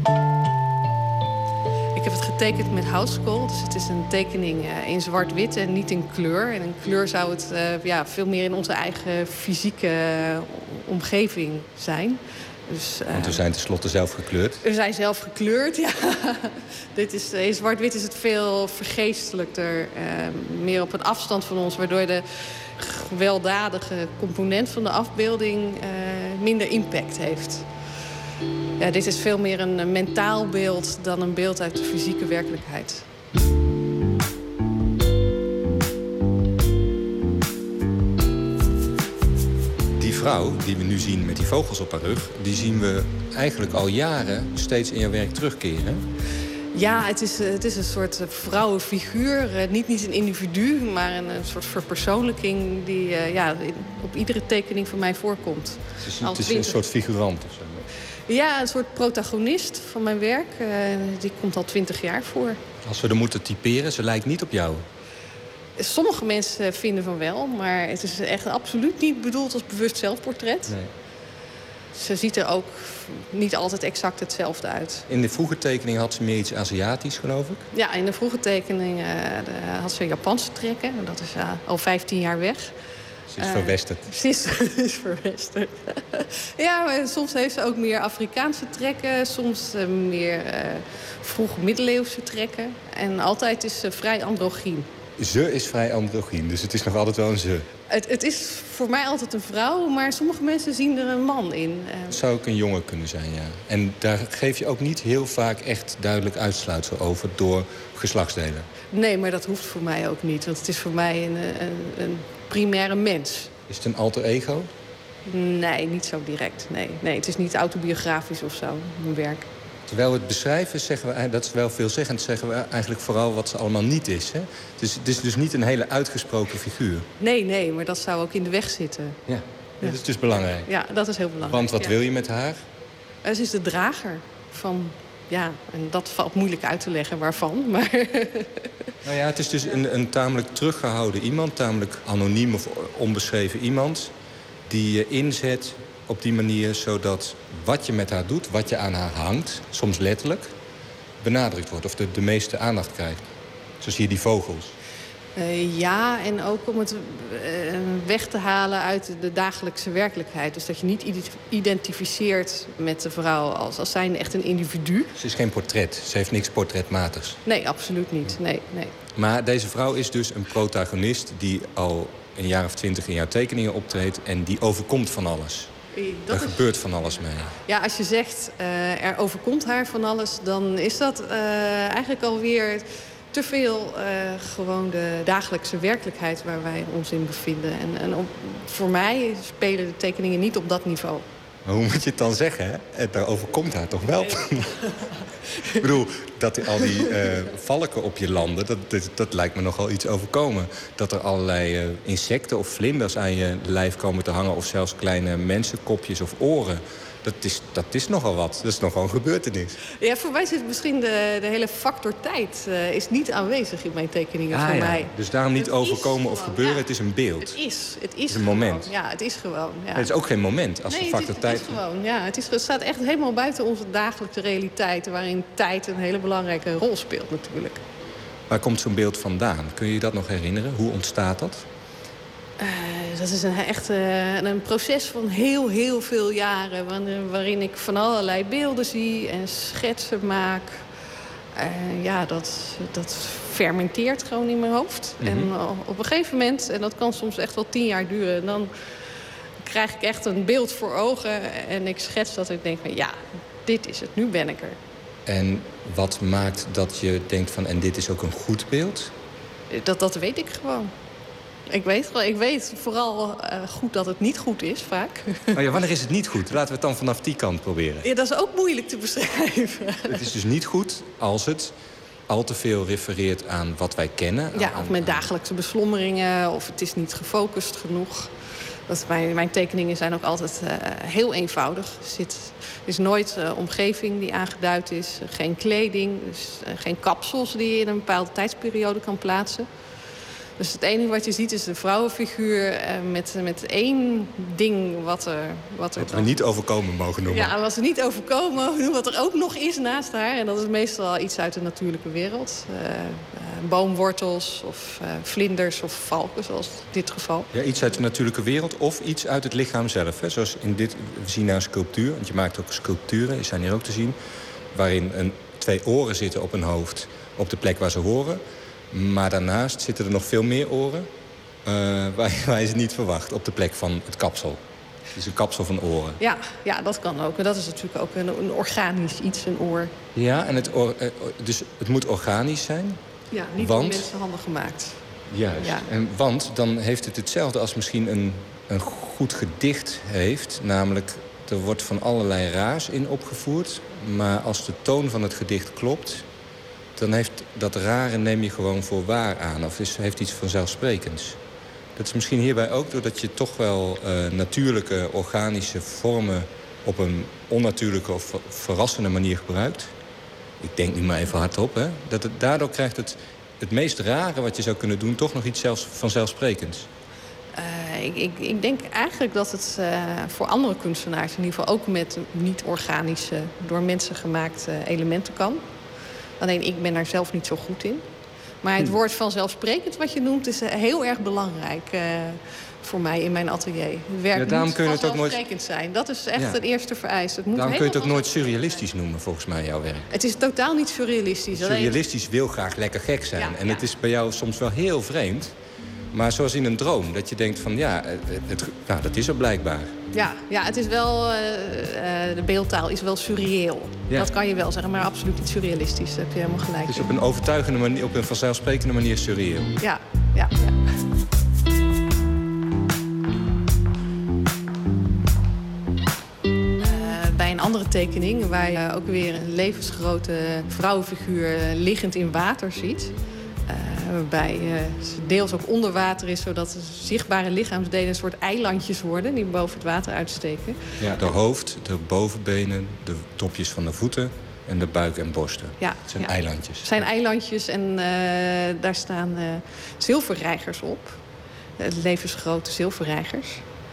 Ik heb het getekend met houtskool. Dus het is een tekening uh, in zwart-wit en niet in kleur. En in kleur zou het uh, ja, veel meer in onze eigen fysieke uh, omgeving zijn. Dus, uh, Want we zijn tenslotte zelf gekleurd. We zijn zelf gekleurd, ja. Dit is, in zwart-wit is het veel vergeestelijkter. Uh, meer op een afstand van ons, waardoor de gewelddadige component van de afbeelding uh, minder impact heeft. Ja, dit is veel meer een mentaal beeld dan een beeld uit de fysieke werkelijkheid. Die vrouw die we nu zien met die vogels op haar rug, die zien we eigenlijk al jaren steeds in jouw werk terugkeren. Ja, het is, het is een soort vrouwenfiguur. Niet, niet een individu, maar een, een soort verpersoonlijking die uh, ja, op iedere tekening van mij voorkomt. Het is, het is een soort figurant of zo. Ja, een soort protagonist van mijn werk. Uh, die komt al twintig jaar voor. Als we er moeten typeren, ze lijkt niet op jou. Sommige mensen vinden van wel, maar het is echt absoluut niet bedoeld als bewust zelfportret. Nee. Ze ziet er ook niet altijd exact hetzelfde uit. In de vroege tekening had ze meer iets Aziatisch, geloof ik? Ja, in de vroege tekening uh, de, had ze Japanse trekken. Dat is uh, al vijftien jaar weg. Ze is Uh, verwesterd. Ze is, is verwesterd. Ja, maar soms heeft ze ook meer Afrikaanse trekken. Soms uh, meer uh, vroeg middeleeuwse trekken. En altijd is ze vrij androgyn. Ze is vrij androgyn, dus het is nog altijd wel een ze. Het, het is voor mij altijd een vrouw, maar sommige mensen zien er een man in. Uh, Het zou ook een jongen kunnen zijn, ja. En daar geef je ook niet heel vaak echt duidelijk uitsluitsel over door geslachtsdelen. nee, maar dat hoeft voor mij ook niet. Want het is voor mij een, een, een primaire mens. Is het een alter ego? Nee, niet zo direct. Nee, nee, het is niet autobiografisch of zo, mijn werk. Terwijl we het beschrijven, zeggen we, dat is wel veelzeggend, zeggen we eigenlijk vooral wat ze allemaal niet is. Hè? Het is, het is dus niet een hele uitgesproken figuur. Nee, nee, maar dat zou ook in de weg zitten. Ja, dat is dus belangrijk. Ja, dat is heel belangrijk. Want wat ja. wil je met haar? Uh, ze is de drager van... Ja, en dat valt moeilijk uit te leggen waarvan, maar... Nou ja, het is dus een, een tamelijk teruggehouden iemand, tamelijk anoniem of onbeschreven iemand, die je inzet op die manier zodat wat je met haar doet, wat je aan haar hangt, soms letterlijk, benadrukt wordt of de, de meeste aandacht krijgt. Zo zie je die vogels. Uh, ja, en ook om het uh, weg te halen uit de dagelijkse werkelijkheid. Dus dat je niet identificeert met de vrouw als, als zijnde echt een individu. Ze is geen portret, ze heeft niks portretmatigs. Nee, absoluut niet. Nee, nee. Maar deze vrouw is dus een protagonist die al een jaar of twintig in jouw tekeningen optreedt en die overkomt van alles. Dat er is... gebeurt van alles mee. Ja, als je zegt uh, er overkomt haar van alles, dan is dat uh, eigenlijk alweer te veel uh, gewoon de dagelijkse werkelijkheid waar wij ons in bevinden. En, en op, voor mij spelen de tekeningen niet op dat niveau. Maar hoe moet je het dan zeggen, hè? Het overkomt haar toch wel? Ik bedoel, dat al die uh, valken op je landen, dat, dat, dat lijkt me nogal iets overkomen. Dat er allerlei uh, insecten of vlinders aan je lijf komen te hangen, of zelfs kleine mensenkopjes of oren. Dat is, dat is nogal wat. Dat is nogal een gebeurtenis. Ja, voor mij zit misschien de, de hele factor tijd uh, is niet aanwezig in mijn tekeningen. Ah, voor ja. mij. Dus daarom niet het overkomen of gewoon, gebeuren, ja. het is een beeld. Het is, het is, het is een gewoon. moment. Ja, het is gewoon. Ja. Het is ook geen moment als nee, de factor het is, tijd... Het is gewoon, ja. Het, is, het staat echt helemaal buiten onze dagelijkse realiteit, waarin tijd een hele belangrijke rol speelt natuurlijk. Waar komt zo'n beeld vandaan? Kun je je dat nog herinneren? Hoe ontstaat dat? Uh, dat is een, echt uh, een proces van heel, heel veel jaren. Waarin, waarin ik van allerlei beelden zie en schetsen maak. Uh, ja, dat, dat fermenteert gewoon in mijn hoofd. Mm-hmm. En uh, op een gegeven moment, en dat kan soms echt wel tien jaar duren, dan krijg ik echt een beeld voor ogen. En ik schets dat ik denk van ja, dit is het, nu ben ik er. En wat maakt dat je denkt van, en dit is ook een goed beeld? Dat, dat weet ik gewoon. Ik weet, ik weet vooral uh, goed dat het niet goed is, vaak. Oh ja, wanneer is het niet goed? Laten we het dan vanaf die kant proberen. Ja, dat is ook moeilijk te beschrijven. Het is dus niet goed als het al te veel refereert aan wat wij kennen. Ja, aan, of met dagelijkse beslommeringen, of het is niet gefocust genoeg. Dat mijn, mijn tekeningen zijn ook altijd uh, heel eenvoudig. Er zit, is nooit uh, omgeving die aangeduid is, geen kleding, dus, uh, geen kapsels die je in een bepaalde tijdsperiode kan plaatsen. Dus het enige wat je ziet is de vrouwenfiguur uh, met, met één ding wat er... Wat, er wat we niet overkomen mogen noemen. Ja, wat we niet overkomen, wat er ook nog is naast haar. En dat is meestal iets uit de natuurlijke wereld. Uh, uh, boomwortels of uh, vlinders of valken, zoals in dit geval. Ja, iets uit de natuurlijke wereld of iets uit het lichaam zelf. Hè? Zoals in dit, we zien nou een sculptuur, want je maakt ook sculpturen, die zijn hier ook te zien, waarin een, twee oren zitten op een hoofd op de plek waar ze horen. Maar daarnaast zitten er nog veel meer oren uh, waar, waar je ze niet verwacht op de plek van het kapsel. Dus een kapsel van oren. Ja, ja, dat kan ook. En dat is natuurlijk ook een, een organisch iets, een oor. Ja, en het or, dus het moet organisch zijn. Ja, niet want, door mensenhanden gemaakt. Juist. Ja. En, want dan heeft het hetzelfde als misschien een, een goed gedicht heeft. Namelijk, er wordt van allerlei raars in opgevoerd. Maar als de toon van het gedicht klopt, dan heeft dat rare neem je gewoon voor waar aan. Of is, heeft iets vanzelfsprekends. Dat is misschien hierbij ook doordat je toch wel uh, natuurlijke, organische vormen op een onnatuurlijke of verrassende manier gebruikt. Ik denk nu maar even hardop, hè. Dat het, daardoor krijgt het, het meest rare wat je zou kunnen doen toch nog iets zelfs vanzelfsprekends. Uh, ik, ik, ik denk eigenlijk dat het uh, voor andere kunstenaars in ieder geval ook met niet-organische, door mensen gemaakte elementen kan. Alleen ik ben daar zelf niet zo goed in. Maar het woord vanzelfsprekend, wat je noemt, is heel erg belangrijk uh, voor mij in mijn atelier. Het werk Ja, daarom moet kun je het ook nooit- vanzelfsprekend zijn. Dat is echt Ja. het eerste vereist. Het moet Daarom kun je het ook helemaal nooit surrealistisch noemen, volgens mij, jouw werk. Het is totaal niet surrealistisch. Alleen- Surrealistisch wil graag lekker gek zijn. Ja, en ja. het is bij jou soms wel heel vreemd. Maar zoals in een droom, dat je denkt van ja, het, het, nou, dat is er blijkbaar. Ja, ja, het is wel, uh, uh, de beeldtaal is wel surreëel. Ja. Dat kan je wel zeggen, maar absoluut niet surrealistisch. Daar heb je helemaal gelijk. Het is op een overtuigende manier, op een vanzelfsprekende manier surreëel. Ja, ja, ja. Uh, bij een andere tekening, waar je ook weer een levensgrote vrouwenfiguur liggend in water ziet. Uh, waarbij uh, ze deels ook onder water is, zodat de zichtbare lichaamsdelen een soort eilandjes worden die boven het water uitsteken. Ja, de hoofd, de bovenbenen, de topjes van de voeten en de buik en borsten. Ja, het zijn ja. eilandjes. Het zijn eilandjes en uh, daar staan uh, zilverreigers op. Uh, levensgrote zilverreigers.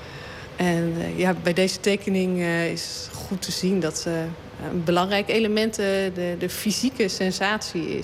En uh, ja, bij deze tekening uh, is goed te zien dat uh, een belangrijk element uh, de, de fysieke sensatie is.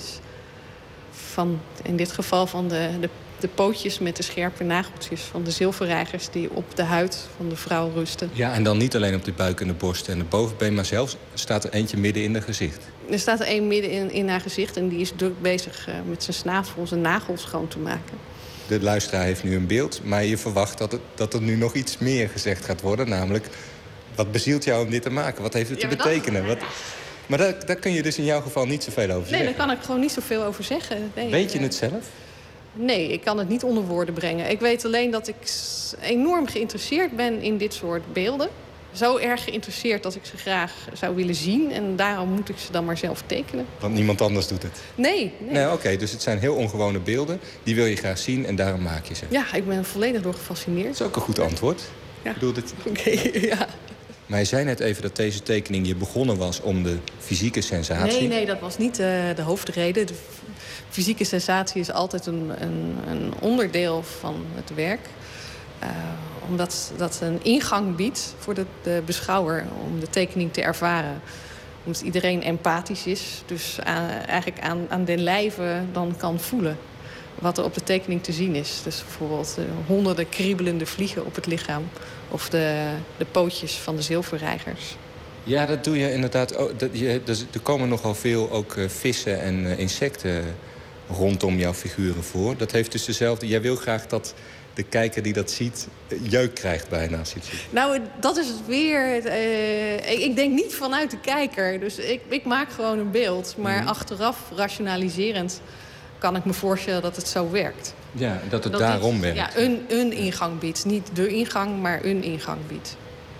Van, in dit geval van de, de, de pootjes met de scherpe nageltjes van de zilverreigers die op de huid van de vrouw rusten. Ja, en dan niet alleen op de buik en de borsten en de bovenbeen, maar zelfs staat er eentje midden in het gezicht. Er staat er één midden in, in haar gezicht en die is druk bezig uh, met zijn snavel zijn nagels schoon te maken. De luisteraar heeft nu een beeld, maar je verwacht dat, het, dat er nu nog iets meer gezegd gaat worden. Namelijk, wat bezielt jou om dit te maken? Wat heeft het Ja, te maar dat- betekenen? Wat... Maar daar, daar kun je dus in jouw geval niet zoveel over Nee, zeggen. daar kan ik gewoon niet zoveel over zeggen. Nee, Weet je uh, het zelf? Nee, ik kan het niet onder woorden brengen. Ik weet alleen dat ik s- enorm geïnteresseerd ben in dit soort beelden. Zo erg geïnteresseerd dat ik ze graag zou willen zien. En daarom moet ik ze dan maar zelf tekenen. Want niemand anders doet het. Nee, nee. Nee, oké, dus het zijn heel ongewone beelden. Die wil je graag zien en daarom maak je ze. Ja, ik ben er volledig door gefascineerd. Dat is ook een goed antwoord. Ja. Ik bedoel, dit... Oké, ja. Maar je zei net even dat deze tekening je begonnen was om de fysieke sensatie. Nee, nee, dat was niet uh, de hoofdreden. De f- fysieke sensatie is altijd een, een, een onderdeel van het werk. Uh, omdat dat een ingang biedt voor de, de beschouwer om de tekening te ervaren. Omdat iedereen empathisch is, dus aan, eigenlijk aan, aan den lijve dan kan voelen wat er op de tekening te zien is. Dus bijvoorbeeld uh, honderden kriebelende vliegen op het lichaam of de, de pootjes van de zilverreigers. Ja, dat doe je inderdaad. Oh, dat, je, dus, er komen nogal veel ook uh, vissen en uh, insecten rondom jouw figuren voor. Dat heeft dus dezelfde... Jij wil graag dat de kijker die dat ziet uh, jeuk krijgt bijna als hij het ziet. Nou, dat is het weer... Uh, ik, ik denk niet vanuit de kijker. Dus ik, ik maak gewoon een beeld. Maar mm. achteraf, rationaliserend, kan ik me voorstellen dat het zo werkt. Ja, dat het dat daarom het, werkt. Ja, een, een ingang biedt. Niet de ingang, maar een ingang biedt.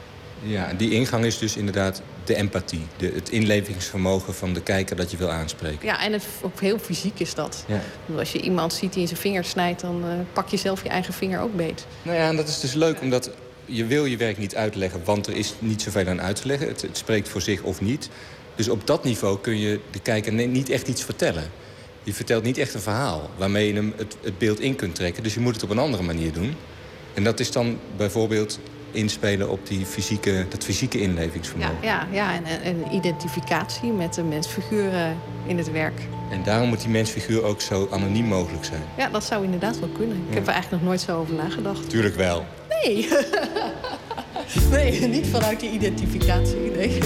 Ja, die ingang is dus inderdaad de empathie. De, het inlevingsvermogen van de kijker dat je wil aanspreken. Ja, en het, ook heel fysiek is dat. Ja. Als je iemand ziet die in zijn vinger snijdt, dan uh, pak je zelf je eigen vinger ook beet. Nou ja, en dat is dus leuk, omdat je wil je werk niet uitleggen, want er is niet zoveel aan uit te leggen. Het, het spreekt voor zich of niet. Dus op dat niveau kun je de kijker niet echt iets vertellen. Je vertelt niet echt een verhaal waarmee je hem het, het beeld in kunt trekken. Dus je moet het op een andere manier doen. En dat is dan bijvoorbeeld inspelen op die fysieke, dat fysieke inlevingsvermogen. Ja, ja, ja en, en identificatie met de mensfiguren in het werk. En daarom moet die mensfiguur ook zo anoniem mogelijk zijn. Ja, dat zou inderdaad wel kunnen. Ik Ja. heb er eigenlijk nog nooit zo over nagedacht. Tuurlijk wel. Nee. Nee, niet vanuit die identificatie. Nee.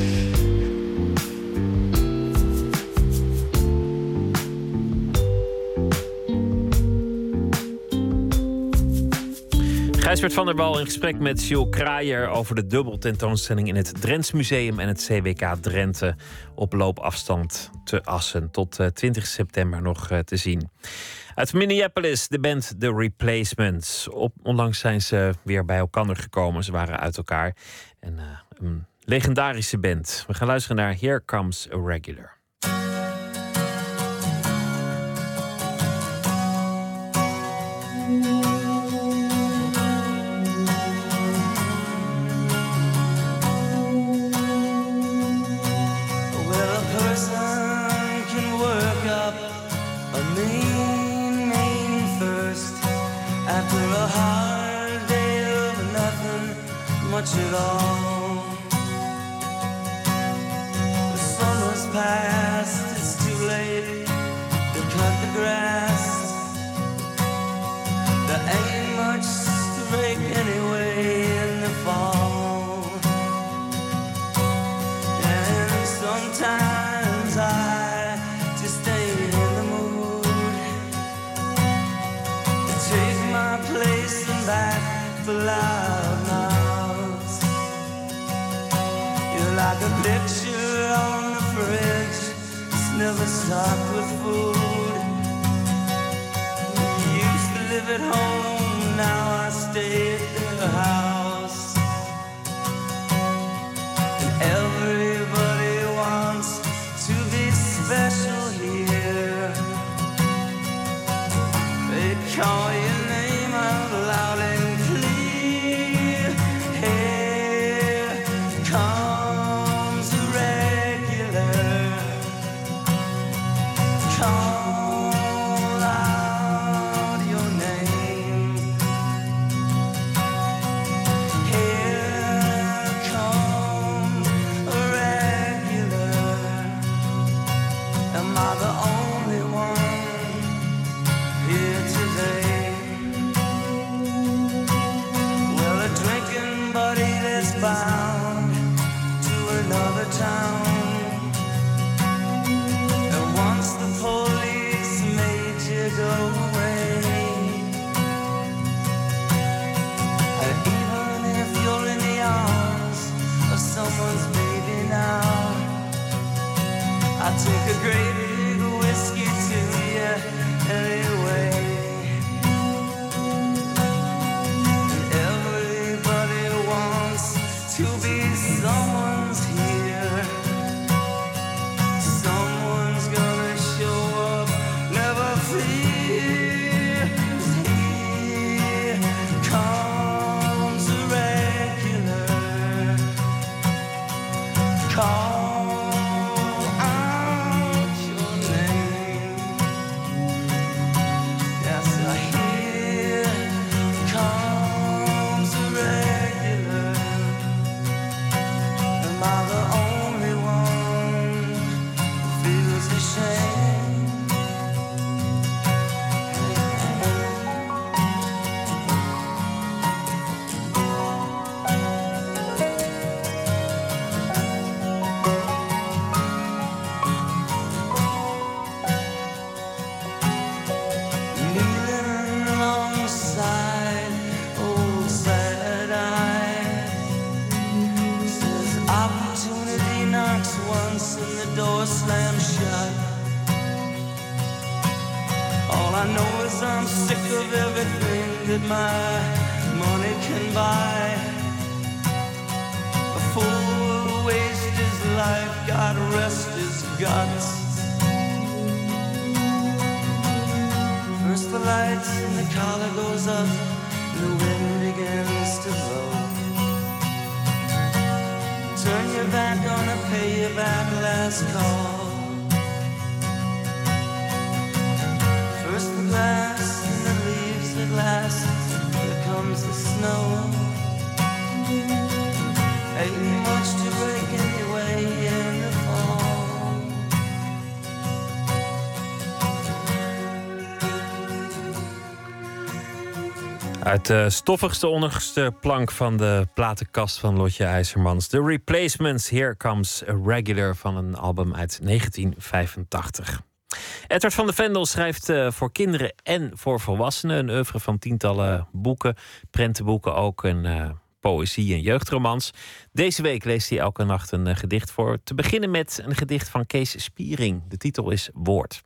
Gijsbert van der Wal in gesprek met Jules Kraaier over de dubbeltentoonstelling in het Drents Museum en het C W K Drenthe op loopafstand te Assen. Tot uh, twintig september nog uh, te zien. Uit Minneapolis, de band The Replacements. Op, onlangs zijn ze weer bij elkaar gekomen. Ze waren uit elkaar. En uh, een legendarische band. We gaan luisteren naar Here Comes a Regular. Much at all. The sun was past, it's too late. The cut the grass. There ain't much to break anyway in the fall. And sometimes I just ain't in the mood to take my place and back the loud mouths. You're like a picture on the fridge, it's never stocked with food. You used to live at home, now I stay at the house. And everybody wants to be special here. They call your name out loud and clear. Here comes a regular. Call out your name. Here comes a regular. Am I the only one here today? Well, a drinking buddy that's bound to another town. And once the police made you go away, and even if you're in the arms of someone's baby now, I take a great big whiskey to you anyway. And everybody wants to be someone's here. Someone's gonna show up, never fear. Here comes a regular. Call out your name. Yes, I hear comes a regular. Am I the only one who feels ashamed? Kneeling alongside old sad eyes, says opportunity knocks once and the door slams shut. All I know is I'm sick of everything that my money can buy. A fool waste his life, God rest his guts. First the lights and the collar goes up, and the wind begins to blow. Turn your back on a pay your back last call. First the glass and the leaves at last, here comes the snow. Ain't much to break anyway in the fall. Uit de stoffigste onderste plank van de platenkast van Lotje IJzermans. The Replacements, Here Comes a Regular van een album uit negentien vijfentachtig. Edward van de Vendel schrijft uh, voor kinderen en voor volwassenen een oeuvre van tientallen boeken, prentenboeken ook en uh, poëzie en jeugdromans. Deze week leest hij elke nacht een uh, gedicht voor. Te beginnen met een gedicht van Kees Spiering. De titel is Woord.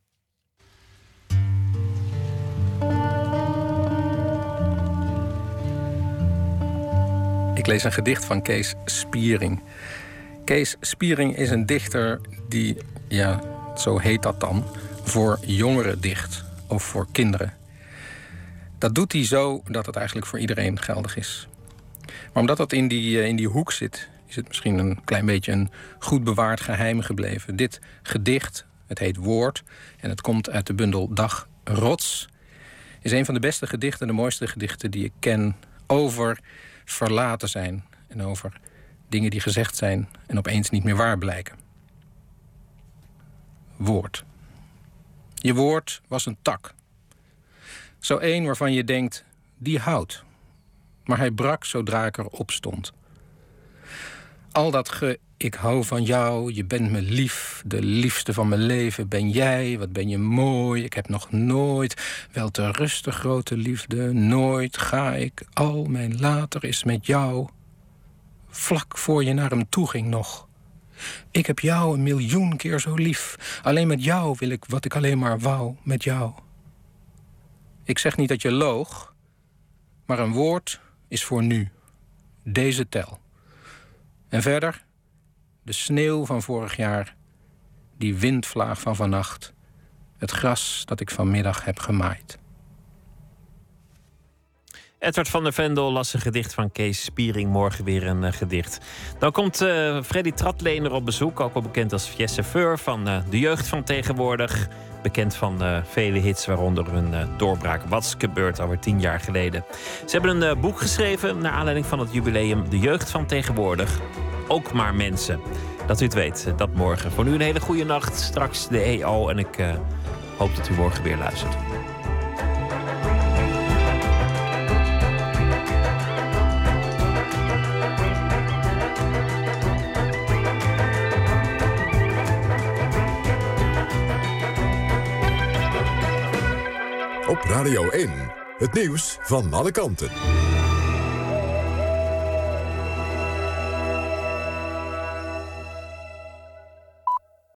Ik lees een gedicht van Kees Spiering. Kees Spiering is een dichter die, ja, zo heet dat dan, voor jongeren dicht of voor kinderen. Dat doet hij zo dat het eigenlijk voor iedereen geldig is. Maar omdat dat in die, in die hoek zit, is het misschien een klein beetje een goed bewaard geheim gebleven. Dit gedicht, het heet Woord en het komt uit de bundel Dag Rots, is een van de beste gedichten, de mooiste gedichten die ik ken over verlaten zijn en over dingen die gezegd zijn en opeens niet meer waar blijken. Woord. Je woord was een tak. Zo één waarvan je denkt, die houdt. Maar hij brak zodra ik erop stond. Al dat ge, ik hou van jou, je bent me lief, de liefste van mijn leven ben jij, wat ben je mooi, ik heb nog nooit, wel te rustig grote liefde, nooit ga ik, al mijn later is met jou. Vlak voor je naar hem toe ging nog. Ik heb jou een miljoen keer zo lief, alleen met jou wil ik wat ik alleen maar wou, met jou. Ik zeg niet dat je loog, maar een woord is voor nu, deze tel. En verder, de sneeuw van vorig jaar, die windvlaag van vannacht, het gras dat ik vanmiddag heb gemaaid. Edward van der Vendel las een gedicht van Kees Spiering. Morgen weer een uh, gedicht. Dan komt uh, Freddy Tratlener op bezoek. Ook wel bekend als Fiesse-Feur van uh, de jeugd van tegenwoordig. Bekend van uh, vele hits, waaronder hun uh, doorbraak Wat's gebeurd over tien jaar geleden. Ze hebben een uh, boek geschreven naar aanleiding van het jubileum De Jeugd van Tegenwoordig. Ook maar mensen. Dat u het weet, uh, dat morgen. Voor nu een hele goede nacht. Straks de E O en ik uh, hoop dat u morgen weer luistert. Op Radio één, het nieuws van alle kanten.